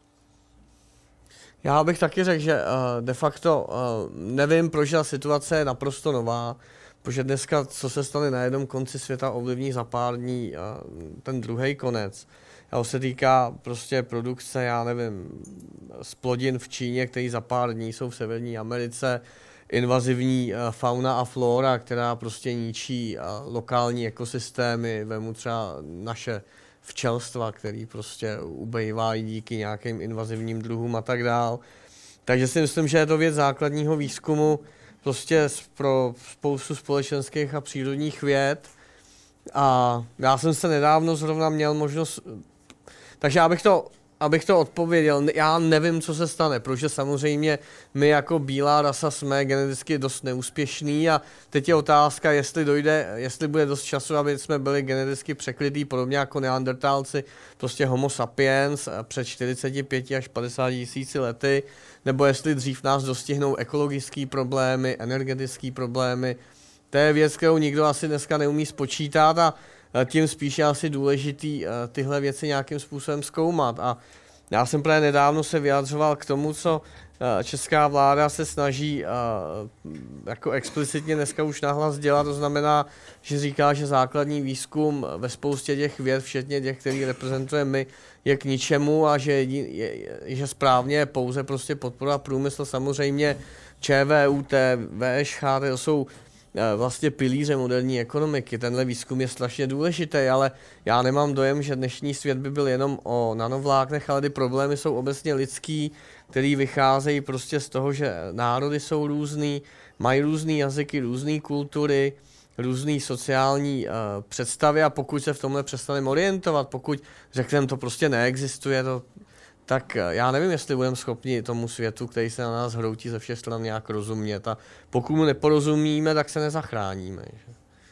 Já bych taky řekl, že uh, de facto uh, nevím, proč ta situace je naprosto nová, protože dneska, co se stane na jednom konci světa, ovlivní za pár dní uh, ten druhý konec. A se týká prostě produkce, já nevím, splodin v Číně, který za pár dní jsou v Severní Americe, invazivní fauna a flora, která prostě ničí lokální ekosystémy, vemu třeba naše včelstva, který prostě ubejvají díky nějakým invazivním druhům a tak dál. Takže si myslím, že je to věc základního výzkumu, prostě pro spoustu společenských a přírodních věd. A já jsem se nedávno zrovna měl možnost, takže abych to, abych to odpověděl, já nevím, co se stane, protože samozřejmě my jako bílá rasa jsme geneticky dost neúspěšní a teď je otázka, jestli dojde, jestli bude dost času, aby jsme byli geneticky překrytý, podobně jako neandertálci, prostě homo sapiens před čtyřiceti pěti až padesáti tisíci lety, nebo jestli dřív nás dostihnou ekologické problémy, energetické problémy. To je věc, kterou nikdo asi dneska neumí spočítat a tím spíš je asi důležitý tyhle věci nějakým způsobem zkoumat. A já jsem právě nedávno se vyjadřoval k tomu, co česká vláda se snaží jako explicitně dneska už nahlas dělat. To znamená, že říká, že základní výzkum ve spoustě těch věd, včetně těch, který reprezentujeme my, je k ničemu a že, je, je, že správně je pouze prostě podpora průmysl. Samozřejmě ČVUT, VŠH, to jsou vlastně pilíře moderní ekonomiky. Tenhle výzkum je strašně důležitý, ale já nemám dojem, že dnešní svět by byl jenom o nanovláknech, ale ty problémy jsou obecně lidský, který vycházejí prostě z toho, že národy jsou různý, mají různý jazyky, různé kultury, různé sociální uh, představy a pokud se v tomhle přestaneme orientovat, pokud řekneme, to prostě neexistuje, to, tak já nevím, jestli budeme schopni tomu světu, který se na nás hroutí ze všech stran, nějak rozumět. A pokud mu neporozumíme, tak se nezachráníme. Že?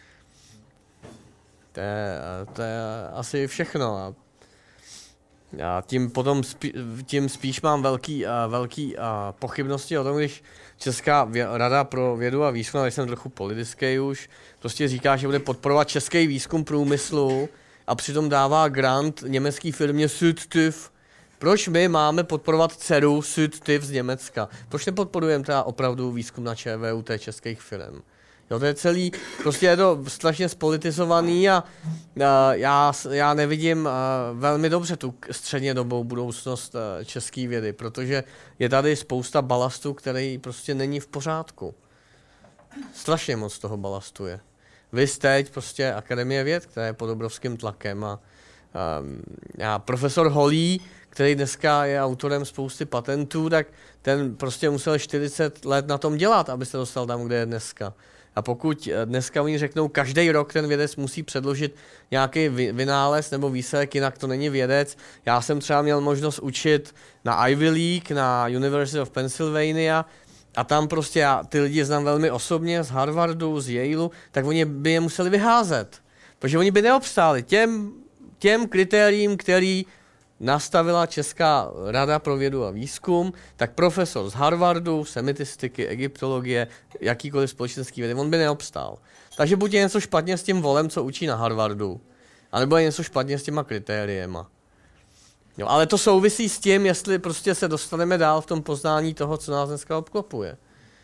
To, je, to je asi všechno. A já tím potom spí, tím spíš mám velký, velký pochybnosti o tom, když Česká rada pro vědu a výzkum, ale jsem trochu politický už, prostě říká, že bude podporovat český výzkum průmyslu a přitom dává grant německé firmě Südtüv. Proč my máme podporovat dceru Südtüv z Německa? Proč nepodporujeme teda opravdu výzkum na ČVUT českých firm? Jo, to je celý, prostě je to strašně spolitizovaný a, a já, já nevidím a, velmi dobře tu střednědobou budoucnost a, české vědy, protože je tady spousta balastu, který prostě není v pořádku. Strašně moc toho balastu je. Vy jste teď prostě Akademie věd, která je pod obrovským tlakem a, a, a profesor Holý, který dneska je autorem spousty patentů, tak ten prostě musel čtyřicet let na tom dělat, aby se dostal tam, kde je dneska. A pokud dneska oni řeknou, každý rok ten vědec musí předložit nějaký vynález nebo výsledek, jinak to není vědec. Já jsem třeba měl možnost učit na Ivy League, na University of Pennsylvania a tam prostě já ty lidi znám velmi osobně z Harvardu, z Yaleu, tak oni by je museli vyházet. Protože oni by neobstáli těm, těm kritériím, který nastavila Česká rada pro vědu a výzkum, tak profesor z Harvardu, semitistiky, egyptologie, jakýkoliv společenský vědy, on by neobstál. Takže buď je něco špatně s tím volem, co učí na Harvardu, anebo je něco špatně s těma kritériema. Jo, ale to souvisí s tím, jestli prostě se dostaneme dál v tom poznání toho, co nás dneska obklopuje.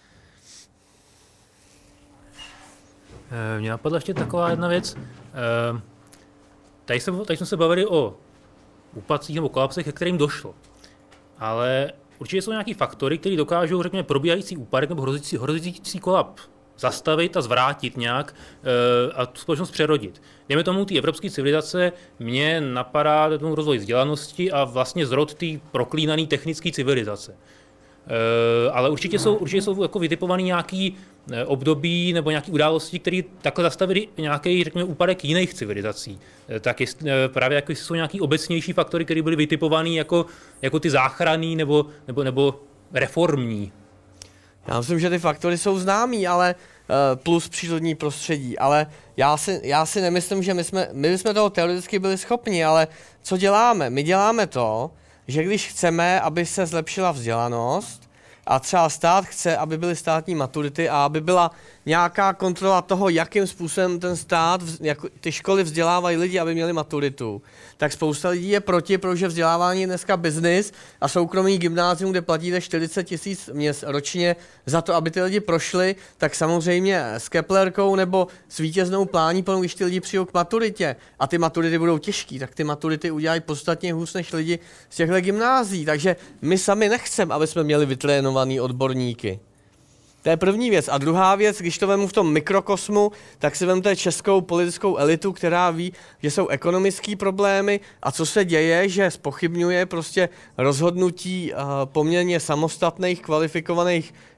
Mně napadla ještě taková jedna věc. Tady, se, tady jsme se bavili o úpadcích nebo kolapsech, ke kterým došlo. Ale určitě jsou nějaký faktory, které dokážou, řekněme, probíhající úpadek nebo hrozící, hrozící kolaps zastavit a zvrátit nějak e, a tu společnost přerodit. Dejme tomu, ty evropské civilizace mě napadá tomu rozvoj vzdělanosti a vlastně zrod té proklínané technické civilizace. E, ale určitě jsou, určitě jsou jako vytipované nějaké období nebo nějaké události, které takhle zastavily nějaký, řekněme, úpadek jiných civilizací. E, tak jest, e, právě jako jsou nějaké obecnější faktory, které byly vytipované jako, jako ty záchranný nebo, nebo, nebo reformní. Já myslím, že ty faktory jsou známý, ale uh, plus přírodní prostředí, ale já si, já si nemyslím, že my jsme, my jsme toho teoreticky byli schopni, ale co děláme? My děláme to, že když chceme, aby se zlepšila vzdělanost a třeba stát chce, aby byly státní maturity a aby byla nějaká kontrola toho, jakým způsobem ten stát, jako ty školy vzdělávají lidi, aby měli maturitu, tak spousta lidí je proti, protože vzdělávání je dneska biznis a soukromý gymnázium, kde platíte čtyřicet tisíc ročně za to, aby ty lidi prošli, tak samozřejmě s Keplerkou nebo s vítěznou plání, když ty lidi přijdou k maturitě a ty maturity budou těžký, tak ty maturity udělají podstatně hůř než lidi z těchto gymnází. Takže my sami nechceme, aby jsme měli vytrénovaný odborníky. To je první věc. A druhá věc, když to vemu v tom mikrokosmu, tak si vemte českou politickou elitu, která ví, že jsou ekonomické problémy a co se děje, že zpochybňuje prostě rozhodnutí uh, poměrně samostatných, kvalifikovaných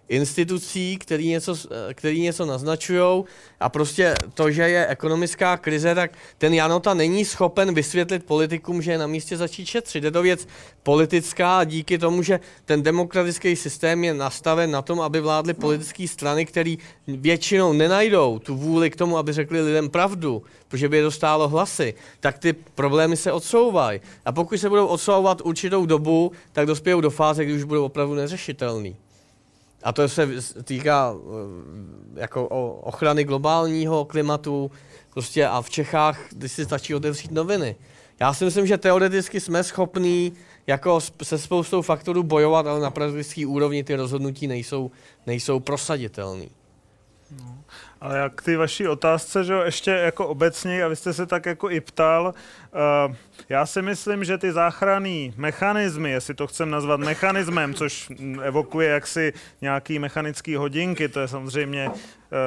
institucí, který něco, který něco naznačujou a prostě to, že je ekonomická krize, tak ten Janota není schopen vysvětlit politikům, že je na místě začít šetřit. Je to věc politická a díky tomu, že ten demokratický systém je nastaven na tom, aby vládly politické strany, které většinou nenajdou tu vůli k tomu, aby řekli lidem pravdu, protože by je dostálo hlasy, tak ty problémy se odsouvají. A pokud se budou odsouvat určitou dobu, tak dospějou do fáze, kdy už budou opravdu neřešitelný. A to se týká jako ochrany globálního klimatu prostě a v Čechách, když si stačí otevřít noviny. Já si myslím, že teoreticky jsme schopní jako se spoustou faktorů bojovat, ale na praktické úrovni ty rozhodnutí nejsou, nejsou prosaditelné. No, ale jak ty vaší otázce, že jo, ještě jako obecně, a vy jste se tak jako i ptal, uh, já si myslím, že ty záchranný mechanismy, jestli to chcem nazvat mechanismem, což evokuje jaksi nějaký mechanický hodinky, to je samozřejmě uh,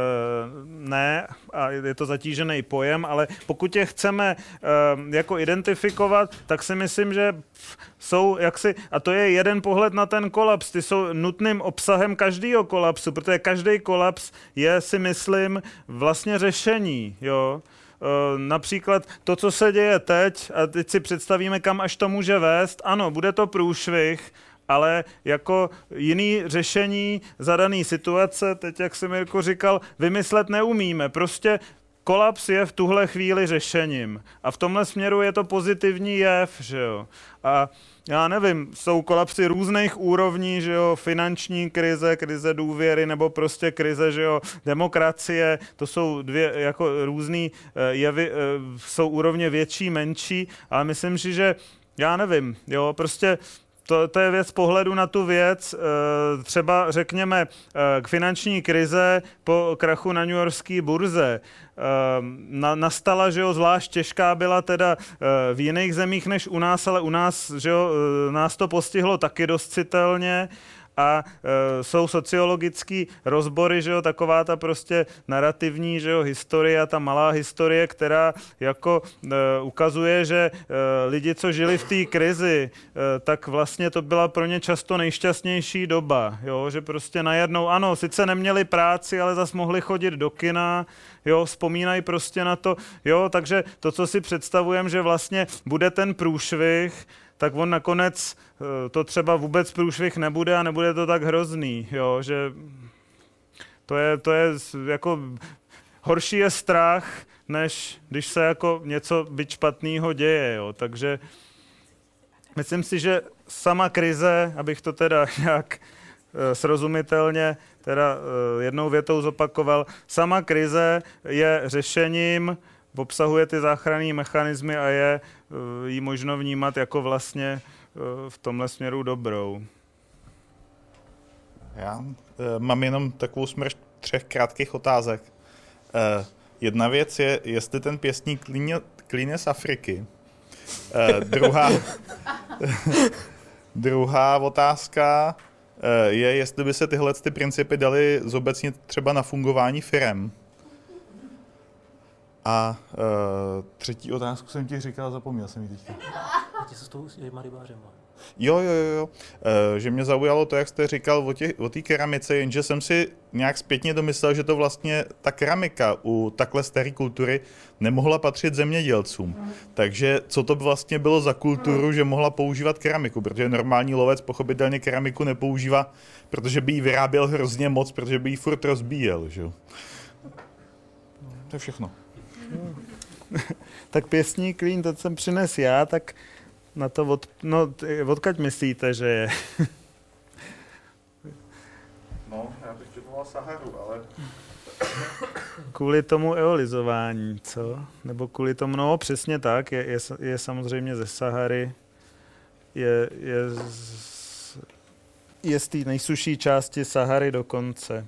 ne, a je to zatížený pojem, ale pokud je chceme uh, jako identifikovat, tak si myslím, že jsou jaksi, a to je jeden pohled na ten kolaps, ty jsou nutným obsahem každého kolapsu, protože každý kolaps je, si myslím, vlastně řešení, jo. Například to, co se děje teď, a teď si představíme, kam až to může vést, ano, bude to průšvih, ale jako jiný řešení za daný situace, teď, jak jsem Mirko říkal, vymyslet neumíme. Prostě kolaps je v tuhle chvíli řešením. A v tomhle směru je to pozitivní jev, že jo. A já nevím, jsou kolapsy různých úrovní, že jo, finanční krize, krize důvěry, nebo prostě krize, že jo, demokracie, to jsou dvě jako různý jevy, jsou úrovně větší, menší, ale myslím si, že já nevím, jo, prostě To, to je věc pohledu na tu věc. Třeba řekněme k finanční krize po krachu na newyorské burze. Na, nastala, že jo, zvlášť těžká byla teda v jiných zemích než u nás, ale u nás, že jo, nás to postihlo taky dost citelně. A e, jsou sociologické rozbory, že jo, taková ta prostě narrativní, že jo, historie, ta malá historie, která jako e, ukazuje, že e, lidi, co žili v té krizi, e, tak vlastně to byla pro ně často nejšťastnější doba, jo, že prostě najednou, ano, sice neměli práci, ale zas mohli chodit do kina, jo, vzpomínají prostě na to, jo, takže to, co si představujeme, že vlastně bude ten průšvih, tak on nakonec to třeba vůbec průšvih nebude a nebude to tak hrozný, jo, že to je, to je jako horší je strach, než když se jako něco byť špatného děje, jo, takže myslím si, že sama krize, abych to teda nějak srozumitelně teda jednou větou zopakoval, sama krize je řešením, obsahuje ty záchranné mechanismy a je ji možno vnímat jako vlastně v tomhle směru dobrou. Já e, mám jenom takovou smršť třech krátkých otázek. E, jedna věc je, jestli ten pěstník klíně, klíně z Afriky. E, druhá, druhá otázka e, je, jestli by se tyhle ty principy daly zobecnit třeba na fungování firem. A uh, třetí otázku jsem ti říkal, zapomněl jsem ji teďka. Ty se s tou těma rybářema. Jo, jo, jo, uh, že mě zaujalo to, jak jste říkal o té o keramice, jenže jsem si nějak zpětně domyslel, že to vlastně ta keramika u takhle staré kultury nemohla patřit zemědělcům. Mm. Takže co to vlastně bylo za kulturu, že mohla používat keramiku, protože normální lovec pochopitelně keramiku nepoužívá, protože by ji vyráběl hrozně moc, protože by ji furt rozbíjel, že jo. To je všechno. Tak pěstní klín, to jsem přines já, tak na to od, no, odkaď myslíte, že je? No, já bych četoval Saharu, ale... Kvůli tomu eolizování, co? Nebo kvůli tomu, no přesně tak, je, je, je samozřejmě ze Sahary, je, je z, je z té nejsušší části Sahary dokonce.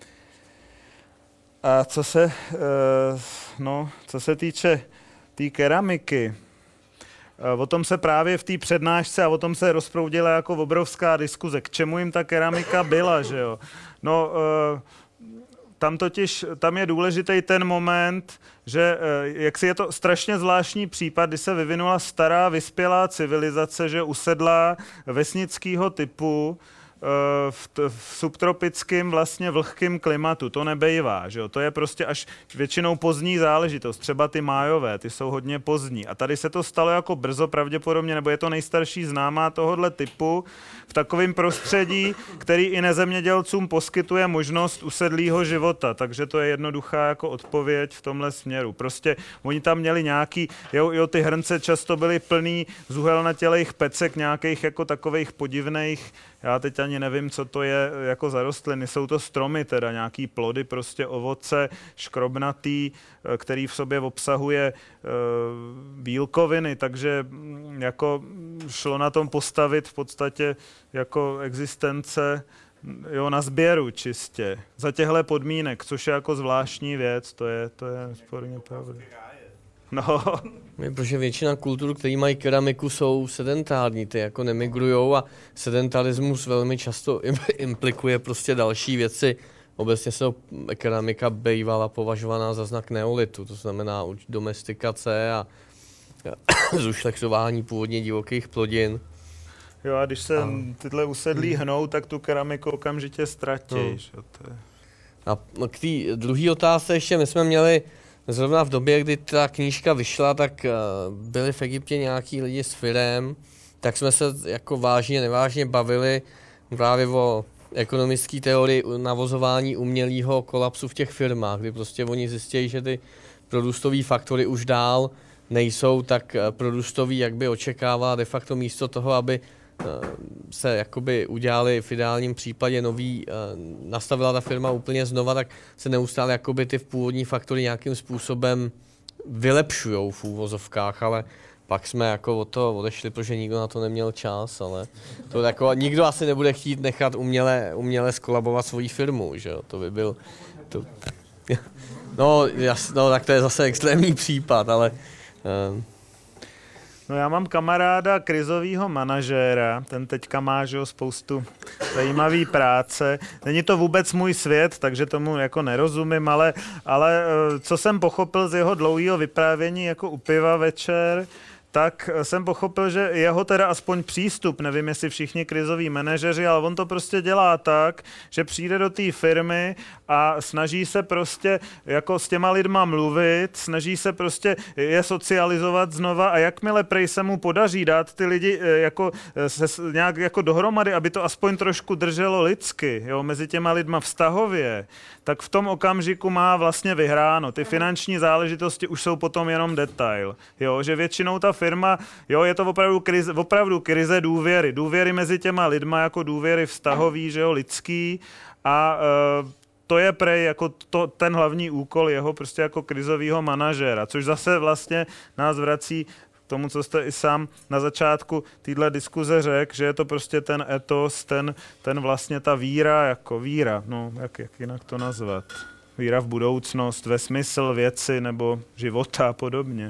A co se, no, co se týče té tý keramiky, o tom se právě v té přednášce a o tom se rozproudila jako obrovská diskuze. K čemu jim ta keramika byla, že jo? No, tam totiž, tam je důležitý ten moment, že jak si je to strašně zvláštní případ, kdy se vyvinula stará vyspělá civilizace, že usedlá vesnického typu, v, t- v subtropickém vlastně vlhkém klimatu, to nebejvá, že jo? To je prostě až většinou pozdní záležitost, třeba ty májové, ty jsou hodně pozdní a tady se to stalo jako brzo pravděpodobně, nebo je to nejstarší známá tohohle typu v takovém prostředí, který i nezemědělcům poskytuje možnost usedlého života, takže to je jednoduchá jako odpověď v tomhle směru. Prostě oni tam měli nějaký, jo, jo ty hrnce často byly plný zuhelnatělejch pecek, nějakých jako takových podivných, já teď ani nevím, co to je jako za rostliny, jsou to stromy teda, nějaký plody, prostě ovoce, škrobnatý, který v sobě obsahuje e, bílkoviny, takže jako šlo na tom postavit v podstatě jako existence jo, na sběru čistě, za těchto podmínek, což je jako zvláštní věc, to je, to je sporně pravda. No. Protože většina kultur, které mají keramiku, jsou sedentární, ty jako nemigrujou a sedentarismus velmi často implikuje prostě další věci. Obecně se keramika bývala považovaná za znak neolitu, to znamená domestikace a zušlechtování původně divokých plodin. Jo a když se a... tyhle usedlí hnou, tak tu keramiku okamžitě ztratíš. No. A k té druhé otázce ještě, my jsme měli zrovna v době, kdy ta knížka vyšla, tak byli v Egyptě nějaký lidi s firem, tak jsme se jako vážně, nevážně bavili právě o ekonomické teorii navozování umělého kolapsu v těch firmách, kdy prostě oni zjistí, že ty produktové faktory už dál nejsou tak produktový, jak by očekávala, de facto místo toho, aby se jakoby udělali v ideálním případě nový, nastavila ta firma úplně znova, tak se neustále jakoby ty původní faktory nějakým způsobem vylepšujou v úvozovkách, ale pak jsme jako od toho odešli, protože nikdo na to neměl čas, ale to jako, nikdo asi nebude chtít nechat uměle, uměle skolabovat svoji firmu, že jo, to by byl, to, no, jas, no tak to je zase extrémní případ, ale um, no já mám kamaráda krizového manažéra, ten teďka má že, spoustu zajímavý práce. Není to vůbec můj svět, takže tomu jako nerozumím, ale, ale co jsem pochopil z jeho dlouhého vyprávění jako u piva večer, tak jsem pochopil, že jeho teda aspoň přístup, nevím, jestli všichni krizoví manažeři, ale on to prostě dělá tak, že přijde do té firmy a snaží se prostě jako s těma lidma mluvit, snaží se prostě je socializovat znova a jakmile prej se mu podaří dát ty lidi jako, se, nějak jako dohromady, aby to aspoň trošku drželo lidsky, jo, mezi těma lidma vztahově, tak v tom okamžiku má vlastně vyhráno. Ty finanční záležitosti už jsou potom jenom detail, jo, že většinou ta firma, jo, je to opravdu krize, opravdu krize důvěry. Důvěry mezi těma lidma jako důvěry vztahový, že jo, lidský a e, to je prej jako to, ten hlavní úkol jeho prostě jako krizového manažéra, což zase vlastně nás vrací k tomu, co jste i sám na začátku téhle diskuze řekl, že je to prostě ten etos, ten, ten vlastně ta víra, jako víra, no, jak, jak jinak to nazvat? Víra v budoucnost, ve smysl věci nebo života a podobně.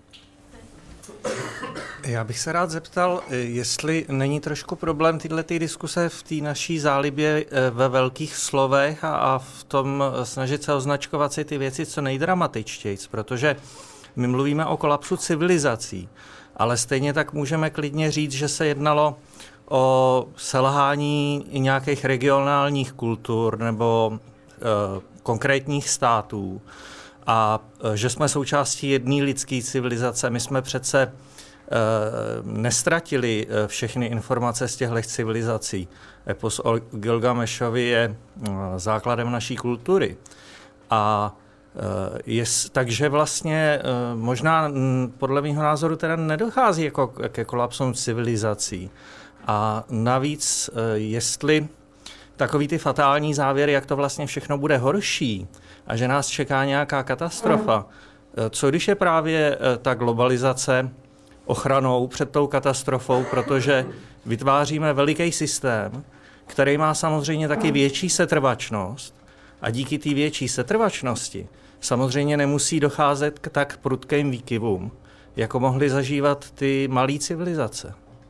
Já bych se rád zeptal, jestli není trošku problém tyhle ty diskuse v té naší zálibě ve velkých slovech a, a v tom snažit se označkovat si ty věci co nejdramatičtějc, protože my mluvíme o kolapsu civilizací, ale stejně tak můžeme klidně říct, že se jednalo o selhání nějakých regionálních kultur nebo e, konkrétních států a e, že jsme součástí jedné lidské civilizace. My jsme přece nestratili všechny informace z těchto civilizací. Epos o Gilgamešovi je základem naší kultury. A je, takže vlastně možná podle mého názoru teda nedochází jako ke kolapsům civilizací. A navíc, jestli takový ty fatální závěry, jak to vlastně všechno bude horší a že nás čeká nějaká katastrofa, co když je právě ta globalizace ochranou před tou katastrofou, protože vytváříme veliký systém, který má samozřejmě taky větší setrvačnost a díky té větší setrvačnosti samozřejmě nemusí docházet k tak prudkým výkyvům, jako mohly zažívat ty malé civilizace.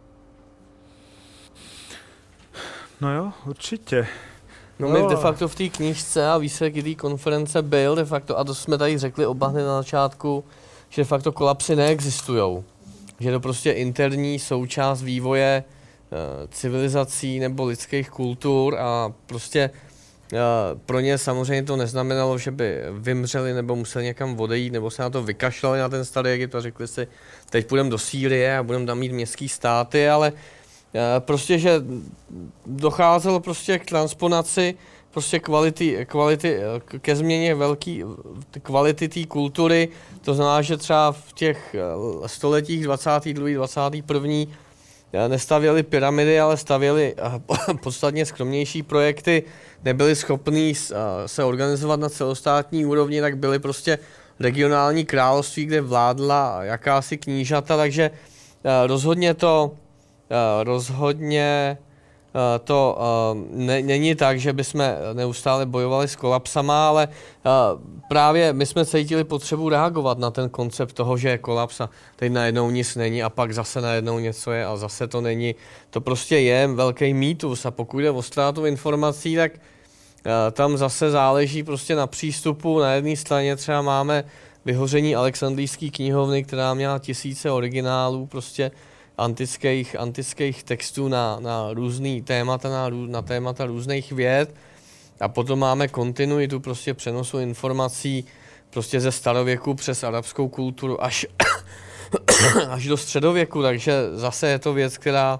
No jo, určitě. No my de facto v té knížce a výsledky té konference byl de facto, a to jsme tady řekli oba hned na začátku, že de facto kolapsy neexistujou. Že je to prostě interní součást vývoje civilizací nebo lidských kultur a prostě pro ně samozřejmě to neznamenalo, že by vymřeli nebo museli někam odejít, nebo se na to vykašlali na ten starý Egypt a řekli si, teď půjdeme do Sýrie a budeme tam mít městský státy, ale prostě, že docházelo prostě k transponaci prostě kvality, kvality, ke změně velký kvality té kultury, to znamená, že třeba v těch stoletích dvacátém druhém dvacátém prvním nestavěli pyramidy, ale stavěli podstatně skromnější projekty, nebyli schopní se organizovat na celostátní úrovni, tak byly prostě regionální království, kde vládla jakási knížata, takže rozhodně to rozhodně to ne, není tak, že bychom neustále bojovali s kolapsama, ale právě my jsme cítili potřebu reagovat na ten koncept toho, že je kolaps a teď najednou nic není a pak zase najednou něco je a zase to není. To prostě je velký mýtus a pokud jde o ztrátu informací, tak tam zase záleží prostě na přístupu. Na jedné straně třeba máme vyhoření Alexandrijské knihovny, která měla tisíce originálů prostě antických, antických textů na, na různý témata, na, na témata různých věd. A potom máme kontinuitu prostě přenosu informací prostě ze starověku přes arabskou kulturu až, až do středověku, takže zase je to věc, která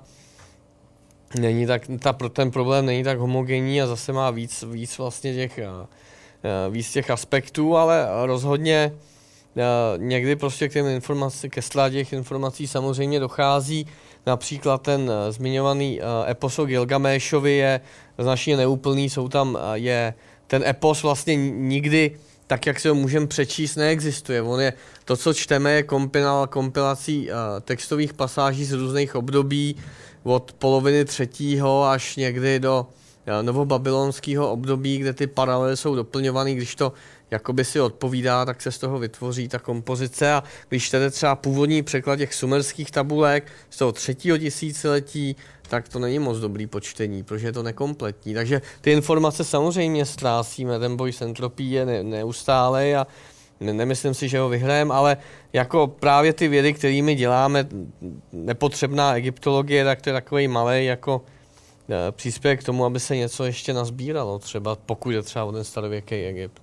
není tak, ta, ten problém není tak homogenní a zase má víc, víc vlastně těch, víc těch aspektů, ale rozhodně někdy prostě k těm informací, ke ztrátě těch informací samozřejmě dochází. Například ten zmiňovaný epos o Gilgamešovi je značně neúplný, jsou tam, je, ten epos vlastně nikdy, tak jak si ho můžeme přečíst, neexistuje. On je, to, co čteme, je kompil, kompilací textových pasáží z různých období, od poloviny třetího až někdy do novobabylonského období, kde ty paralely jsou doplňované, když to jakoby si odpovídá, tak se z toho vytvoří ta kompozice a když čtete třeba původní překlad těch sumerských tabulek z toho třetího tisíciletí, tak to není moc dobrý počtení, protože je to nekompletní. Takže ty informace samozřejmě ztrácíme, ten boj s entropií je ne, neustálej a ne, nemyslím si, že ho vyhrajeme, ale jako právě ty vědy, kterými děláme nepotřebná egyptologie, tak to je takovej malej jako příspěvek k tomu, aby se něco ještě nazbíralo, třeba pokud je třeba o ten starověký Egypt.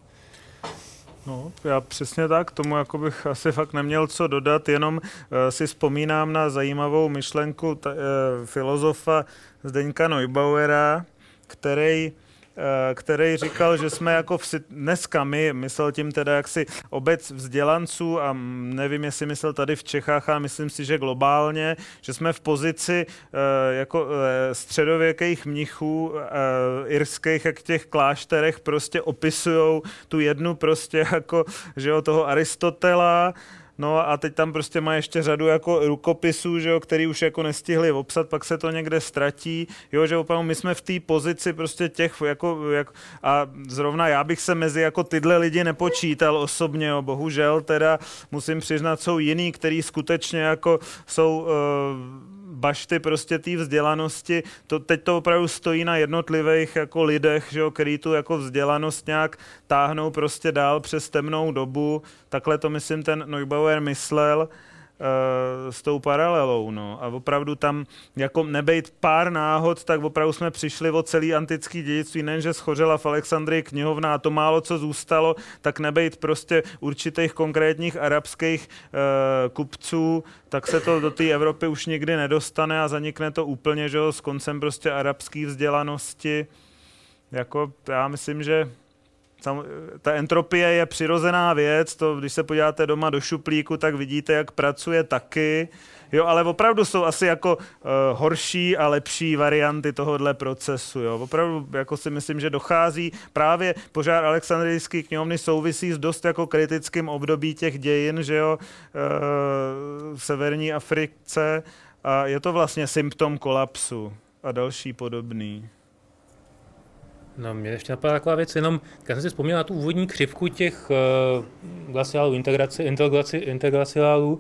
No, já přesně tak, k tomu jako bych asi fakt neměl co dodat, jenom uh, si vzpomínám na zajímavou myšlenku ta, uh, filozofa Zdeňka Neubauera, který který říkal, že jsme jako v, dneska my, myslel tím teda jaksi obec vzdělanců a nevím, jestli myslel tady v Čechách a myslím si, že globálně, že jsme v pozici jako středověkých mnichů irských, jak v těch klášterech prostě opisujou tu jednu prostě jako, že jo, toho Aristotela. No a teď tam prostě má ještě řadu jako rukopisů, že jo, který už jako nestihli obsat, pak se to někde ztratí, jo, že opravdu my jsme v té pozici prostě těch jako, jak, a zrovna já bych se mezi jako tyhle lidi nepočítal osobně, jo, bohužel teda musím přiznat, jsou jiný, který skutečně jako jsou uh, bašty prostě té vzdělanosti, to, teď to opravdu stojí na jednotlivých jako lidech, že jo, který tu jako vzdělanost nějak táhnou prostě dál přes temnou dobu, takhle to myslím ten Neubauer myslel uh, s tou paralelou, no. A opravdu tam jako nebejt pár náhod, tak opravdu jsme přišli o celý antický dědictví, nejen, že schořela v Alexandrii knihovna a to málo, co zůstalo, tak nebejt prostě určitých konkrétních arabských uh, kupců, tak se to do té Evropy už nikdy nedostane a zanikne to úplně, že jo, s koncem prostě arabské vzdělanosti. Jako já myslím, že ta entropie je přirozená věc, to, když se podíváte doma do šuplíku, tak vidíte, jak pracuje taky, jo, ale opravdu jsou asi jako uh, horší a lepší varianty tohohle procesu, jo, opravdu jako si myslím, že dochází právě požár Alexandrijské knihovny souvisí s dost jako kritickým období těch dějin, že jo, uh, v severní Africe a je to vlastně symptom kolapsu a další podobný. No, mě ještě napadá taková věc, jenom, když jsem si vzpomněl na tu úvodní křivku těch uh, glaciálů, integraci, integraci, integraciálů, uh,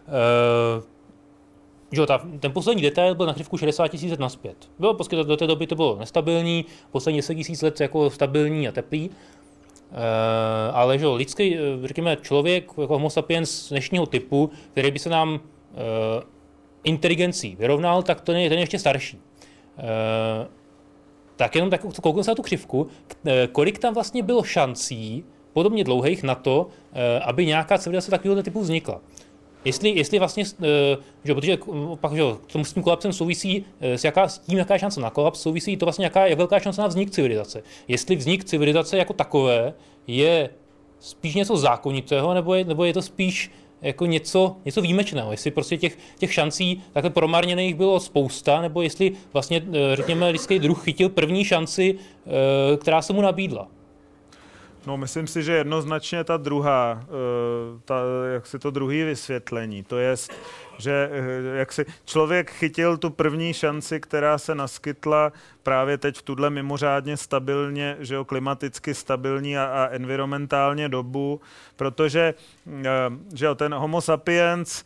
že ta, ten poslední detail byl na křivku šedesát tisíc let nazpět. Bylo prostě do té doby to bylo nestabilní, poslední deset tisíc let jako stabilní a teplý, uh, ale že lidský, řekněme, člověk, jako homo sapiens dnešního typu, který by se nám uh, inteligencí vyrovnal, tak ten je, ten je ještě starší. E, tak jenom tak kouknu se na tu křivku, kolik tam vlastně bylo šancí, podobně dlouhých, na to, aby nějaká civilizace takového typu vznikla. Jestli, jestli vlastně, že, protože pak, že, tomu s tím kolapsem souvisí, s, jaká, s tím, jaká je šance na kolaps, souvisí to vlastně, jaká, jak velká šance na vznik civilizace. Jestli vznik civilizace jako takové je spíš něco zákonitého, nebo je, nebo je to spíš jako něco, něco výjimečného. Jestli prostě těch, těch šancí takhle promarněných bylo spousta, nebo jestli vlastně, řekněme, lidský druh chytil první šanci, která se mu nabídla. No, myslím si, že jednoznačně ta druhá, ta, jak si to druhý vysvětlení, to je, že jak si člověk chytil tu první šanci, která se naskytla právě teď v tuhle mimořádně stabilně, že jo, klimaticky stabilní a, a environmentálně dobu, protože že jo, ten Homo sapiens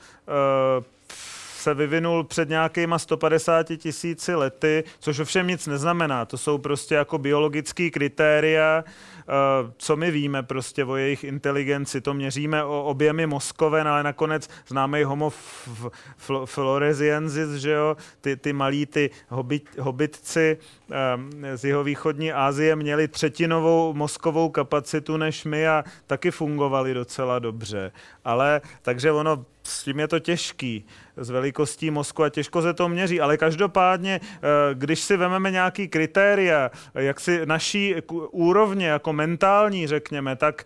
se vyvinul před nějakýma sto padesáti tisíci lety, což ovšem nic neznamená. To jsou prostě jako biologické kritéria, co my víme prostě o jejich inteligenci. To měříme o objemy mozkové, ale nakonec známý Homo floresiensis, že jo, ty, ty malí, ty hobit, hobitci z jihovýchodní Asie měli třetinovou mozkovou kapacitu než my a taky fungovali docela dobře. Ale takže ono, s tím je to těžký, s velikostí mozku a těžko se to měří, ale každopádně, když si vezmeme nějaký kritéria, jak si naší úrovně, jako mentální, řekněme, tak,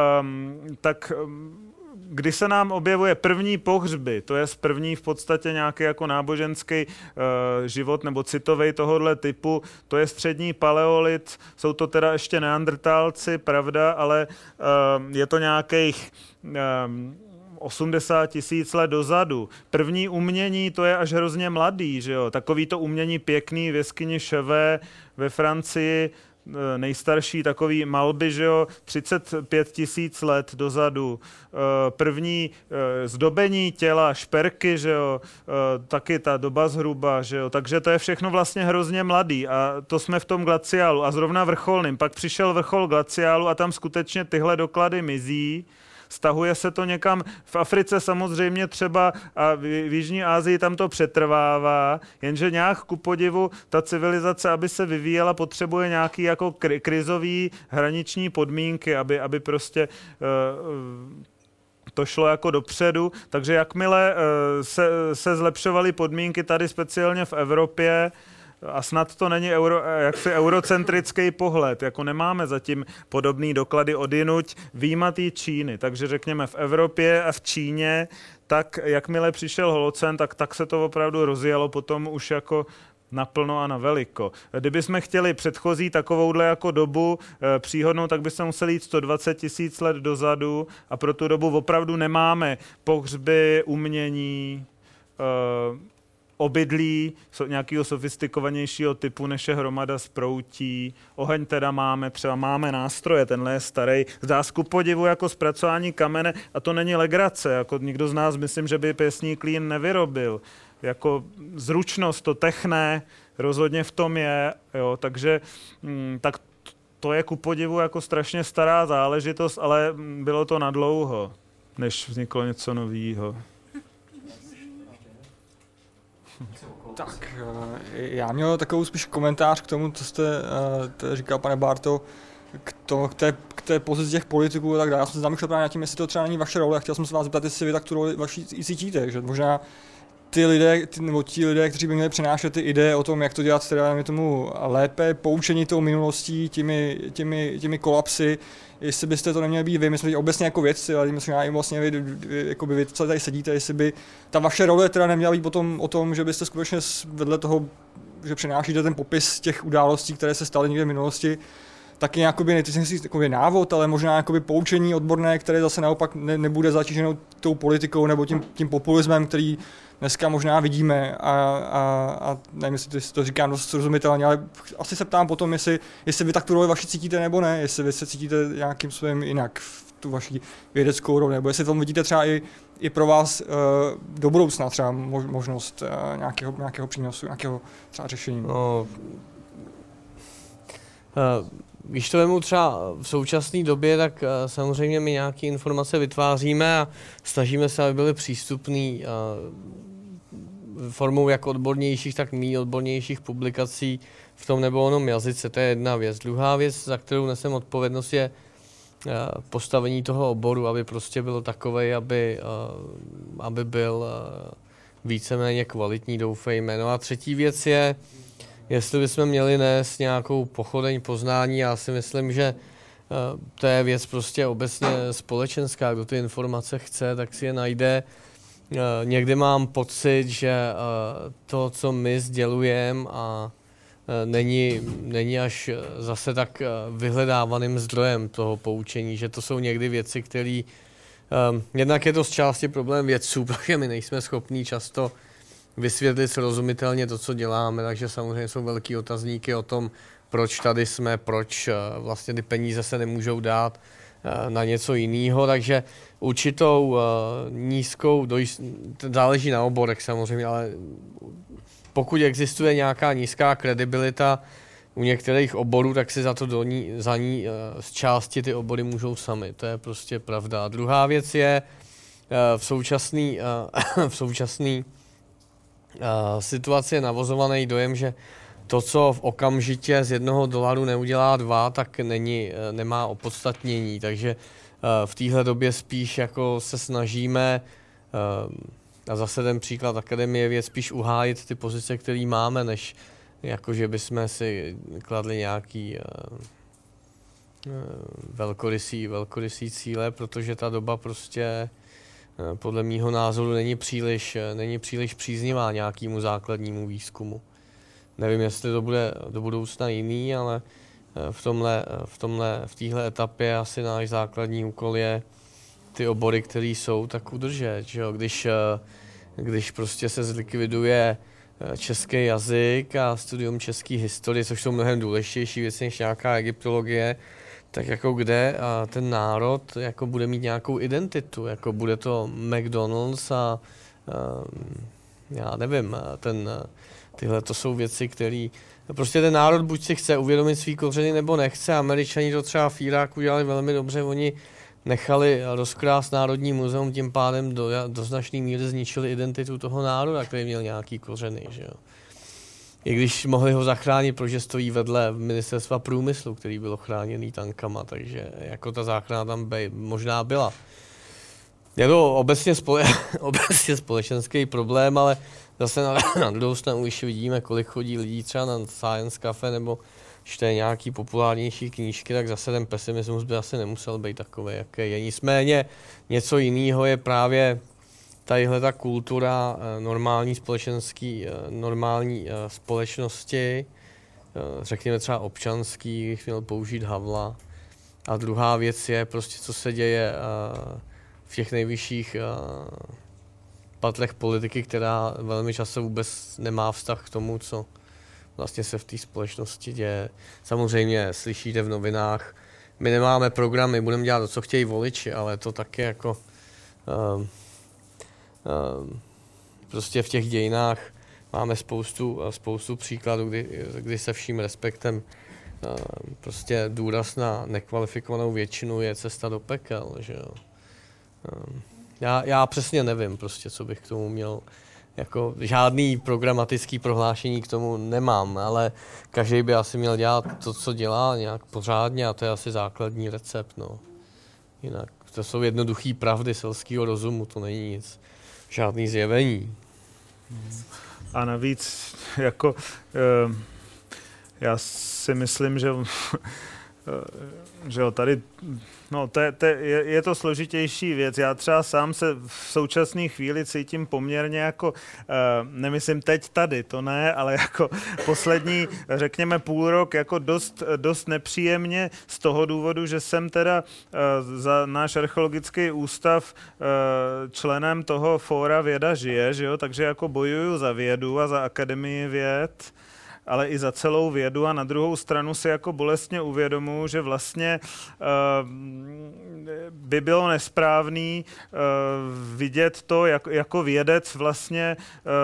tak kdy se nám objevuje první pohřby, to je první v podstatě nějaký jako náboženský uh, život nebo citovej tohohle typu, to je střední paleolit, jsou to teda ještě neandrtálci, pravda, ale uh, je to nějakých um, osmdesát tisíc let dozadu. První umění, to je až hrozně mladý, že jo, takový to umění pěkný v jeskyni Chevet ve Francii, nejstarší takový malby, že jo, třicet pět tisíc let dozadu. První zdobení těla, šperky, že jo, taky ta doba zhruba, že jo, takže to je všechno vlastně hrozně mladý a to jsme v tom glaciálu a zrovna vrcholným. Pak přišel vrchol glaciálu a tam skutečně tyhle doklady mizí. Stahuje se to někam, v Africe samozřejmě třeba a v Jižní Asii tam to přetrvává, jenže nějak ku podivu ta civilizace, aby se vyvíjela, potřebuje nějaký jako krizový hraniční podmínky, aby, aby prostě uh, to šlo jako dopředu, takže jakmile uh, se, se zlepšovaly podmínky tady speciálně v Evropě, a snad to není euro, jaksi eurocentrický pohled, jako nemáme zatím podobný doklady odjinuť výjimatý Číny, takže řekněme v Evropě a v Číně, tak jakmile přišel holocen, tak, tak se to opravdu rozjelo potom už jako naplno a na veliko. Kdybychom chtěli předchozí takovouhle jako dobu e, příhodnou, tak bychom museli jít sto dvacet tisíc let dozadu a pro tu dobu opravdu nemáme pohřby, umění, e, obydlí nějakého sofistikovanějšího typu, než je hromada sproutí. Oheň teda máme, třeba máme nástroje, tenhle je starý. Zdá se ku podivu jako zpracování kamene a to není legrace, jako nikdo z nás, myslím, že by pěstní klín nevyrobil. Jako zručnost, to techné, rozhodně v tom je, jo, takže hm, tak to je ku podivu jako strašně stará záležitost, ale bylo to nadlouho, než vzniklo něco novýho. Tak, já měl takovou spíš komentář k tomu, co jste říkal, pane Bárto, k, to, k, té, k té pozici těch politiků a tak dále. Já jsem se zamýšlel právě nad tím, jestli to třeba není vaše role a chtěl jsem se vás zeptat, jestli vy tak tu roli vaši i cítíte, že možná ty lidé, ty, nebo ti lidé, kteří by měli přenášet ty ideje o tom, jak to dělat teda tomu lépe, poučení tou minulostí, těmi, těmi, těmi kolapsy, jestli byste to neměli být vy, myslím, že obecně jako vědci, ale myslím, že i vlastně vy, vy, jakoby vy, co tady sedíte, jestli by ta vaše role teda neměla být potom o tom, že byste skutečně vedle toho, že přenášíte ten popis těch událostí, které se staly někde v minulosti, taky nějakoby, nechci si takový návod, ale možná jakoby poučení odborné, které zase naopak ne, nebude zatíženo tou politikou nebo tím, tím populismem, který dneska možná vidíme a, a, a nevím, jestli to, to říkám dost srozumitelně, ale asi se ptám potom, jestli, jestli vy tak tu roli vaši cítíte nebo ne, jestli vy se cítíte nějakým způsobem jinak v tu vaši vědeckou roli, nebo jestli tam vidíte třeba i, i pro vás uh, do budoucna třeba možnost uh, nějakého, nějakého přínosu, nějakého třeba řešení. No, uh, když to vemu třeba v současné době, tak uh, samozřejmě my nějaké informace vytváříme a snažíme se, aby byly přístupné uh, formou jak odbornějších, tak méně odbornějších publikací v tom nebo onom jazyce, to je jedna věc. Druhá věc, za kterou nesem odpovědnost, je postavení toho oboru, aby prostě byl takovej, aby, aby byl víceméně kvalitní, doufejme. No a třetí věc je, jestli bychom měli nést nějakou pochodeň poznání, já si myslím, že to je věc prostě obecně společenská. Kdo ty informace chce, tak si je najde. Někdy mám pocit, že to, co my sdělujeme, a není, není až zase tak vyhledávaným zdrojem toho poučení, že to jsou někdy věci, které um, jednak je to z části problém vědců, protože my nejsme schopní často vysvětlit srozumitelně to, co děláme, takže samozřejmě jsou velký otazníky o tom, proč tady jsme, proč uh, vlastně ty peníze se nemůžou dát uh, na něco jiného, takže určitou uh, nízkou, dojist, záleží na oborech samozřejmě, ale pokud existuje nějaká nízká kredibilita u některých oborů, tak si za to do ní, za ní uh, z části ty obory můžou sami. To je prostě pravda. A druhá věc je uh, v současné uh, v současný, uh, situaci je navozovaný dojem, že to, co v okamžitě z jednoho dolaru neudělá dva, tak není, uh, nemá opodstatnění. Takže uh, v téhle době spíš jako se snažíme uh, a zase ten příklad akademie věd spíš uhájit ty pozice, které máme, než jako, že bychom si kladli nějaký uh, uh, velkorysý, velkorysý cíle, protože ta doba prostě uh, podle mýho názoru není příliš, uh, není příliš příznivá nějakému základnímu výzkumu. Nevím, jestli to bude do budoucna jiný, ale uh, v tomhle, uh, v tomhle, v téhle etapě asi náš základní úkol je ty obory, které jsou, tak udržet. Že jo? Když, když prostě se zlikviduje český jazyk a studium české historie, což jsou mnohem důležitější věci než nějaká egyptologie, tak jako kde ten národ jako bude mít nějakou identitu, jako bude to McDonald's a já nevím, ten, tyhle to jsou věci, které prostě ten národ buď si chce uvědomit svý kořeny nebo nechce. Američani to třeba v Iráku dělali velmi dobře, oni nechali rozkrást Národní muzeum, tím pádem do, do značné míry zničili identitu toho národa, který měl nějaký kořeny. Že jo. I když mohli ho zachránit, protože stojí vedle ministerstva průmyslu, který byl chráněný tankama, takže jako ta záchrana tam bej, možná byla. Je to obecně, spole, obecně společenský problém, ale zase na, na druhou stranu už vidíme, kolik chodí lidí třeba na Science Cafe nebo čte nějaký populárnější knížky, tak zase ten pesimismus by asi nemusel být takový, jaký je. Nicméně něco jiného je právě tadyhle ta kultura normální společenský, normální společnosti, řekněme třeba občanský, bych měl použít Havla. A druhá věc je prostě, co se děje v těch nejvyšších patlech politiky, která velmi často vůbec nemá vztah k tomu, co vlastně se v té společnosti děje. Samozřejmě slyšíte v novinách, my nemáme programy, budeme dělat to, co chtějí voliči, ale to taky jako um, um, prostě v těch dějinách máme spoustu, spoustu příkladů, kdy, kdy se vším respektem um, prostě důraz na nekvalifikovanou většinu je cesta do pekel, že jo. Um, já, já přesně nevím prostě, co bych k tomu měl. Jako žádný programatický prohlášení k tomu nemám, ale každý by asi měl dělat to, co dělá, nějak pořádně, a to je asi základní recept. No. Jinak to jsou jednoduché pravdy selského rozumu, to není nic, žádný zjevení. A navíc, jako, uh, já si myslím, že uh, že jo, tady, no, to je, to je, je to složitější věc. Já třeba sám se v současné chvíli cítím poměrně jako, uh, nemyslím teď tady, to ne, ale jako poslední, řekněme, půl rok jako dost, dost nepříjemně z toho důvodu, že jsem teda uh, za náš archeologický ústav uh, členem toho fóra Věda žije, že jo, takže jako bojuju za vědu a za akademii věd. ale i za celou vědu a na druhou stranu si jako bolestně uvědomuji, že vlastně uh, by bylo nesprávný uh, vidět to jak, jako vědec vlastně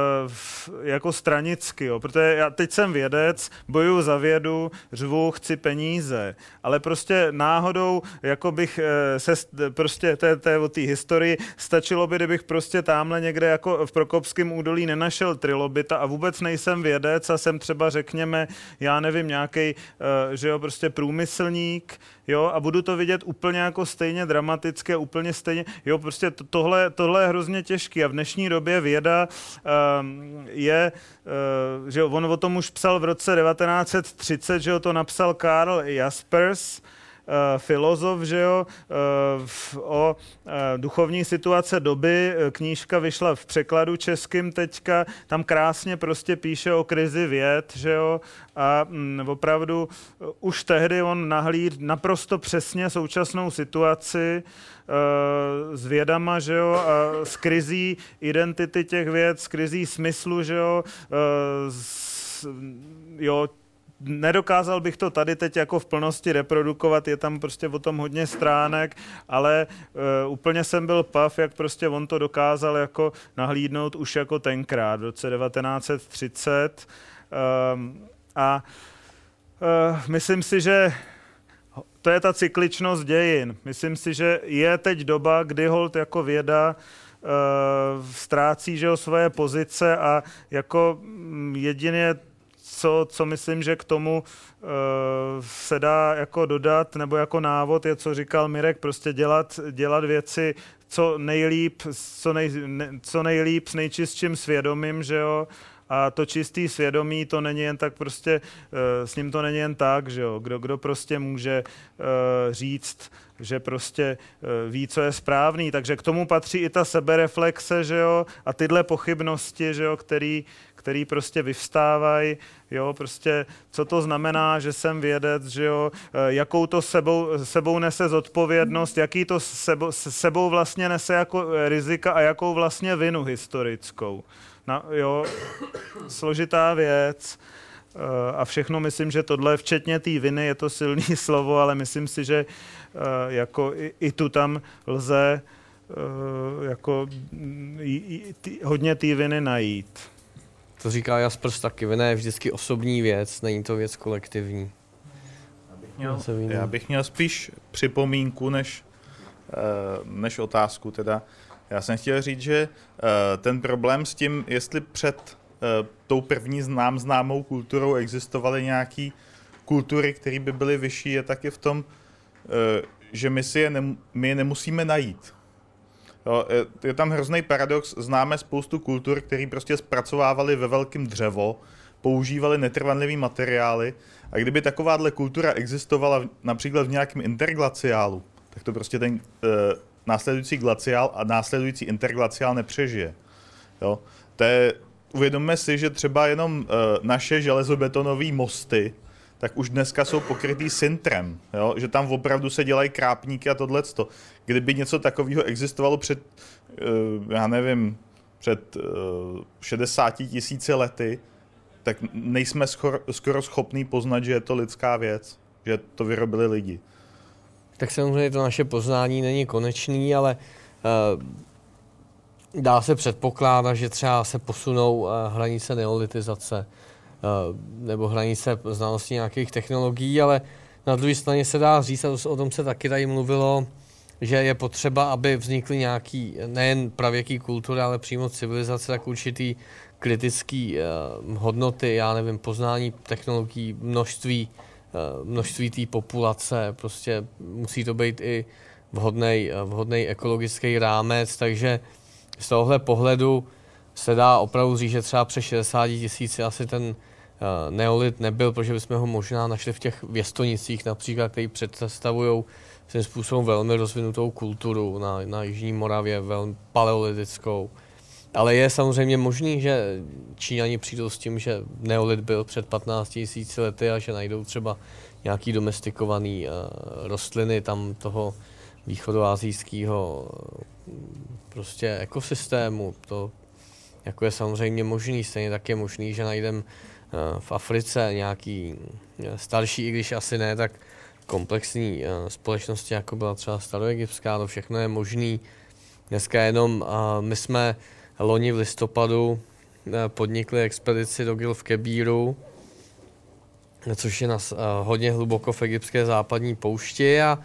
uh, jako stranicky, jo. Protože já teď jsem vědec, bojuju za vědu, řvu, chci peníze, ale prostě náhodou jako bych uh, se prostě té, té o té historii stačilo by, kdybych prostě tamhle někde jako v Prokopském údolí nenašel trilobita a vůbec nejsem vědec a jsem třeba řekněme, já nevím, nějaký, uh, že jo, prostě průmyslník, jo, a budu to vidět úplně jako stejně dramatické, úplně stejně, jo, prostě to, tohle, tohle je hrozně těžký a v dnešní době věda um, je, uh, že jo, on o tom už psal v roce devatenáct set třicet, že jo, to napsal Karl Jaspers, Uh, filozof, že jo, uh, o uh, duchovní situace doby, knížka vyšla v překladu českým teďka, tam krásně prostě píše o krizi věd, že jo, a mm, opravdu uh, už tehdy on nahlíd naprosto přesně současnou situaci uh, s vědama, že jo, a s krizí identity těch věd, s krizí smyslu, že jo, uh, s, jo, nedokázal bych to tady teď jako v plnosti reprodukovat, je tam prostě o tom hodně stránek, ale uh, úplně jsem byl pav, jak prostě on to dokázal jako nahlídnout už jako tenkrát v roce devatenáct set třicet. Um, a uh, myslím si, že to je ta cykličnost dějin. Myslím si, že je teď doba, kdy holt jako věda uh, ztrácí, že jo, svoje pozice a jako jedině Co, co myslím, že k tomu uh, se dá jako dodat, nebo jako návod je, co říkal Mirek, prostě dělat, dělat věci co nejlíp, co, nej, ne, co nejlíp s nejčistším svědomím, že jo, a to čistý svědomí, to není jen tak prostě, uh, s ním to není jen tak, že jo, kdo, kdo prostě může uh, říct, že prostě uh, ví, co je správný, takže k tomu patří i ta sebereflexe, že jo, a tyhle pochybnosti, že jo, který který prostě vyvstávají, jo, prostě co to znamená, že jsem vědec, že jo, jakou to sebou, sebou nese zodpovědnost, jaký to sebou, sebou vlastně nese jako rizika a jakou vlastně vinu historickou. Na, jo, složitá věc a všechno myslím, že tohle, včetně té viny, je to silný slovo, ale myslím si, že jako i, i tu tam lze jako i, i, ty, hodně té viny najít. To říká Jaspers taky, vina je vždycky osobní věc, není to věc kolektivní. Já bych měl, já bych měl spíš připomínku než, než otázku. Teda. Já jsem chtěl říct, že ten problém s tím, jestli před tou první znám známou kulturou existovaly nějaké kultury, které by byly vyšší, je taky v tom, že my, si je, nem, my je nemusíme najít. Jo, je tam hrozný paradox, známe spoustu kultur, které prostě zpracovávali ve velkém dřevo, používali netrvanlivý materiály a kdyby takováhle kultura existovala například v nějakém interglaciálu, tak to prostě ten e, následující glaciál a následující interglaciál nepřežije. Jo, to je, uvědomme si, že třeba jenom e, naše železobetonové mosty tak už dneska jsou pokrytý sintrem, jo? Že tam opravdu se dělají krápníky a tohleto. Kdyby něco takového existovalo před, já nevím, před šedesáti tisíci lety, tak nejsme skoro, skoro schopní poznat, že je to lidská věc, že to vyrobili lidi. Tak samozřejmě to naše poznání není konečný, ale uh, dá se předpokládat, že třeba se posunou uh, hranice neolitizace nebo hranice znalosti nějakých technologií, ale na druhé straně se dá říct, a o tom se taky tady mluvilo, že je potřeba, aby vznikly nějaký nejen pravěký kultury, ale přímo civilizace, tak určitý kritický uh, hodnoty, já nevím, poznání technologií, množství, uh, množství té populace, prostě musí to být i vhodnej, vhodnej ekologický rámec, takže z tohohle pohledu se dá opravdu říct, že třeba přes šedesát tisíc asi ten uh, neolit nebyl, protože bychom ho možná našli v těch věstonicích například, který představují svým způsobem velmi rozvinutou kulturu na, na Jižní Moravě, velmi paleolitickou. Ale je samozřejmě možný, že Číňani přijdou s tím, že neolit byl před patnácti tisíci lety a že najdou třeba nějaký domestikovaný uh, rostliny tam toho východoasijského prostě ekosystému. To jako je samozřejmě možný, stejně tak je možný, že najdeme v Africe nějaký starší, i když asi ne, tak komplexní společnosti, jako byla třeba staroegyptská, to všechno je možný. Dneska jenom my jsme loni v listopadu podnikli expedici do Gil v Kebíru, což je nás hodně hluboko v egyptské západní poušti, a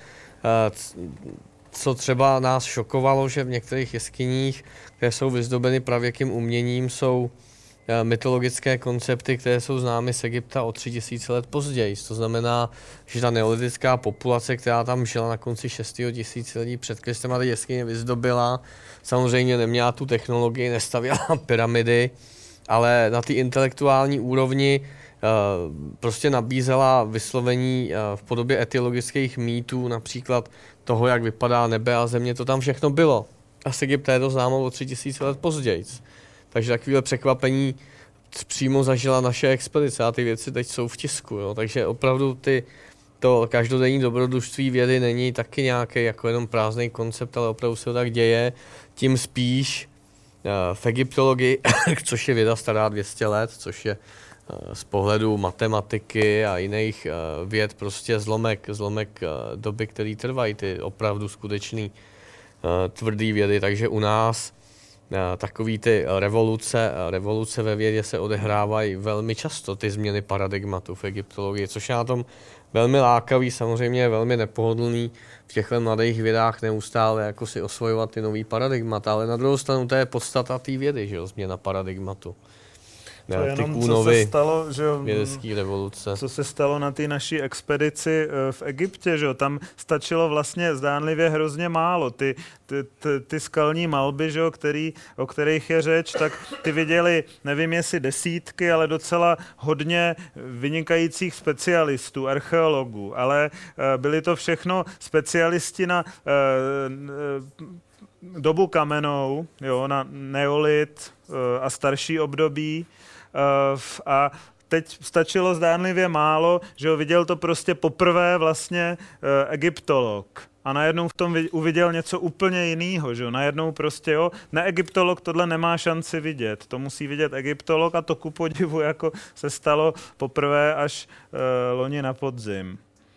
co třeba nás šokovalo, že v některých jeskyních, které jsou vyzdobeny pravěkým uměním, jsou mytologické koncepty, které jsou známy z Egypta o tři tisíce let později. To znamená, že ta neolitická populace, která tam žila na konci šestého tisíciletí před Kristem a ty jeskyně vyzdobila, samozřejmě neměla tu technologii, nestavěla pyramidy, ale na té intelektuální úrovni prostě nabízela vyslovení v podobě etiologických mýtů, například toho, jak vypadá nebe a země, to tam všechno bylo. A z Egypta je to známo o tři tisíce let později. Takže takové překvapení přímo zažila naše expedice a ty věci teď jsou v tisku. Jo. Takže opravdu ty, to každodenní dobrodružství vědy není taky nějaký jako jenom prázdný koncept, ale opravdu se to tak děje. Tím spíš uh, v egyptologii, což je věda stará dvě stě let, což je uh, z pohledu matematiky a jiných uh, věd prostě zlomek, zlomek uh, doby, který trvají, ty opravdu skutečný uh, tvrdý vědy. Takže u nás takový ty revoluce, revoluce ve vědě se odehrávají velmi často, ty změny paradigmatu v egyptologii, což je na tom velmi lákavý, samozřejmě velmi nepohodlný v těchto mladých vědách neustále jako si osvojovat ty nový paradigmata, ale na druhou stranu to je podstata té vědy, že jo, změna paradigmatu. To je jenom, co se stalo, že vědecký revoluce. Co se stalo na té naší expedici v Egyptě, že jo? Tam stačilo vlastně zdánlivě hrozně málo. Ty, ty, ty, ty skalní malby, že jo, který, o kterých je řeč, tak ty viděli, nevím jestli desítky, ale docela hodně vynikajících specialistů, archeologů, ale byli to všechno specialisti na dobu kamennou, jo, na neolit a starší období. A teď stačilo zdánlivě málo, že ho viděl to prostě poprvé vlastně egyptolog. A najednou v tom uviděl něco úplně jiného, že jo? Najednou prostě, jo, neegyptolog tohle nemá šanci vidět. To musí vidět egyptolog a to ku podivu jako se stalo poprvé až uh, loni na podzim.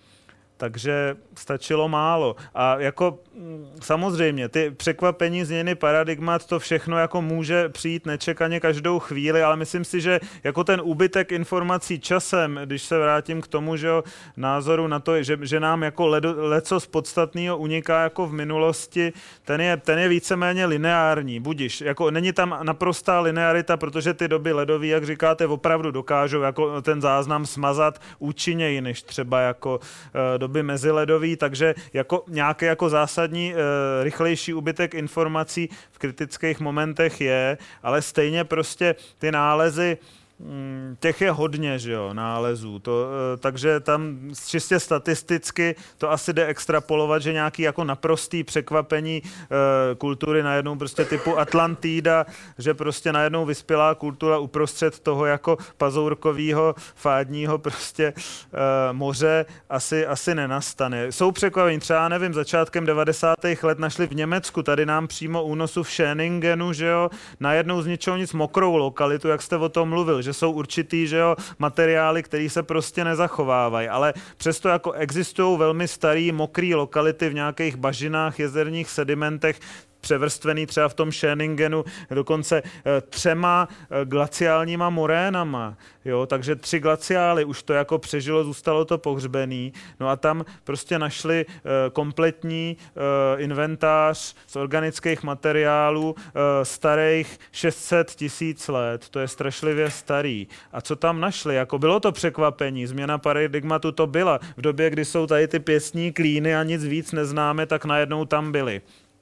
Takže stačilo málo. A jako samozřejmě ty překvapení, změny paradigmat, to všechno jako může přijít nečekaně každou chvíli, ale myslím si, že jako ten úbytek informací časem, když se vrátím k tomu, že jo, názoru na to, že, že nám jako ledo, lecos podstatného uniká jako v minulosti, ten je, ten je víceméně lineární, budiš. Jako není tam naprostá linearita, protože ty doby ledový, jak říkáte, opravdu dokážou jako ten záznam smazat účinněji, než třeba jako uh, doby meziledový, takže jako nějaký jako zásadní e, rychlejší úbytek informací v kritických momentech je, ale stejně prostě ty nálezy, těch je hodně, že jo, nálezů, to, takže tam čistě statisticky to asi jde extrapolovat, že nějaký jako naprostý překvapení e, kultury najednou prostě typu Atlantida, že prostě najednou vyspělá kultura uprostřed toho jako pazourkovýho, fádního prostě e, moře asi, asi nenastane. Jsou překvapení, třeba nevím, začátkem devadesátých let našli v Německu, tady nám přímo únosu v Schöningenu, že jo, najednou z ničeho nic mokrou lokalitu, jak jste o tom mluvil, že jsou určitý, že jo, materiály, které se prostě nezachovávají, ale přesto jako existují velmi starý mokrý lokality v nějakých bažinách, jezerních sedimentech, převrstvený třeba v tom Schöningenu dokonce třema glaciálníma morénama, jo, takže tři glaciály, už to jako přežilo, zůstalo to pohřbený, no a tam prostě našli kompletní inventář z organických materiálů starých šest set tisíc let, to je strašlivě starý. A co tam našli? Jako bylo to překvapení, změna paradigmatu to byla. V době, kdy jsou tady ty pěstní klíny a nic víc neznáme, tak najednou tam byly.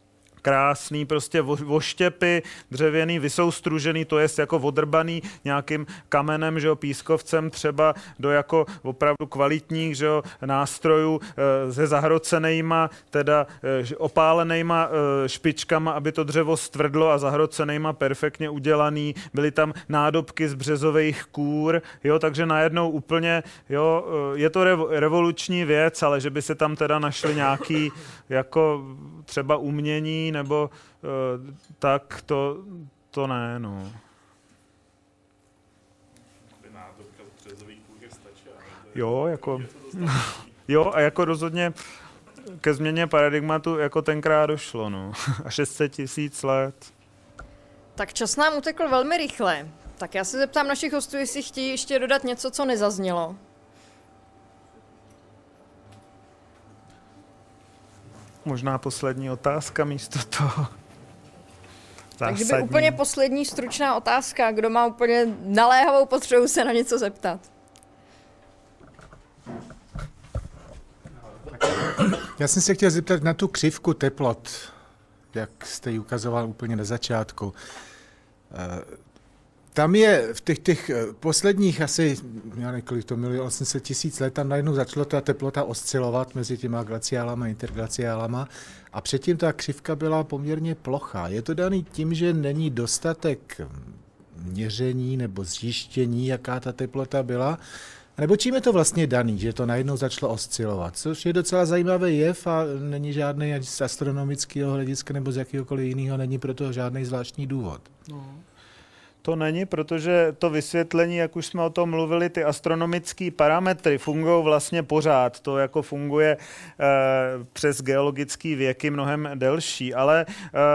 Krásný prostě voštěpy, dřevěný, vysoustružený, to jest jako odrbaný nějakým kamenem, že jo, pískovcem třeba do jako opravdu kvalitních, že jo, nástrojů e, se zahrocenejma, teda e, opálenejma e, špičkama, aby to dřevo stvrdlo a zahrocenejma perfektně udělaný. Byly tam nádobky z březových kůr, jo, takže najednou úplně, jo, e, je to revo, revoluční věc, ale že by se tam teda našli nějaký jako třeba umění nebo uh, tak to, to ne, no. Jo, jako... Jo, a jako rozhodně ke změně paradigmatu jako tenkrát došlo, no. A šest set tisíc let. Tak čas nám utekl velmi rychle. Tak já se zeptám našich hostů, jestli chtějí ještě dodat něco, co nezaznělo. Možná poslední otázka místo toho. Takže by úplně poslední stručná otázka. Kdo má úplně naléhavou potřebu se na něco zeptat? Já jsem se chtěl zeptat na tu křivku teplot, jak jste ji ukazoval úplně na začátku. Tam je v těch, těch posledních asi, já nekolik to milion osm set tisíc let, tam najednou začala ta teplota oscilovat mezi těma glaciálama a interglaciálama a předtím ta křivka byla poměrně plochá. Je to daný tím, že není dostatek měření nebo zjištění, jaká ta teplota byla, nebo čím je to vlastně daný, že to najednou začalo oscilovat, což je docela zajímavý jev a není žádný z astronomického hlediska nebo z jakéhokoliv jiného, není proto žádný zvláštní důvod. No. To není, protože to vysvětlení, jak už jsme o tom mluvili, ty astronomické parametry fungují vlastně pořád. To jako funguje e, přes geologické věky mnohem delší, ale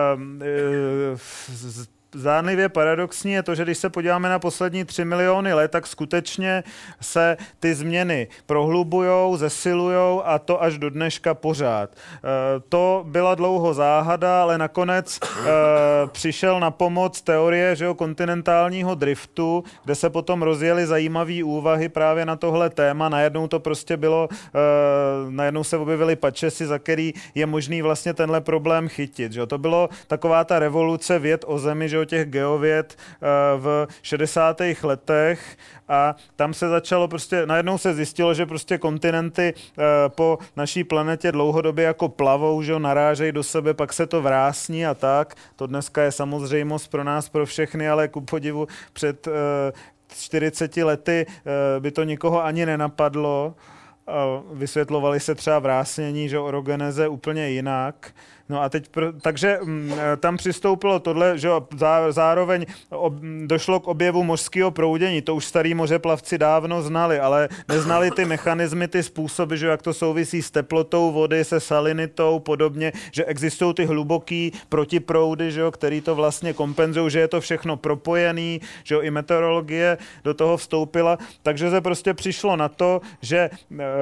e, e, zdánlivě paradoxní je to, že když se podíváme na poslední tři miliony let, tak skutečně se ty změny prohlubujou, zesilujou a to až do dneška pořád. E, to byla dlouho záhada, ale nakonec e, přišel na pomoc teorie, že jo, kontinentálního driftu, kde se potom rozjeli zajímavé úvahy právě na tohle téma. Najednou to prostě bylo, e, najednou se objevily pačesy, za který je možný vlastně tenhle problém chytit. Že jo. To bylo taková ta revoluce věd o Zemi, že o těch geověd v šedesátých letech a tam se začalo prostě, najednou se zjistilo, že prostě kontinenty po naší planetě dlouhodobě jako plavou, že jo, narážejí do sebe, pak se to vrásní a tak. To dneska je samozřejmost pro nás, pro všechny, ale ku podivu před čtyřiceti lety by to nikoho ani nenapadlo. Vysvětlovali se třeba vrásnění, že orogeneze úplně jinak. No a teď, takže m, tam přistoupilo tohle, že zá, zároveň ob, došlo k objevu mořského proudění, to už starý mořeplavci dávno znali, ale neznali ty mechanismy, ty způsoby, že jak to souvisí s teplotou vody, se salinitou, podobně, že existují ty hluboký protiproudy, že jo, který to vlastně kompenzují, že je to všechno propojený, že jo, i meteorologie do toho vstoupila, takže se prostě přišlo na to, že e,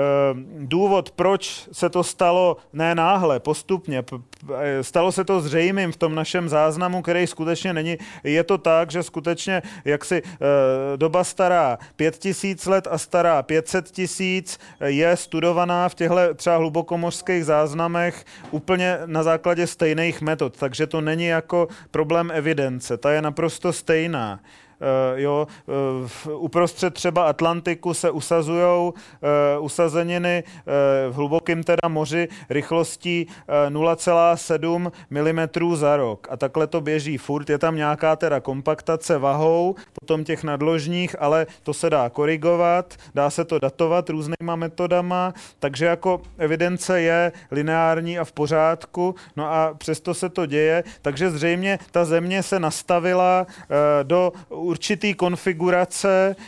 důvod, proč se to stalo ne náhle, postupně, stalo se to zřejmým v tom našem záznamu, který skutečně není. Je to tak, že skutečně jaksi e, doba stará pět tisíc let a stará pět set tisíc je studovaná v těchto třeba hlubokomořských záznamech úplně na základě stejných metod, takže to není jako problém evidence, ta je naprosto stejná. Uh, jo, uh, uprostřed třeba Atlantiku se usazujou uh, usazeniny uh, v hlubokém teda moři rychlostí uh, nula celá sedm milimetrů za rok. A takhle to běží furt. Je tam nějaká teda kompaktace vahou, potom těch nadložních, ale to se dá korigovat, dá se to datovat různýma metodama, takže jako evidence je lineární a v pořádku, no a přesto se to děje, takže zřejmě ta Země se nastavila uh, do určitý konfigurace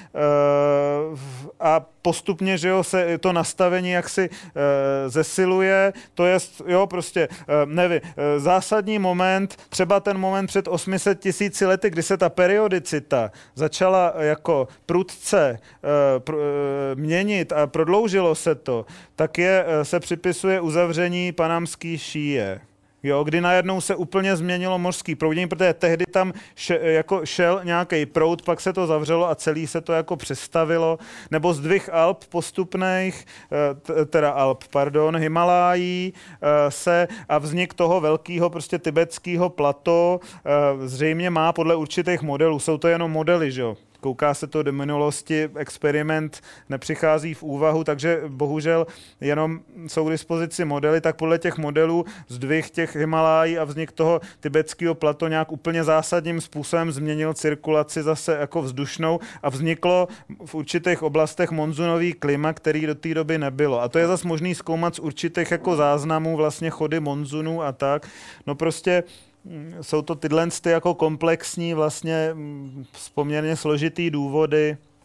uh, a postupně, že jo, se to nastavení jaksi uh, zesiluje, to je, jo, prostě, uh, nevím, uh, zásadní moment, třeba ten moment před osmi set tisíci lety, kdy se ta periodicita začala jako prudce uh, pr- uh, měnit a prodloužilo se to, tak je, uh, se připisuje uzavření panamské šíje. Jo, kdy najednou se úplně změnilo mořský proudění, protože tehdy tam še, jako šel nějaký proud, pak se to zavřelo a celý se to jako přestavilo, nebo zdvih Alp postupných, teda Alp, pardon, Himalájí se a vznik toho velkého prostě tibetského plato zřejmě má podle určitých modelů, jsou to jenom modely, že jo. Kouká se to do minulosti, experiment nepřichází v úvahu, takže bohužel jenom jsou k dispozici modely, tak podle těch modelů zdvih těch Himalájí a vznik toho tibetského plato nějak úplně zásadním způsobem změnil cirkulaci zase jako vzdušnou a vzniklo v určitých oblastech monzunový klima, který do té doby nebylo. A to je zase možný zkoumat z určitých jako záznamů vlastně chody monzunů a tak. No prostě jsou to tyhle ty jako komplexní vlastně poměrně složitý důvody,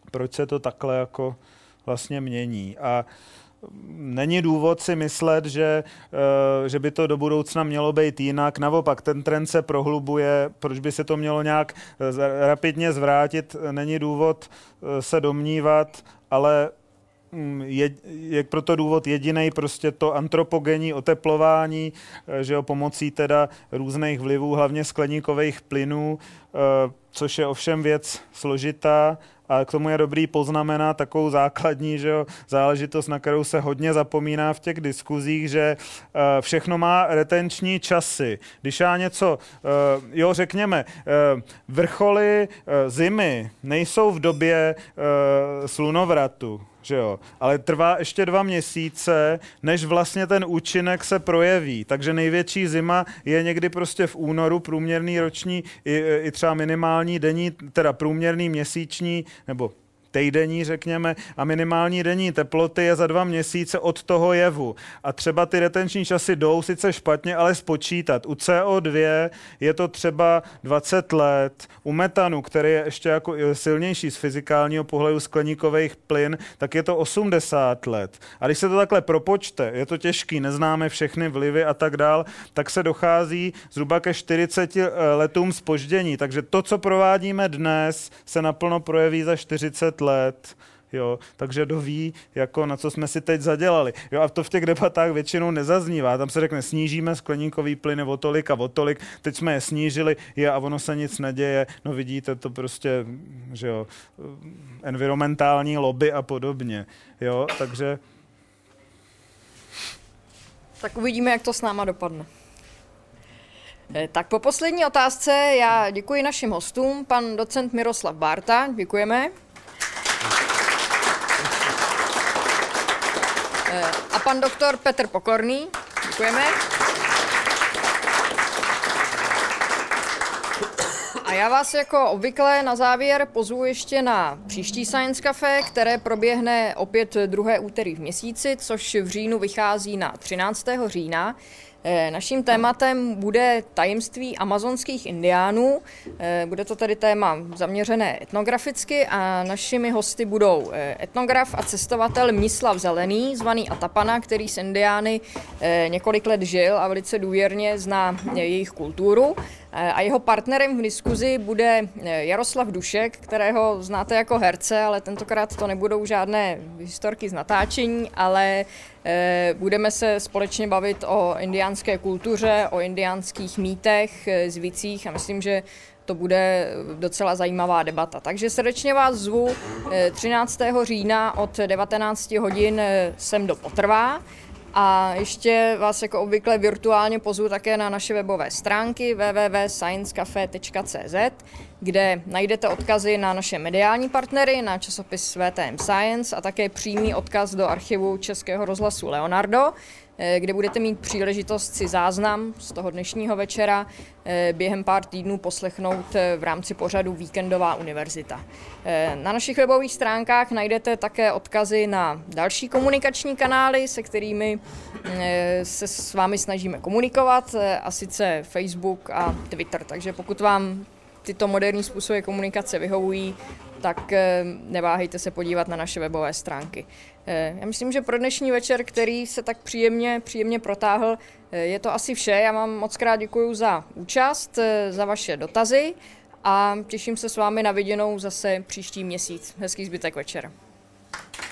proč se to takhle jako vlastně mění. A není důvod si myslet, že, že by to do budoucna mělo být jinak. Naopak, ten trend se prohlubuje, proč by se to mělo nějak rapidně zvrátit, není důvod se domnívat, ale je, je proto důvod jediný, prostě to antropogenní oteplování, že jo, pomocí teda různých vlivů, hlavně skleníkových plynů, což je ovšem věc složitá. A k tomu je dobrý poznamenat takovou základní, že jo, záležitost, na kterou se hodně zapomíná v těch diskuzích, že uh, všechno má retenční časy. Když já něco, uh, jo, řekněme, uh, vrcholy uh, zimy nejsou v době uh, slunovratu, že jo, ale trvá ještě dva měsíce, než vlastně ten účinek se projeví. Takže největší zima je někdy prostě v únoru, průměrný roční i, i třeba minimální denní, teda průměrný měsíční nebo týdenní, řekněme, a minimální denní teploty je za dva měsíce od toho jevu. A třeba ty retenční časy jdou sice špatně, ale spočítat. U C O dva je to třeba dvacet let. U metanu, který je ještě jako silnější z fyzikálního pohledu skleníkových plyn, tak je to osmdesát let. A když se to takhle propočte, je to těžký, neznáme všechny vlivy a tak dál, tak se dochází zhruba ke čtyřiceti letům zpoždění. Takže to, co provádíme dnes, se naplno projeví za čtyřicet let. Jo, takže kdo ví, jako na co jsme si teď zadělali. Jo, a to v těch debatách většinou nezaznívá. Tam se řekne, snížíme skleníkový plyny o tolik a o tolik, teď jsme je snížili, je, a ono se nic neděje. No vidíte, to prostě, že jo, environmentální lobby a podobně. Jo, takže... Tak uvidíme, jak to s náma dopadne. Tak po poslední otázce já děkuji našim hostům, pan docent Miroslav Bárta, děkujeme. A pan doktor Petr Pokorný, děkujeme. A já vás jako obvykle na závěr pozvu ještě na příští Science Café, které proběhne opět druhé úterý v měsíci, což v říjnu vychází na třináctého října. Naším tématem bude tajemství amazonských indiánů. Bude to tedy téma zaměřené etnograficky a našimi hosty budou etnograf a cestovatel Mnislav Zelený, zvaný Atapana, který s indiány několik let žil a velice důvěrně zná jejich kulturu. A jeho partnerem v diskuzi bude Jaroslav Dušek, kterého znáte jako herce, ale tentokrát to nebudou žádné historky z natáčení, ale budeme se společně bavit o indiánské kultuře, o indiánských mýtech, zvicích a myslím, že to bude docela zajímavá debata. Takže srdečně vás zvu třináctého října od devatenácti hodin sem do Potrvá. A ještě vás jako obvykle virtuálně pozvu také na naše webové stránky w w w tečka science cafe tečka c z, kde najdete odkazy na naše mediální partnery, na časopis V T M Science a také přímý odkaz do archivu Českého rozhlasu Leonardo, kde budete mít příležitost si záznam z toho dnešního večera během pár týdnů poslechnout v rámci pořadu Víkendová univerzita. Na našich webových stránkách najdete také odkazy na další komunikační kanály, se kterými se s vámi snažíme komunikovat, a sice Facebook a Twitter. Takže pokud vám tyto moderní způsoby komunikace vyhovují, tak neváhejte se podívat na naše webové stránky. Já myslím, že pro dnešní večer, který se tak příjemně, příjemně protáhl, je to asi vše. Já vám moc krát děkuji za účast, za vaše dotazy a těším se s vámi na viděnou zase příští měsíc. Hezký zbytek večera.